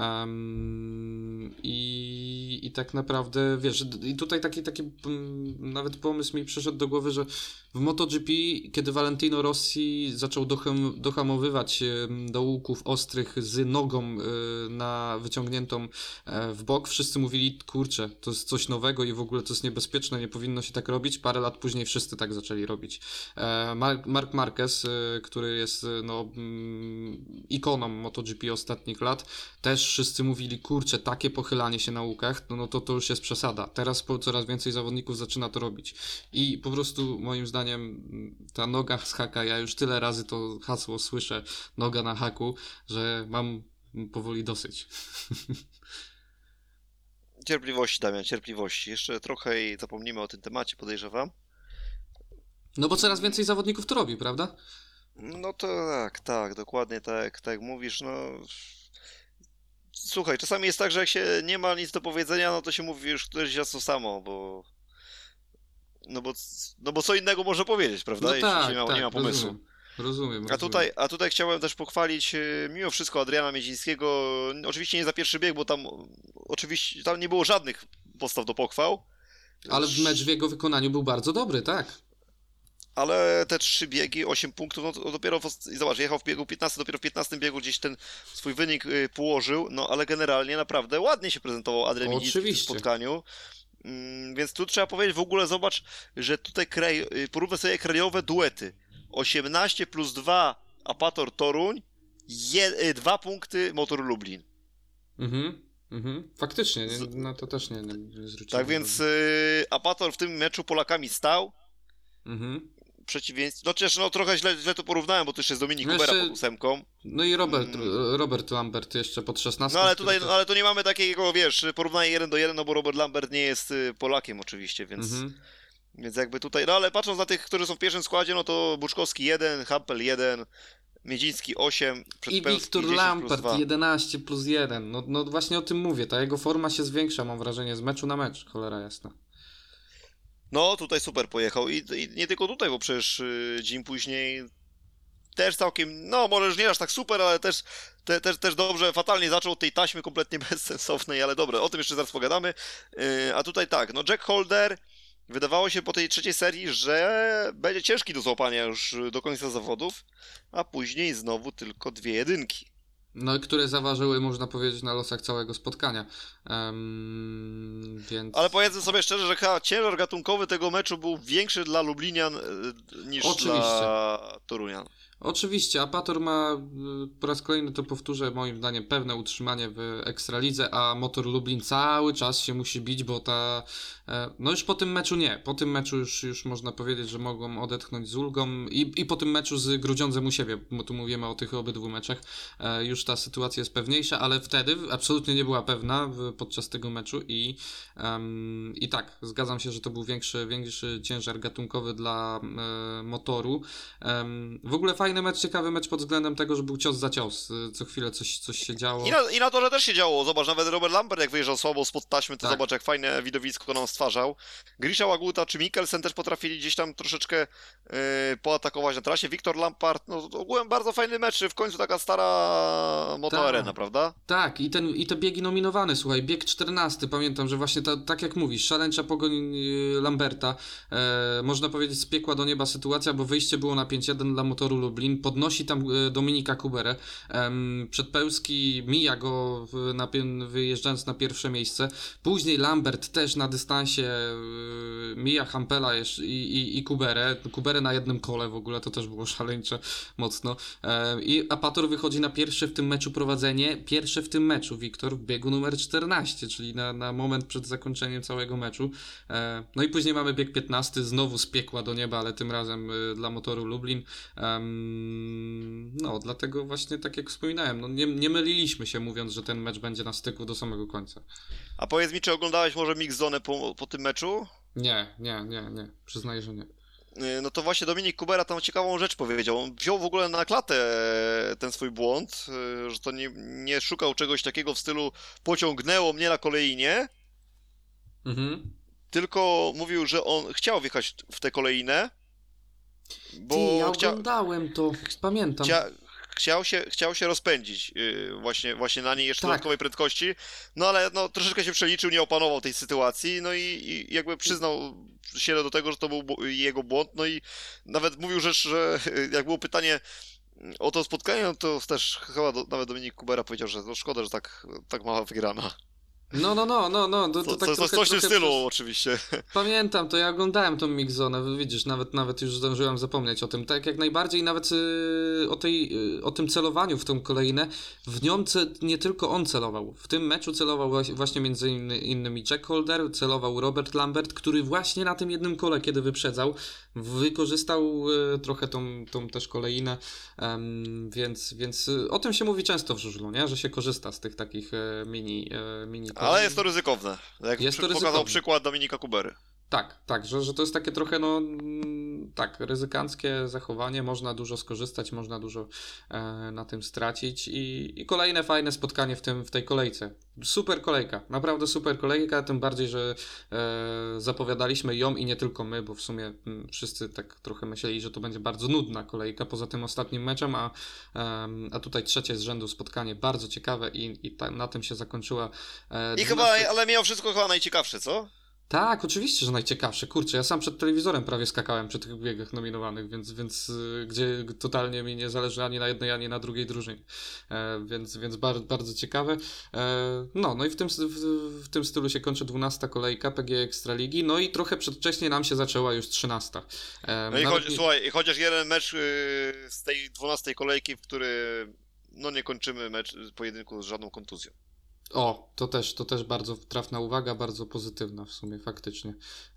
i tak naprawdę, wiesz, i tutaj taki nawet pomysł mi przyszedł do głowy, że w MotoGP, kiedy Valentino Rossi zaczął dohamowywać do łuków ostrych z nogą wyciągniętą w bok, wszyscy mówili, kurczę, to jest coś nowego i w ogóle to jest niebezpieczne, nie powinno się tak robić. Parę lat później wszyscy tak zaczęli robić. Marc Marquez, który jest ikoną MotoGP ostatnich lat, też wszyscy mówili, kurczę, takie pochylanie się na łukach, no to już jest przesada. Teraz coraz więcej zawodników zaczyna to robić. I po prostu moim zdaniem ta noga z haka, ja już tyle razy to hasło słyszę, noga na haku, że mam powoli dosyć. Cierpliwości, Damian, cierpliwości. Jeszcze trochę i zapomnimy o tym temacie, podejrzewam. No bo coraz więcej zawodników to robi, prawda? No to tak, dokładnie tak jak mówisz, no... Słuchaj, czasami jest tak, że jak się nie ma nic do powiedzenia, no to się mówi już któreś raz to samo, bo... No bo co innego może powiedzieć, prawda? No jeśli tak, się nie ma pomysłu. Rozumiem. A tutaj chciałem też pochwalić mimo wszystko Adriana Miedzińskiego, oczywiście nie za pierwszy bieg, bo tam oczywiście tam nie było żadnych podstaw do pochwał. Ale mecz w jego wykonaniu był bardzo dobry, tak. Ale te 3 biegi, 8 punktów, no to dopiero, zobacz, jechał w biegu 15, dopiero w 15 biegu gdzieś ten swój wynik położył, no ale generalnie naprawdę ładnie się prezentował Adrian Miedziński w tym spotkaniu. Więc tu trzeba powiedzieć, w ogóle zobacz, że tutaj porównaj sobie krajowe duety. 18 plus 2 Apator Toruń, 2 punkty Motor Lublin. Faktycznie, no to też nie zwróciłem. Tak więc Apator w tym meczu Polakami stał. Przeciwieństwie. No przecież trochę źle to porównałem, bo to jeszcze jest Dominik Kubera pod 8. No i Robert Lambert jeszcze pod 16. No ale tutaj, ale tu nie mamy takiego, wiesz, porównania 1 do 1, no bo Robert Lambert nie jest Polakiem oczywiście, więc... Więc jakby tutaj, no ale patrząc na tych, którzy są w pierwszym składzie, no to Buczkowski 1, Hampel 1, Miedziński 8, i Wiktor Lampert 11 plus 1. No właśnie o tym mówię, ta jego forma się zwiększa, mam wrażenie, z meczu na mecz, cholera jasna. No tutaj super pojechał i nie tylko tutaj, bo przecież dzień później też całkiem, no może już nie aż tak super, ale też dobrze, fatalnie zaczął od tej taśmy kompletnie bezsensownej, ale dobra, o tym jeszcze zaraz pogadamy. A tutaj tak, no Jack Holder, wydawało się po tej trzeciej serii, że będzie ciężki do złapania już do końca zawodów, a później znowu tylko 2 jedynki. No i które zaważyły, można powiedzieć, na losach całego spotkania. Więc... Ale powiedzmy sobie szczerze, że chyba ciężar gatunkowy tego meczu był większy dla Lublinian niż dla Torunian. Oczywiście, Apator ma, po raz kolejny to powtórzę, moim zdaniem pewne utrzymanie w Ekstralidze, a Motor Lublin cały czas się musi bić, bo no już po tym meczu nie. Po tym meczu już można powiedzieć, że mogą odetchnąć z ulgą i po tym meczu z Grudziądzem u siebie, bo tu mówimy o tych obydwu meczach, już ta sytuacja jest pewniejsza, ale wtedy absolutnie nie była pewna podczas tego meczu i tak, zgadzam się, że to był większy ciężar gatunkowy dla Motoru. W ogóle fajny mecz, ciekawy mecz pod względem tego, że był cios za cios. Co chwilę coś się działo. I na torze też się działo. Zobacz, nawet Robert Lambert jak wyjeżdżał słabo spod taśmy, to zobacz jak fajne widowisko nam stwarzał. Grisha Łaguta czy Mikkelsen też potrafili gdzieś tam troszeczkę poatakować na trasie. Wiktor Lampard, no ogółem bardzo fajny mecz. W końcu taka stara Moto Arena, prawda? Tak, i te biegi nominowane, słuchaj, bieg 14, pamiętam, że właśnie tak jak mówisz, szaleńcza pogoń Lamberta, można powiedzieć z piekła do nieba sytuacja, bo wyjście było na 5-1 dla Motoru Lublin, podnosi tam Dominika Kuberę, Przedpełski mija go wyjeżdżając na pierwsze miejsce, później Lambert też na dystansie mija Hampela i Kuberę na jednym kole w ogóle, to też było szaleńcze mocno, i Apator wychodzi na pierwsze w tym meczu prowadzenie, pierwsze w tym meczu Wiktor w biegu numer 14, czyli na moment przed zakończeniem całego meczu, no i później mamy bieg 15, znowu z piekła do nieba, ale tym razem dla Motoru Lublin. No, dlatego właśnie tak jak wspominałem, no nie myliliśmy się mówiąc, że ten mecz będzie na styku do samego końca. A powiedz mi, czy oglądałeś może Mix Zone po tym meczu? Nie, przyznaję, że nie. No to właśnie Dominik Kubera tam ciekawą rzecz powiedział. On wziął w ogóle na klatę ten swój błąd, że to nie szukał czegoś takiego w stylu pociągnęło mnie na kolejnie, tylko mówił, że on chciał wjechać w tę kolejnę, bo ja oglądałem to, pamiętam. Chciał się rozpędzić właśnie na niej jeszcze dodatkowej prędkości, no ale no, troszeczkę się przeliczył, nie opanował tej sytuacji, no i jakby przyznał się do tego, że to był jego błąd, no i nawet mówił, że jak było pytanie o to spotkanie, no to też chyba nawet Dominik Kubera powiedział, że no szkoda, że tak mała wygrana. No, to tak coś w tym stylu oczywiście. Pamiętam to, ja oglądałem tą mixzonę, widzisz, nawet już zdążyłem zapomnieć o tym, tak jak najbardziej, nawet o tym celowaniu w tą kolejnę, w nią nie tylko on celował, w tym meczu celował właśnie między innymi Jack Holder, celował Robert Lambert, który właśnie na tym jednym kole, kiedy wyprzedzał, wykorzystał trochę tą też kolejnę, więc o tym się mówi często w żużlu, nie? Że się korzysta z tych takich mini ale jest to ryzykowne, jak pokazał przykład Dominika Kubery. Tak, że to jest takie trochę, tak, ryzykanckie zachowanie, można dużo skorzystać, można dużo na tym stracić i kolejne fajne spotkanie w tej kolejce. Super kolejka, naprawdę super kolejka, tym bardziej, że zapowiadaliśmy ją i nie tylko my, bo w sumie wszyscy tak trochę myśleli, że to będzie bardzo nudna kolejka poza tym ostatnim meczem, a tutaj trzecie z rzędu spotkanie bardzo ciekawe i na tym się zakończyła. I chyba, ale mimo wszystko chyba najciekawsze, co? Tak, oczywiście, że najciekawsze. Kurczę, ja sam przed telewizorem prawie skakałem przy tych biegach nominowanych, więc gdzie totalnie mi nie zależy ani na jednej, ani na drugiej drużynie. Więc bardzo, bardzo ciekawe. No i w tym stylu się kończy 12. kolejka PGE Ekstraligi, no i trochę przedwcześnie nam się zaczęła już 13. Słuchaj, chociaż jeden mecz z tej 12. kolejki, w który nie kończymy pojedynku z żadną kontuzją. O, to też bardzo trafna uwaga, bardzo pozytywna w sumie, faktycznie.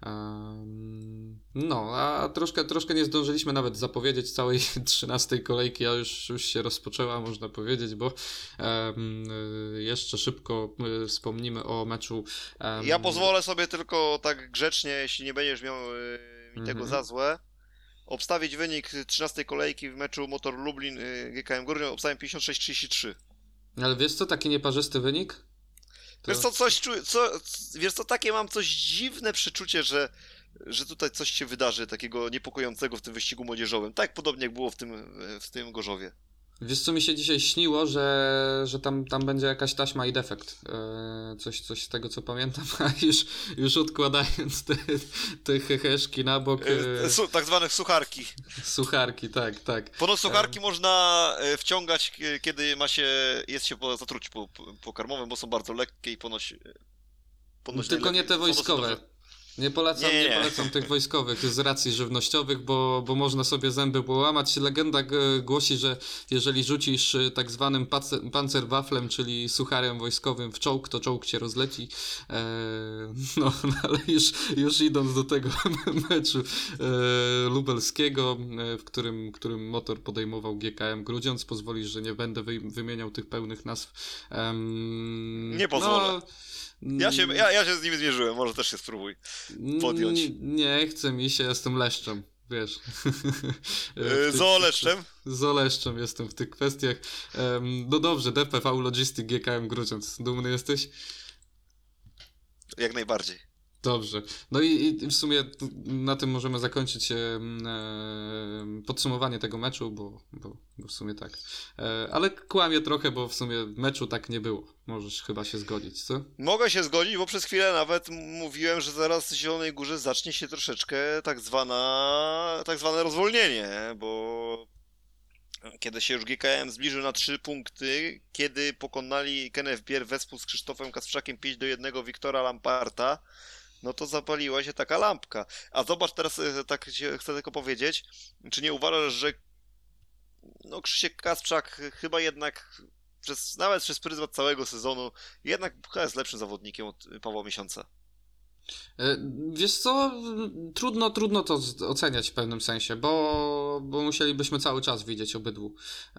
A troszkę nie zdążyliśmy nawet zapowiedzieć całej 13. kolejki, a już się rozpoczęła, można powiedzieć, bo jeszcze szybko wspomnimy o meczu. Ja pozwolę sobie tylko tak grzecznie, jeśli nie będziesz miał mi tego za złe, obstawić wynik 13. kolejki w meczu Motor Lublin GKM Górnik, obstawiam 56-33. Ale wiesz co, taki nieparzysty wynik? Wiesz co, takie mam coś dziwne przeczucie, że tutaj coś się wydarzy takiego niepokojącego w tym wyścigu młodzieżowym. Tak podobnie jak było w tym Gorzowie. Wiesz co, mi się dzisiaj śniło, że tam będzie jakaś taśma i defekt. Coś z tego co pamiętam, a już odkładając te heheszki na bok. Tak zwane sucharki. Sucharki, tak. Ponoć sucharki można wciągać, kiedy jest się po zatruciu pokarmowym, bo są bardzo lekkie i ponoć tylko nie te wojskowe. Nie polecam tych wojskowych z racji żywnościowych, bo można sobie zęby połamać. Legenda głosi, że jeżeli rzucisz tak zwanym panzerwaflem, czyli sucharem wojskowym w czołg, to czołg cię rozleci. Ale już idąc do tego meczu lubelskiego, w którym motor podejmował GKM Grudziądz, pozwolisz, że nie będę wymieniał tych pełnych nazw. Nie pozwolę. Ja się z nim zmierzyłem, może też się spróbuj podjąć. Nie chce mi się, jestem leszczem, wiesz. Zooleszczem? Zooleszczem jestem w tych kwestiach. No dobrze, DPV Logistic GKM Grudziądz, dumny jesteś? Jak najbardziej. Dobrze. No i w sumie na tym możemy zakończyć podsumowanie tego meczu, bo w sumie tak. Ale kłamię trochę, bo w sumie meczu tak nie było. Możesz chyba się zgodzić, co? Mogę się zgodzić, bo przez chwilę nawet mówiłem, że zaraz w Zielonej Górze zacznie się troszeczkę tak zwane rozwolnienie, bo kiedy się już GKM zbliżył na 3 punkty, kiedy pokonali KNF Bier wespół z Krzysztofem Kasprzakiem 5-1 Wiktora Lamparta, no to zapaliła się taka lampka. A zobacz teraz, tak chcę tylko powiedzieć, czy nie uważasz, że Krzysiek Kasprzak chyba jednak nawet przez pryzmat całego sezonu jednak chyba jest lepszym zawodnikiem od Pawła Miesiąca? Wiesz co, trudno to oceniać w pewnym sensie, bo musielibyśmy cały czas widzieć obydwu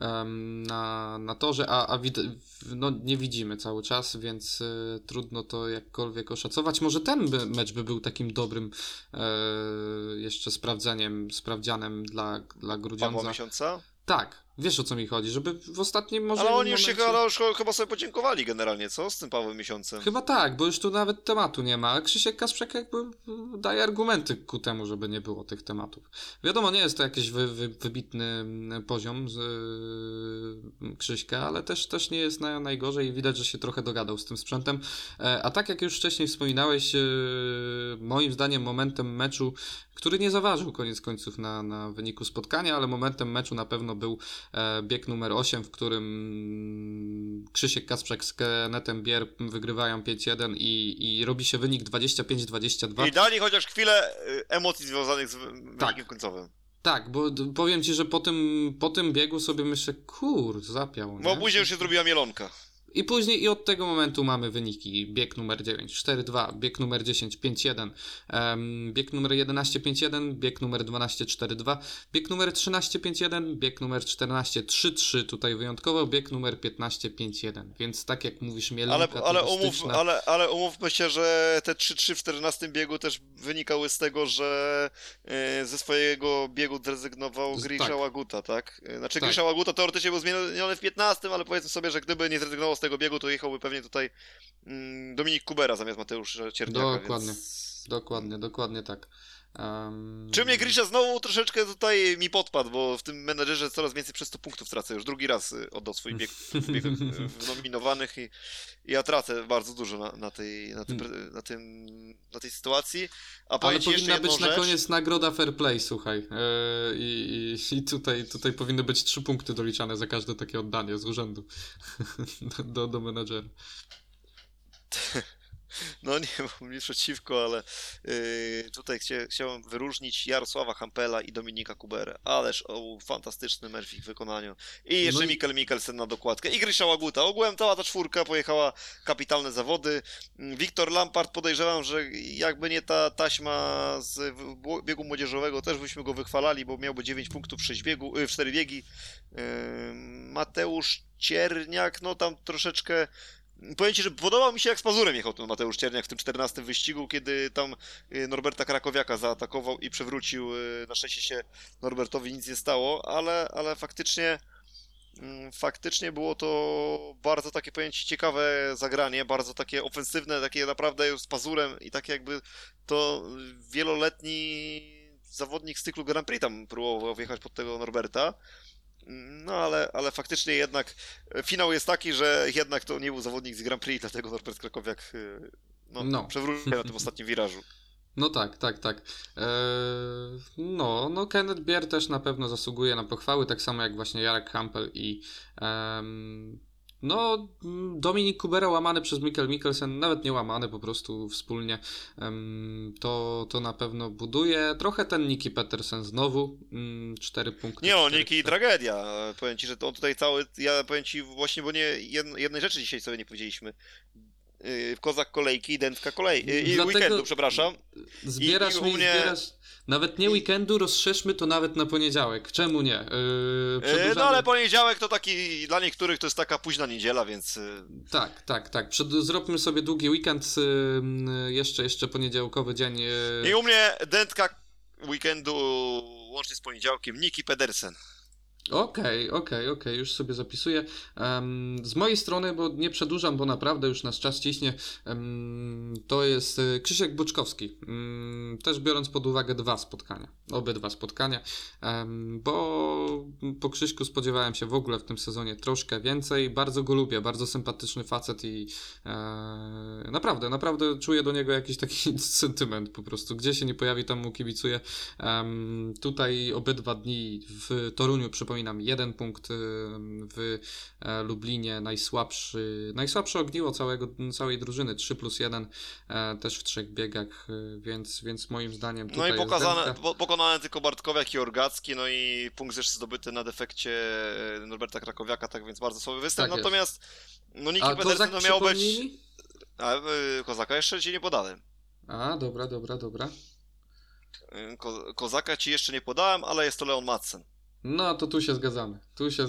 na torze, a nie widzimy cały czas, więc trudno to jakkolwiek oszacować. Może ten mecz by był takim dobrym jeszcze sprawdzianem dla Grudziądza. Pawła Miesiąca? Tak, wiesz o co mi chodzi, żeby w ostatnim może... Ale oni już chyba sobie podziękowali generalnie, co? Z tym Pawłem Miesiącem. Chyba tak, bo już tu nawet tematu nie ma. Krzysiek Kasprzak jakby daje argumenty ku temu, żeby nie było tych tematów. Wiadomo, nie jest to jakiś wybitny poziom Krzyśka, ale też nie jest najgorzej i widać, że się trochę dogadał z tym sprzętem. A tak jak już wcześniej wspominałeś, moim zdaniem momentem meczu, który nie zaważył koniec końców na wyniku spotkania, ale momentem meczu na pewno był bieg numer 8, w którym Krzysiek Kasprzak z Kennethem Bier wygrywają 5-1 i robi się wynik 25-22. I dali chociaż chwilę emocji związanych z wynikiem końcowym. Tak, bo powiem ci, że po tym biegu sobie myślę, zapiał. Bo później już się zrobiła mielonka. I później i od tego momentu mamy wyniki. Bieg numer 9 4-2, bieg numer 10 5-1, bieg numer 11 5-1, bieg numer 12 4-2, bieg numer 13 5-1, bieg numer 14 3-3, tutaj wyjątkowo, bieg numer 15 5-1. Więc tak jak mówisz, mielonka ale umówmy się, że te 3-3 w 14 biegu też wynikały z tego, że ze swojego biegu zrezygnował Grisha Łaguta, tak? Znaczy Grisha Łaguta teoretycznie był zmieniony w 15, ale powiedzmy sobie, że gdyby nie zrezygnował z tego biegu, to jechałby pewnie tutaj Dominik Kubera zamiast Mateusza Cierniaka. Dokładnie, więc... dokładnie tak. Czy mnie Grisha znowu troszeczkę tutaj mi podpadł, bo w tym menedżerze coraz więcej przez 100 punktów tracę. Już drugi raz oddał swój bieg w nominowanych i ja tracę bardzo dużo na tej sytuacji. Ale powinna być na koniec nagroda fair play, słuchaj. I tutaj powinny być 3 punkty doliczane za każde takie oddanie z urzędu do menedżera. No nie mam nic przeciwko, ale tutaj chciałem wyróżnić Jarosława Hampela i Dominika Kuberę. Ależ fantastyczny mecz w ich wykonaniu. I jeszcze Mikkel Mikkelsen na dokładkę. I Grisha Łaguta. Ogółem cała ta czwórka pojechała kapitalne zawody. Wiktor Lampard, podejrzewam, że jakby nie ta taśma z biegu młodzieżowego, też byśmy go wychwalali, bo miałby 9 punktów w 4 biegi. Mateusz Cierniak, no tam troszeczkę... Powiem ci, że podobał mi się, jak z pazurem jechał ten Mateusz Cierniak w tym 14 wyścigu, kiedy tam Norberta Krakowiaka zaatakował i przewrócił. Na szczęście się Norbertowi nic nie stało, ale faktycznie było to bardzo takie, powiem ci, ciekawe zagranie, bardzo takie ofensywne, takie naprawdę z pazurem i takie jakby to wieloletni zawodnik z cyklu Grand Prix tam próbował wjechać pod tego Norberta. No ale faktycznie jednak finał jest taki, że jednak to nie był zawodnik z Grand Prix, dlatego Norbert Krakowiak przewrócił na tym ostatnim wirażu. No tak. Kenneth Bier też na pewno zasługuje na pochwały, tak samo jak właśnie Jarek Hampel i Dominik Kubera łamany przez Mikkel Mikkelsen, nawet nie łamany, po prostu wspólnie, to na pewno buduje. Trochę ten Niki Petersen znowu, 4 punkty. Niki tragedia. Powiem ci, że on tutaj ja powiem ci właśnie, bo jednej rzeczy dzisiaj sobie nie powiedzieliśmy. Kozak kolejki, dętka weekendu, przepraszam. Zbierasz. Nawet nie weekendu, rozszerzmy to nawet na poniedziałek. Czemu nie? Ale poniedziałek to taki, dla niektórych to jest taka późna niedziela, więc... Tak. Zróbmy sobie długi weekend, jeszcze poniedziałkowy dzień. I u mnie dętka weekendu łącznie z poniedziałkiem, Niki Pedersen. Okej, już sobie zapisuję. Z mojej strony, bo nie przedłużam, bo naprawdę już nasz czas ciśnie, to jest Krzysiek Buczkowski. Też biorąc pod uwagę obydwa spotkania, bo po Krzyśku spodziewałem się w ogóle w tym sezonie troszkę więcej. Bardzo go lubię, bardzo sympatyczny facet i naprawdę czuję do niego jakiś taki sentyment po prostu. Gdzie się nie pojawi, tam mu kibicuję. Tutaj obydwa dni w Toruniu, przypominam, 1 punkt, w Lublinie najsłabsze ogniwo całej drużyny, 3+1, też w 3 biegach, więc moim zdaniem tutaj no i pokonane tylko Bartkowiak i Orgacki, no i punkt jeszcze zdobyty na defekcie Norberta Krakowiaka, tak więc bardzo słaby występ, tak natomiast Niki Pedersen miał być... Kozaka jeszcze ci nie podałem. Dobra. Kozaka ci jeszcze nie podałem, ale jest to Leon Madsen. No to tu się zgadzamy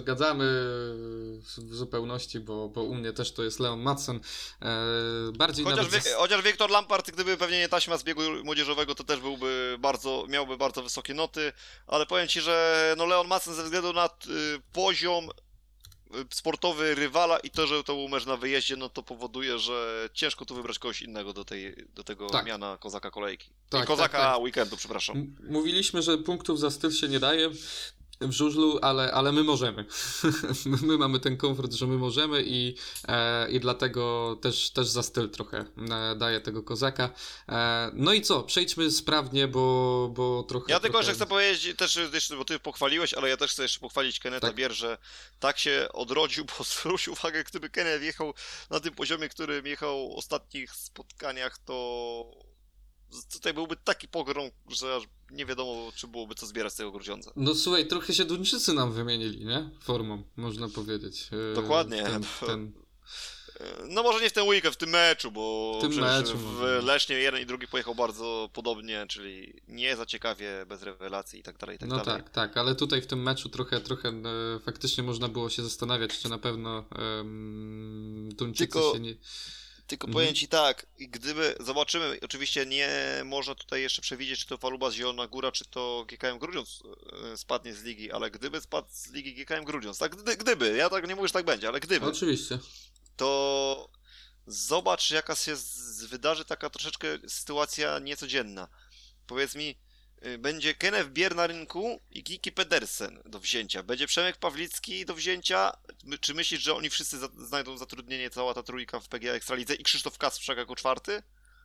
w zupełności, bo u mnie też to jest Leon Madsen. Chociaż Wiktor Lampard, gdyby pewnie nie taśma z biegu młodzieżowego, to też miałby bardzo wysokie noty, ale powiem ci, że Leon Madsen ze względu na poziom sportowy rywala i to, że to był mecz na wyjeździe, no to powoduje, że ciężko tu wybrać kogoś innego do tego miana kozaka kolejki. Kozaka weekendu, przepraszam. Mówiliśmy, że punktów za styl się nie daje. w żużlu, ale my możemy. My mamy ten komfort, że my możemy i dlatego też za styl trochę daję tego kozaka. No i co? Przejdźmy sprawnie, bo trochę... Ja tylko trochę... jeszcze chcę powiedzieć, też jeszcze, bo ty pochwaliłeś, ale ja też chcę jeszcze pochwalić Kenneta Tak. Bier, że tak się odrodził, bo zwróć uwagę, gdyby Kenneth jechał na tym poziomie, którym jechał w ostatnich spotkaniach, to tutaj byłby taki pogrom, że aż nie wiadomo, czy byłoby co zbierać z tego Grudziądza. No słuchaj, trochę się Duńczycy nam wymienili, nie? Formą, można powiedzieć. Dokładnie. Ten... No może nie w ten weekend, w tym meczu, bo W tym meczu w Lesznie jeden i drugi pojechał bardzo podobnie, czyli nie za ciekawie, bez rewelacji i tak dalej, i tak no dalej. tak, ale tutaj w tym meczu trochę faktycznie można było się zastanawiać, czy na pewno Duńczycy się nie... Tylko powiem ci tak, gdyby, zobaczymy, oczywiście nie można tutaj jeszcze przewidzieć, czy to Falubas Zielona Góra, czy to GKM Grudziądz spadnie z ligi, ale gdyby spadł z ligi GKM Grudziądz, tak gdyby, ja tak nie mówię, że tak będzie, ale gdyby, Oczywiście. to zobacz jaka się wydarzy taka troszeczkę sytuacja niecodzienna. Powiedz mi, będzie Kenneth Bier na rynku i Kiki Pedersen do wzięcia. Będzie Przemek Pawlicki do wzięcia. Czy myślisz, że oni wszyscy znajdą zatrudnienie, cała ta trójka w PGA Ekstralidze i Krzysztof Kasprzak jako czwarty?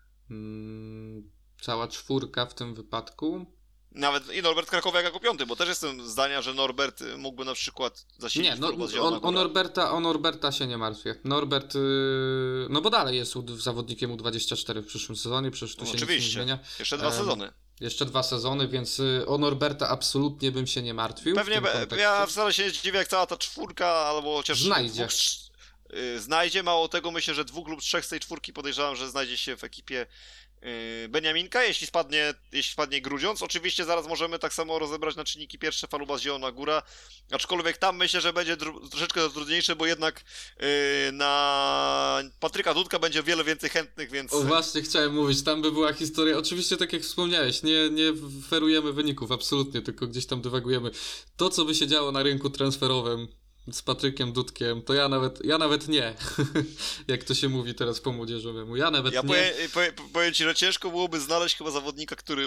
Cała czwórka w tym wypadku. Nawet i Norbert Krakowiak jako piąty, bo też jestem zdania, że Norbert mógłby na przykład zasilić. Nie, o Norberta się nie martwię. Norbert, no bo dalej jest zawodnikiem U24 w przyszłym sezonie, przecież tu się nic nie zmienia. Jeszcze 2 sezony. Jeszcze 2 sezony, więc o Norberta absolutnie bym się nie martwił. Pewnie, ja wcale się nie zdziwię, jak cała ta czwórka, albo chociaż znajdzie. Znajdzie, mało tego, myślę, że 2 lub 3 z tej czwórki podejrzewam, że znajdzie się w ekipie Beniaminka, jeśli spadnie Grudziądz. Oczywiście zaraz możemy tak samo rozebrać na czynniki pierwsze Falubas Zielona Góra, aczkolwiek tam myślę, że będzie troszeczkę trudniejsze, bo jednak na Patryka Dudka będzie o wiele więcej chętnych, więc... O właśnie chciałem mówić, tam by była historia, oczywiście tak jak wspomniałeś, nie ferujemy wyników, absolutnie, tylko gdzieś tam dywagujemy. To, co by się działo na rynku transferowym z Patrykiem Dudkiem, to ja nawet nie. Jak to się mówi teraz po młodzieżowemu. Ja nawet nie. Powiem ci, że ciężko byłoby znaleźć chyba zawodnika, który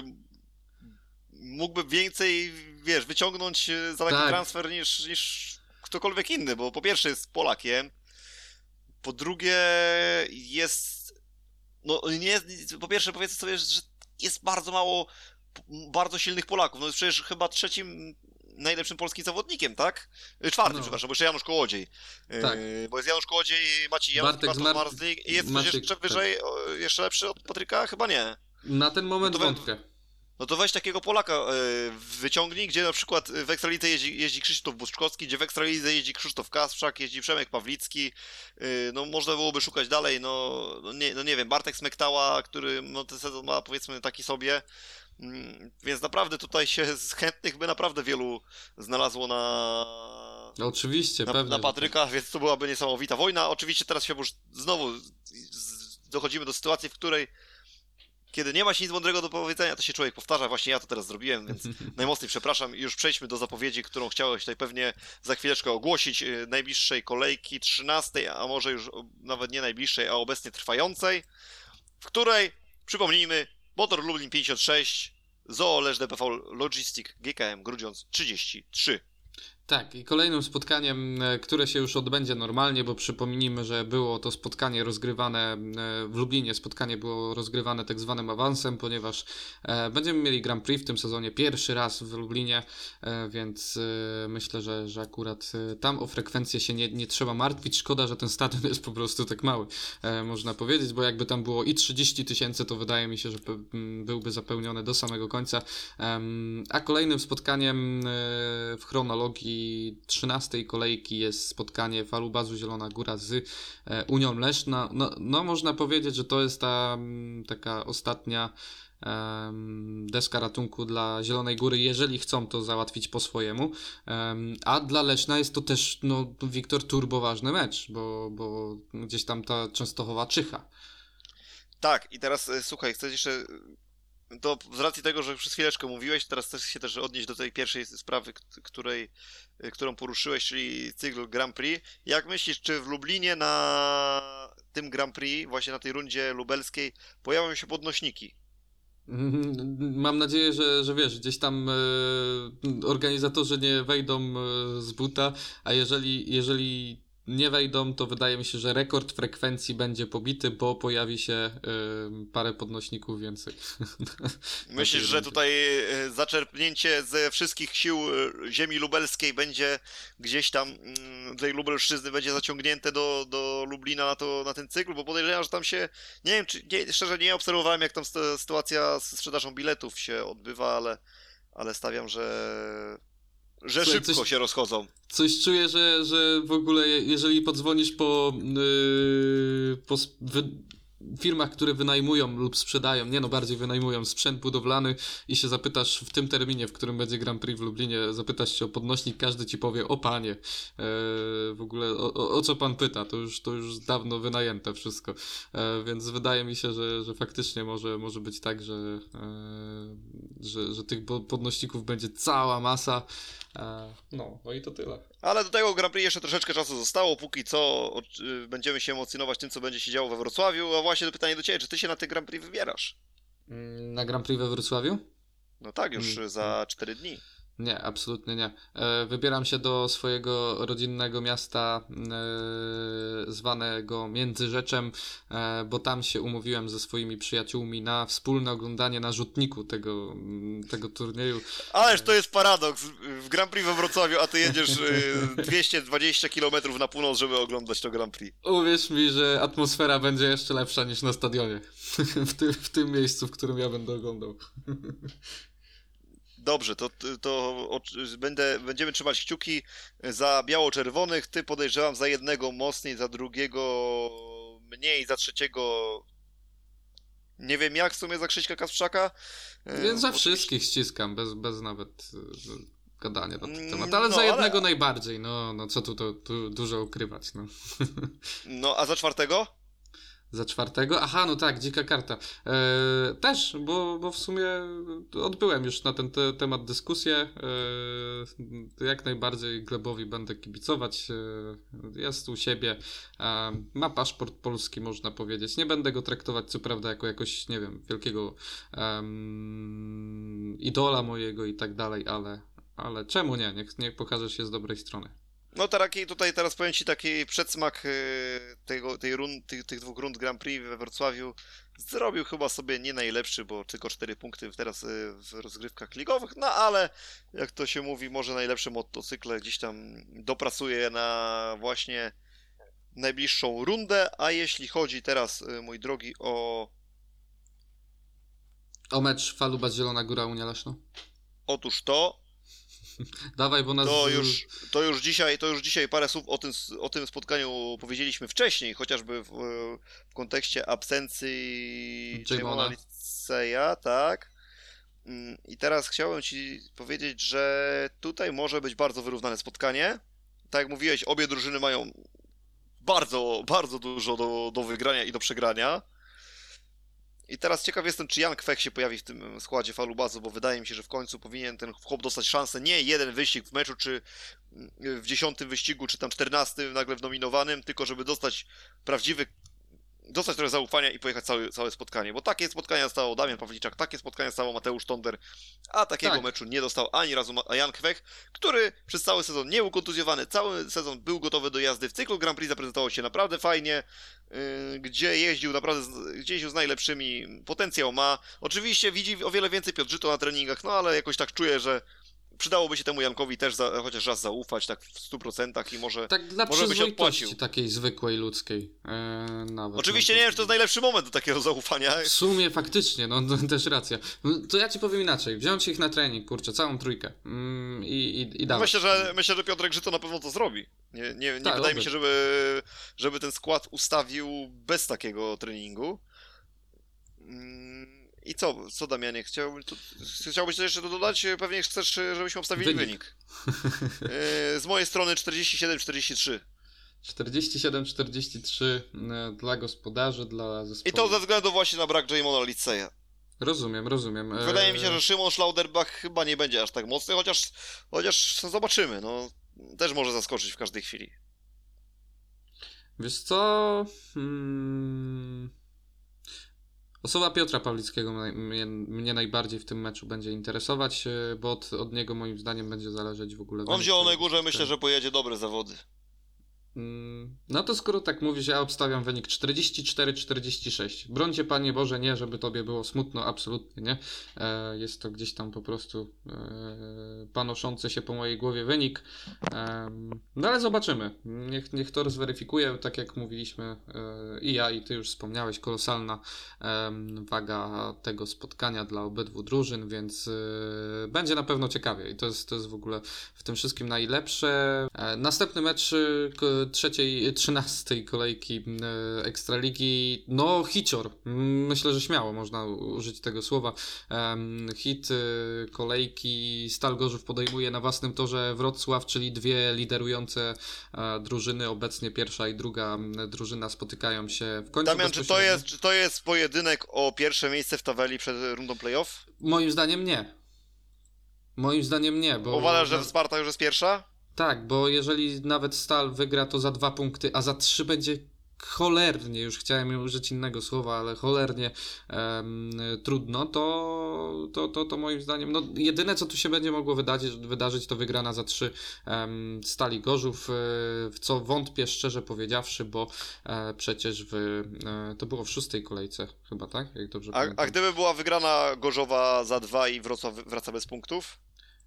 mógłby więcej, wyciągnąć za taki transfer niż ktokolwiek inny, bo po pierwsze jest Polakiem, po drugie jest, no nie, po pierwsze powiedzmy sobie, że jest bardzo mało bardzo silnych Polaków, no jest przecież chyba trzecim najlepszym polskim zawodnikiem, tak? Czwartym, przepraszam, bo jeszcze Janusz Kołodziej. Tak. Bo jest Janusz Kołodziej, Maciej Janusz, Bartosz Marzlik i jest ktoś jeszcze wyżej, jeszcze lepszy od Patryka? Chyba nie. Na ten moment wątpię. No to weź takiego Polaka wyciągnij, gdzie na przykład w Ekstralidze jeździ Krzysztof Buszczkowski, gdzie w Ekstralidze jeździ Krzysztof Kasprzak, jeździ Przemek Pawlicki, no można byłoby szukać dalej, no nie wiem, Bartek Smektała, który no ten sezon ma powiedzmy taki sobie, więc naprawdę tutaj się z chętnych by naprawdę wielu znalazło oczywiście, pewnie, na Patryka, tak. Więc to byłaby niesamowita wojna. Oczywiście teraz się już znowu dochodzimy do sytuacji, w której kiedy nie ma się nic mądrego do powiedzenia, to się człowiek powtarza. Właśnie ja to teraz zrobiłem, więc najmocniej przepraszam. I już przejdźmy do zapowiedzi, którą chciałeś tutaj pewnie za chwileczkę ogłosić. Najbliższej kolejki, 13, a może już nawet nie najbliższej, a obecnie trwającej, w której, przypomnijmy, Motor Lublin 56, ZOO Lesz DPV Logistic GKM Grudziądz 33. Tak, i kolejnym spotkaniem, które się już odbędzie normalnie, bo przypomnijmy, że było to spotkanie rozgrywane w Lublinie, spotkanie było rozgrywane tak zwanym awansem, ponieważ będziemy mieli Grand Prix w tym sezonie pierwszy raz w Lublinie, więc myślę, że akurat tam o frekwencję się nie trzeba martwić. Szkoda, że ten stadion jest po prostu tak mały, można powiedzieć, bo jakby tam było i 30 000, to wydaje mi się, że byłby zapełniony do samego końca. A kolejnym spotkaniem w chronologii 13 kolejki jest spotkanie Falubazu Zielona Góra z Unią Leszna. No można powiedzieć, że to jest ta taka ostatnia deska ratunku dla Zielonej Góry, jeżeli chcą to załatwić po swojemu, a dla Leszna jest to też, no, Wiktor, turbo ważny mecz, bo gdzieś tam ta Częstochowa czyha. Tak, i teraz słuchaj, chcę jeszcze to z racji tego, że przez chwileczkę mówiłeś, teraz chcę się też odnieść do tej pierwszej sprawy, którą poruszyłeś, czyli cykl Grand Prix. Jak myślisz, czy w Lublinie na tym Grand Prix, właśnie na tej rundzie lubelskiej, pojawią się podnośniki? Mam nadzieję, że wiesz, gdzieś tam organizatorzy nie wejdą z buta, a jeżeli nie wejdą, to wydaje mi się, że rekord frekwencji będzie pobity, bo pojawi się parę podnośników więcej. Myślisz, że tutaj zaczerpnięcie ze wszystkich sił ziemi lubelskiej będzie gdzieś tam, tej Lubelszczyzny będzie zaciągnięte do Lublina na ten cykl? Bo podejrzewam, że tam się, nie wiem, szczerze nie obserwowałem, jak tam sytuacja z sprzedażą biletów się odbywa, ale stawiam, że Słuchaj, szybko się rozchodzą. Coś czuję, że w ogóle jeżeli podzwonisz po firmach, które wynajmują lub sprzedają, nie no, bardziej wynajmują sprzęt budowlany i się zapytasz w tym terminie, w którym będzie Grand Prix w Lublinie, zapytasz się o podnośnik, każdy ci powie: o panie, w ogóle o co pan pyta, to już dawno wynajęte wszystko, więc wydaje mi się, że faktycznie może być tak, że tych podnośników będzie cała masa. No i to tyle. Ale do tego Grand Prix jeszcze troszeczkę czasu zostało. Póki co będziemy się emocjonować tym, co będzie się działo we Wrocławiu. A właśnie to pytanie do Ciebie, czy Ty się na ten Grand Prix wybierasz? Na Grand Prix we Wrocławiu? No tak, już za 4 dni. Nie, absolutnie nie. Wybieram się do swojego rodzinnego miasta zwanego Międzyrzeczem, bo tam się umówiłem ze swoimi przyjaciółmi na wspólne oglądanie na rzutniku tego turnieju. Ależ to jest paradoks. W Grand Prix we Wrocławiu, a ty jedziesz 220 km na północ, żeby oglądać to Grand Prix. Uwierz mi, że atmosfera będzie jeszcze lepsza niż na stadionie. w tym miejscu, w którym ja będę oglądał. Dobrze, będziemy trzymać kciuki za biało-czerwonych. Ty podejrzewam za jednego mocniej, za drugiego mniej, za trzeciego nie wiem jak w sumie, za Krzyśka Kasprzaka. Więc za wszystkich ściskam, bez nawet gadania na ten temat. Ale za jednego najbardziej, no co tu dużo ukrywać, no. No, a za czwartego? Za czwartego? Aha, no tak, dzika karta. Też, bo w sumie odbyłem już na ten temat dyskusję. Jak najbardziej Glebowi będę kibicować. Jest u siebie. Ma paszport polski, można powiedzieć. Nie będę go traktować, co prawda, jako jakoś, nie wiem, wielkiego idola mojego i tak dalej, ale czemu nie? Niech pokaże się z dobrej strony. No tutaj teraz powiem Ci taki przedsmak tych dwóch rund Grand Prix we Wrocławiu. Zrobił chyba sobie nie najlepszy, bo tylko 4 punkty teraz w rozgrywkach ligowych, no ale jak to się mówi, może najlepsze motocykle gdzieś tam dopracuje na właśnie najbliższą rundę, a jeśli chodzi teraz, mój drogi, o mecz Falubas Zielona Góra Unia Leszno? Otóż to dawaj, bo nas... To już dzisiaj parę słów o tym spotkaniu powiedzieliśmy wcześniej, chociażby w kontekście absencji Jamona Liceya, tak. I teraz chciałem Ci powiedzieć, że tutaj może być bardzo wyrównane spotkanie. Tak jak mówiłeś, obie drużyny mają bardzo, bardzo dużo do wygrania i do przegrania. I teraz ciekaw jestem, czy Jan Kwek się pojawi w tym składzie Falubazu, bo wydaje mi się, że w końcu powinien ten chłop dostać szansę, nie jeden wyścig w meczu, czy w 10. wyścigu, czy tam 14. nagle w nominowanym, tylko żeby dostać trochę zaufania i pojechać całe spotkanie, bo takie spotkania dostał Damian Pawliczak, takie spotkania dostał Mateusz Tonder, a takiego meczu nie dostał ani razu Jan Kwek, który przez cały sezon nie był kontuzjowany, cały sezon był gotowy do jazdy. W cyklu Grand Prix zaprezentował się naprawdę fajnie, gdzie jeździł z najlepszymi, potencjał ma. Oczywiście widzi o wiele więcej Piotr Żyto na treningach, no ale jakoś tak czuję, że przydałoby się temu Jankowi też chociaż raz zaufać, tak w 100% i może tak dla może by się odpłacił. Takiej zwykłej, ludzkiej. Nawet. Oczywiście nie wiem, czy to jest najlepszy moment do takiego zaufania. W sumie faktycznie, no też racja. To ja Ci powiem inaczej. Wziąć ich na trening, kurczę, całą trójkę. I dawać. Myślę, że Piotrek Żyto na pewno to zrobi. Nie wydaje mi się, żeby ten skład ustawił bez takiego treningu. I co Damianie? Chciałbyś coś jeszcze dodać? Pewnie chcesz, żebyśmy obstawili wynik. Z mojej strony 47-43. 47-43 dla gospodarzy, dla zespołu. I to ze względu właśnie na brak Jamona Liceya. Rozumiem. Wydaje mi się, że Szymon Schlauderbach chyba nie będzie aż tak mocny, chociaż zobaczymy. No, też może zaskoczyć w każdej chwili. Wiesz co? Osoba Piotra Pawlickiego mnie najbardziej w tym meczu będzie interesować, bo od niego moim zdaniem będzie zależeć w ogóle... On w Zielonej Górze myślę, że pojedzie dobre zawody. No to skoro tak mówisz, ja obstawiam wynik 44-46. Brońcie Panie Boże, nie, żeby tobie było smutno, absolutnie nie. Jest to gdzieś tam po prostu panoszący się po mojej głowie wynik. No ale zobaczymy. Niech to zweryfikuje, tak jak mówiliśmy i ja, i ty już wspomniałeś, kolosalna waga tego spotkania dla obydwu drużyn, więc będzie na pewno ciekawie i to jest w ogóle w tym wszystkim najlepsze. Następny mecz 13 kolejki Ekstraligi, no hicior, myślę, że śmiało można użyć tego słowa. Hit kolejki Stal Gorzów podejmuje na własnym torze Wrocław, czyli dwie liderujące drużyny, obecnie pierwsza i druga drużyna spotykają się w końcu. Damian, czy to jest pojedynek o pierwsze miejsce w tabeli przed rundą playoff? Moim zdaniem nie. Bo... Uważasz, że Sparta już jest pierwsza? Tak, bo jeżeli nawet Stal wygra, to za 2 punkty, a za 3 będzie cholernie, już chciałem użyć innego słowa, ale cholernie trudno, to moim zdaniem, no jedyne co tu się będzie mogło wydarzyć to wygrana za 3 Stali Gorzów, w co wątpię szczerze powiedziawszy, bo przecież to było w 6. kolejce chyba, tak? Jak dobrze pamiętam. A gdyby była wygrana Gorzowa za 2 i Wrocław wraca bez punktów?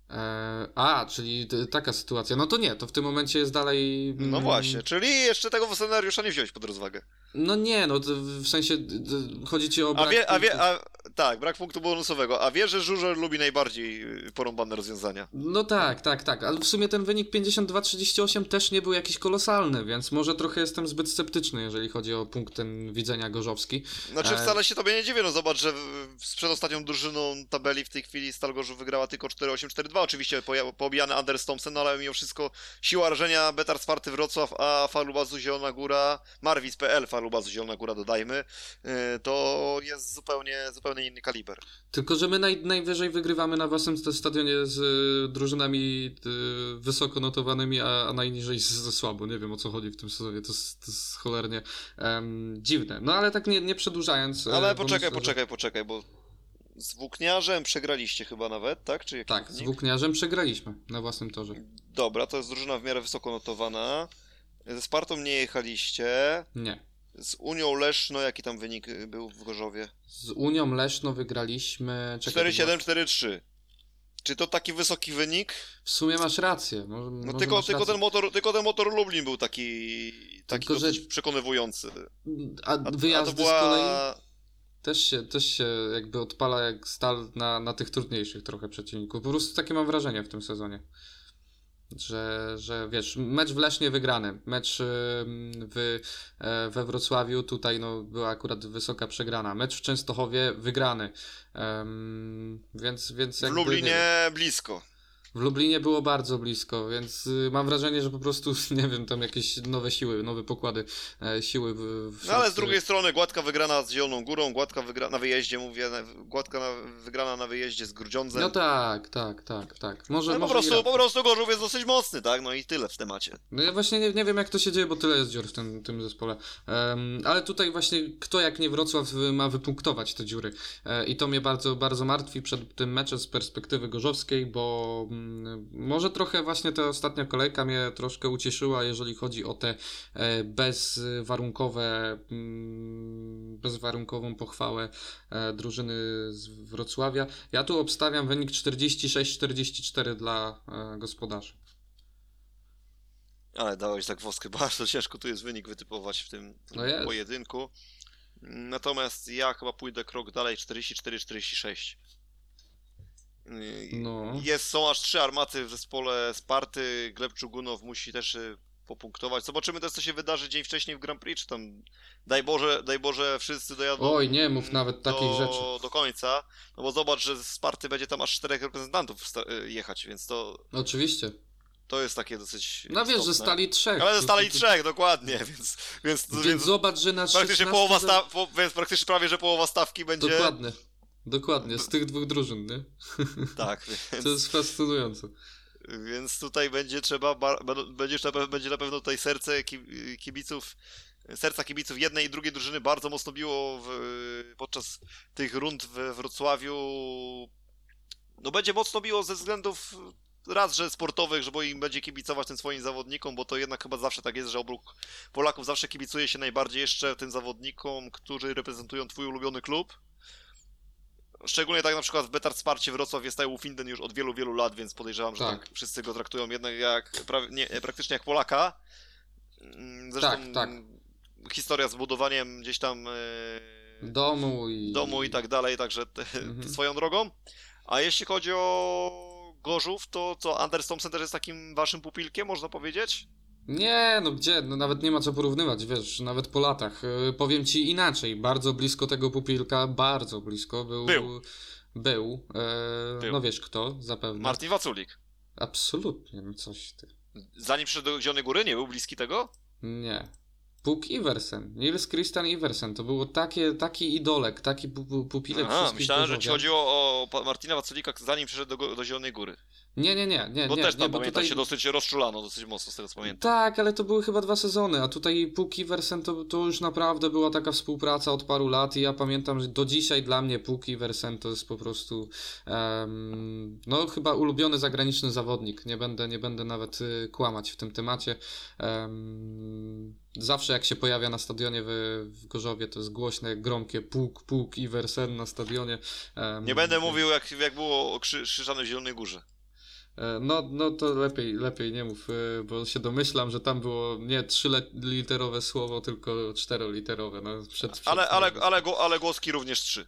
Czyli taka sytuacja. No to nie, to w tym momencie jest dalej... No właśnie, czyli jeszcze tego scenariusza nie wziąłeś pod rozwagę. No nie, no w sensie chodzi ci o brak tak, brak punktu bonusowego. A wiesz, że Żużel lubi najbardziej porąbane rozwiązania? No tak, ale w sumie ten wynik 52-38 też nie był jakiś kolosalny, więc może trochę jestem zbyt sceptyczny, jeżeli chodzi o punkt ten widzenia gorzowski. Znaczy wcale się tobie nie dziwię, no zobacz, że z przedostatnią drużyną tabeli w tej chwili Stal Gorzów wygrała tylko 4-8-4-2, oczywiście poobijany Anders Thompson, no ale mimo wszystko siła rażenia Betar Sparty Wrocław, a Falubazu Zielona Góra, Marwis.pl Falubazu Zielona Góra dodajmy, to jest zupełnie inny kaliber. Tylko, że my najwyżej wygrywamy na własnym stadionie z drużynami wysoko notowanymi, a najniżej ze słabo. Nie wiem, o co chodzi w tym sezonie. To jest cholernie dziwne. No ale tak nie przedłużając... Ale poczekaj, bo z Włókniarzem przegraliście chyba nawet, tak? Czy tak, z Włókniarzem przegraliśmy na własnym torze. Dobra, to jest drużyna w miarę wysoko notowana. Ze Spartą nie jechaliście. Nie. Z Unią Leszno, jaki tam wynik był w Gorzowie? Z Unią Leszno wygraliśmy... 4-7, 4-3. Czy to taki wysoki wynik? W sumie masz rację. Tylko ten motor Lublin był taki dosyć przekonywujący. A wyjazdy z kolei też się jakby odpala jak Stal na tych trudniejszych trochę przeciwników. Po prostu takie mam wrażenie w tym sezonie. Że wiesz, mecz w Lesznie wygrany, mecz we Wrocławiu tutaj była akurat wysoka przegrana, mecz w Częstochowie wygrany, więc jakby, w Lublinie blisko. W Lublinie było bardzo blisko, więc mam wrażenie, że po prostu, nie wiem, tam jakieś nowe siły, nowe pokłady siły. No ale z drugiej strony gładka wygrana z Zieloną Górą, gładka wygrana na wyjeździe, wygrana na wyjeździe z Grudziądzem. No tak. Może po prostu Gorzów jest dosyć mocny, tak? No i tyle w temacie. No ja właśnie nie wiem, jak to się dzieje, bo tyle jest dziur w tym zespole. Ale tutaj właśnie kto jak nie Wrocław ma wypunktować te dziury. I to mnie bardzo, bardzo martwi przed tym meczem z perspektywy gorzowskiej, bo może trochę właśnie ta ostatnia kolejka mnie troszkę ucieszyła, jeżeli chodzi o tę bezwarunkową pochwałę drużyny z Wrocławia. Ja tu obstawiam wynik 46-44 dla gospodarzy. Ale dałeś tak woskę, bardzo ciężko tu jest wynik wytypować w tym pojedynku. Natomiast ja chyba pójdę krok dalej, 44-46. No. Są aż 3 armaty w zespole Sparty, Gleb Czugunow musi też popunktować. Zobaczymy też, co się wydarzy dzień wcześniej w Grand Prix, czy tam daj Boże wszyscy dojadą. Oj, nie mów nawet takich rzeczy. Do końca, no bo zobacz, że z Sparty będzie tam aż 4 reprezentantów jechać, więc to... Oczywiście. To jest takie dosyć no wiesz, że stali 3. Ale że stali 3, dokładnie, więc zobacz, że na praktycznie praktycznie prawie, że połowa stawki będzie... Dokładnie, z tych 2 drużyn, nie? Tak. Więc... To jest fascynujące. Więc tutaj będzie na pewno tutaj serce kibiców serca kibiców jednej i drugiej drużyny bardzo mocno biło podczas tych rund we Wrocławiu. No będzie mocno biło ze względów raz, że sportowych, że bo im będzie kibicować tym swoim zawodnikom, bo to jednak chyba zawsze tak jest, że obok Polaków zawsze kibicuje się najbardziej jeszcze tym zawodnikom, którzy reprezentują twój ulubiony klub. Szczególnie tak na przykład w Betard Sparcie Wrocław jest Taiwo Finden już od wielu, wielu lat, więc podejrzewam, że tak wszyscy go traktują jednak praktycznie jak Polaka. Zresztą tak. Historia z budowaniem gdzieś tam domu i tak dalej, także swoją drogą. A jeśli chodzi o Gorzów, to co, Anders Thomsen też jest takim waszym pupilkiem, można powiedzieć? Nie, no gdzie, no nawet nie ma co porównywać, wiesz, nawet po latach. Powiem ci inaczej, bardzo blisko tego pupilka, bardzo blisko był. No wiesz kto, zapewne. Martin Waculik. Absolutnie, no coś ty. Zanim przyszedł do Zielonej Góry, nie był bliski tego? Nie. Puk Iversen, Nils Christian Iversen, to było taki idolek, taki pupilek wszystkich myślałem, Gorzowian. że ci chodziło o Martina Waculika, zanim przyszedł do Zielonej Góry. Nie. Bo też tam, bo pamiętam, się dosyć rozczulano, dosyć mocno, z tego co pamiętam. Tak, ale to były chyba 2 sezony, a tutaj Puk Iversen to już naprawdę była taka współpraca od paru lat i ja pamiętam, że do dzisiaj dla mnie Puk Iversen to jest po prostu no chyba ulubiony zagraniczny zawodnik, nie będę nawet kłamać w tym temacie. Zawsze jak się pojawia na stadionie w Gorzowie, to jest głośne, gromkie Puk Iversen na stadionie. Nie będę mówił jak było o Krzyżanej w Zielonej Górze. No to lepiej nie mów, bo się domyślam, że tam było nie 3-literowe słowo, tylko 4-literowe. No, ale głoski również 3.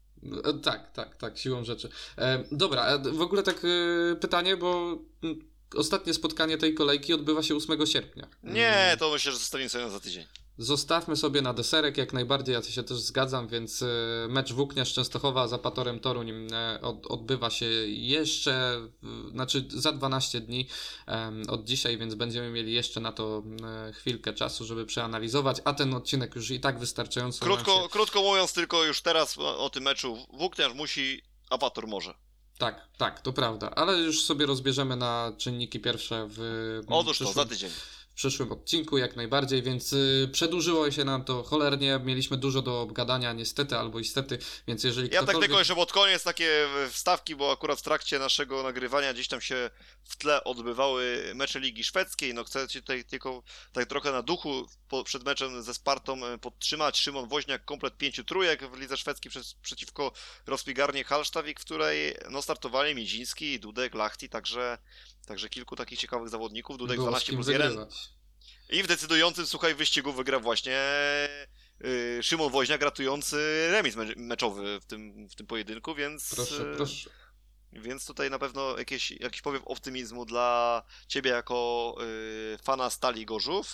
Tak, siłą rzeczy. Dobra, w ogóle tak pytanie, bo ostatnie spotkanie tej kolejki odbywa się 8 sierpnia. Nie, to myślę, że zostawimy sobie za tydzień. Zostawmy sobie na deserek jak najbardziej, ja się też zgadzam, więc mecz Włókniarz Częstochowa z Apatorem Toruń odbywa się jeszcze, znaczy za 12 dni od dzisiaj, więc będziemy mieli jeszcze na to chwilkę czasu, żeby przeanalizować, a ten odcinek już i tak wystarczająco... Krótko mówiąc, tylko już teraz o tym meczu Włókniarz musi, Apator może. Tak, to prawda, ale już sobie rozbierzemy na czynniki pierwsze Otóż to, za tydzień. W przyszłym odcinku jak najbardziej, więc przedłużyło się nam to cholernie, mieliśmy dużo do obgadania niestety albo istety, więc jeżeli ktokolwiek... Ja tak tylko jeszcze pod koniec takie wstawki, bo akurat w trakcie naszego nagrywania gdzieś tam się w tle odbywały mecze Ligi Szwedzkiej, no chcę ci tutaj tylko tak trochę na duchu przed meczem ze Spartą podtrzymać. Szymon Woźniak komplet 5 trójek w Lidze Szwedzkiej przeciwko Rozpigarnie Hallstavik, w której no startowali Miedziński, Dudek, Lahti, także kilku takich ciekawych zawodników. Dudek 12+1. I w decydującym, słuchaj, wyścigu wygrał właśnie Szymon Woźniak, ratujący remis meczowy w tym pojedynku, więc... Proszę. Więc tutaj na pewno jakiś powiew optymizmu dla ciebie jako fana Stali Gorzów.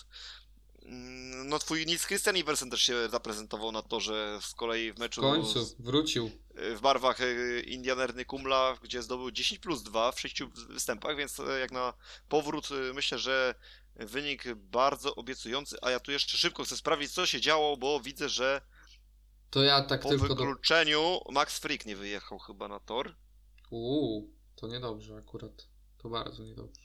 No twój Nils Christian Iversen też się zaprezentował na torze z kolei w meczu... W końcu, wrócił. W barwach Indianerny Kumla, gdzie zdobył 10+2 w 6 występach, więc jak na powrót myślę, że wynik bardzo obiecujący, a ja tu jeszcze szybko chcę sprawdzić, co się działo, bo widzę, że to ja tak po tylko wykluczeniu Max Frick nie wyjechał chyba na tor. To niedobrze akurat. To bardzo niedobrze.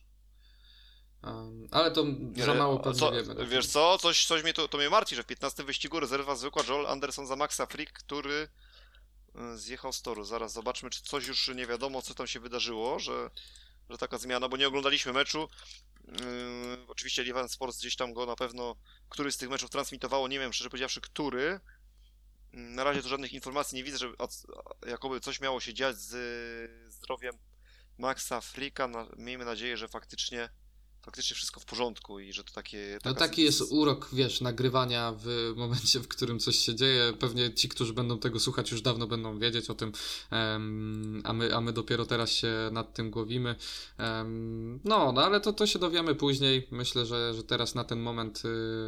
Ale to za mało pewnie wiemy. Tak? Wiesz co? Coś mnie to mnie martwi, że w 15 wyścigu rezerwa zwykła Joel Anderson za Maxa Frick, który zjechał z toru. Zaraz zobaczmy, czy coś już nie wiadomo, co tam się wydarzyło, że taka zmiana, bo nie oglądaliśmy meczu. Oczywiście Livan Sports gdzieś tam go na pewno któryś z tych meczów transmitowało, nie wiem szczerze powiedziawszy, który. Na razie tu żadnych informacji nie widzę, że jakoby coś miało się dziać z zdrowiem Maxa Fricka. Miejmy nadzieję, że faktycznie wszystko w porządku i że to takie... No taki jest urok, wiesz, nagrywania w momencie, w którym coś się dzieje. Pewnie ci, którzy będą tego słuchać, już dawno będą wiedzieć o tym, a my dopiero teraz się nad tym głowimy. No, ale to się dowiemy później. Myślę, że teraz na ten moment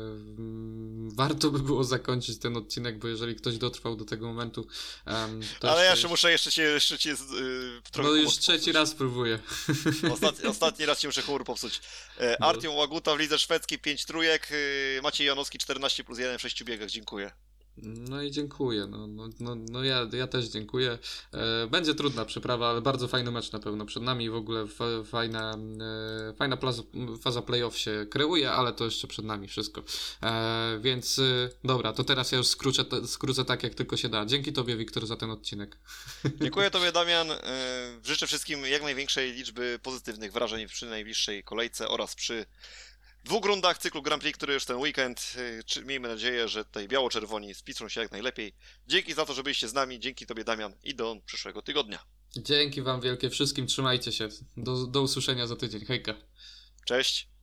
warto by było zakończyć ten odcinek, bo jeżeli ktoś dotrwał do tego momentu... ale ja muszę cię trochę... No już trzeci raz próbuję. Ostatni raz cię muszę humor popsuć. Artiom Łaguta w lidze szwedzkiej 5 trójek, Maciej Janowski 14+1 w 6 biegach, dziękuję. No i dziękuję. No ja też dziękuję. Będzie trudna przeprawa, ale bardzo fajny mecz na pewno przed nami. W ogóle fajna faza playoff się kreuje, ale to jeszcze przed nami wszystko. Więc dobra, to teraz ja już skrócę tak, jak tylko się da. Dzięki tobie, Wiktor, za ten odcinek. Dziękuję tobie, Damian. Życzę wszystkim jak największej liczby pozytywnych wrażeń przy najbliższej kolejce oraz przy 2 rundach cyklu Grand Prix, który już ten weekend. Miejmy nadzieję, że tutaj biało-czerwoni spiszą się jak najlepiej. Dzięki za to, że byliście z nami. Dzięki tobie, Damian, i do przyszłego tygodnia. Dzięki wam wielkie wszystkim, trzymajcie się. Do usłyszenia za tydzień. Hejka. Cześć!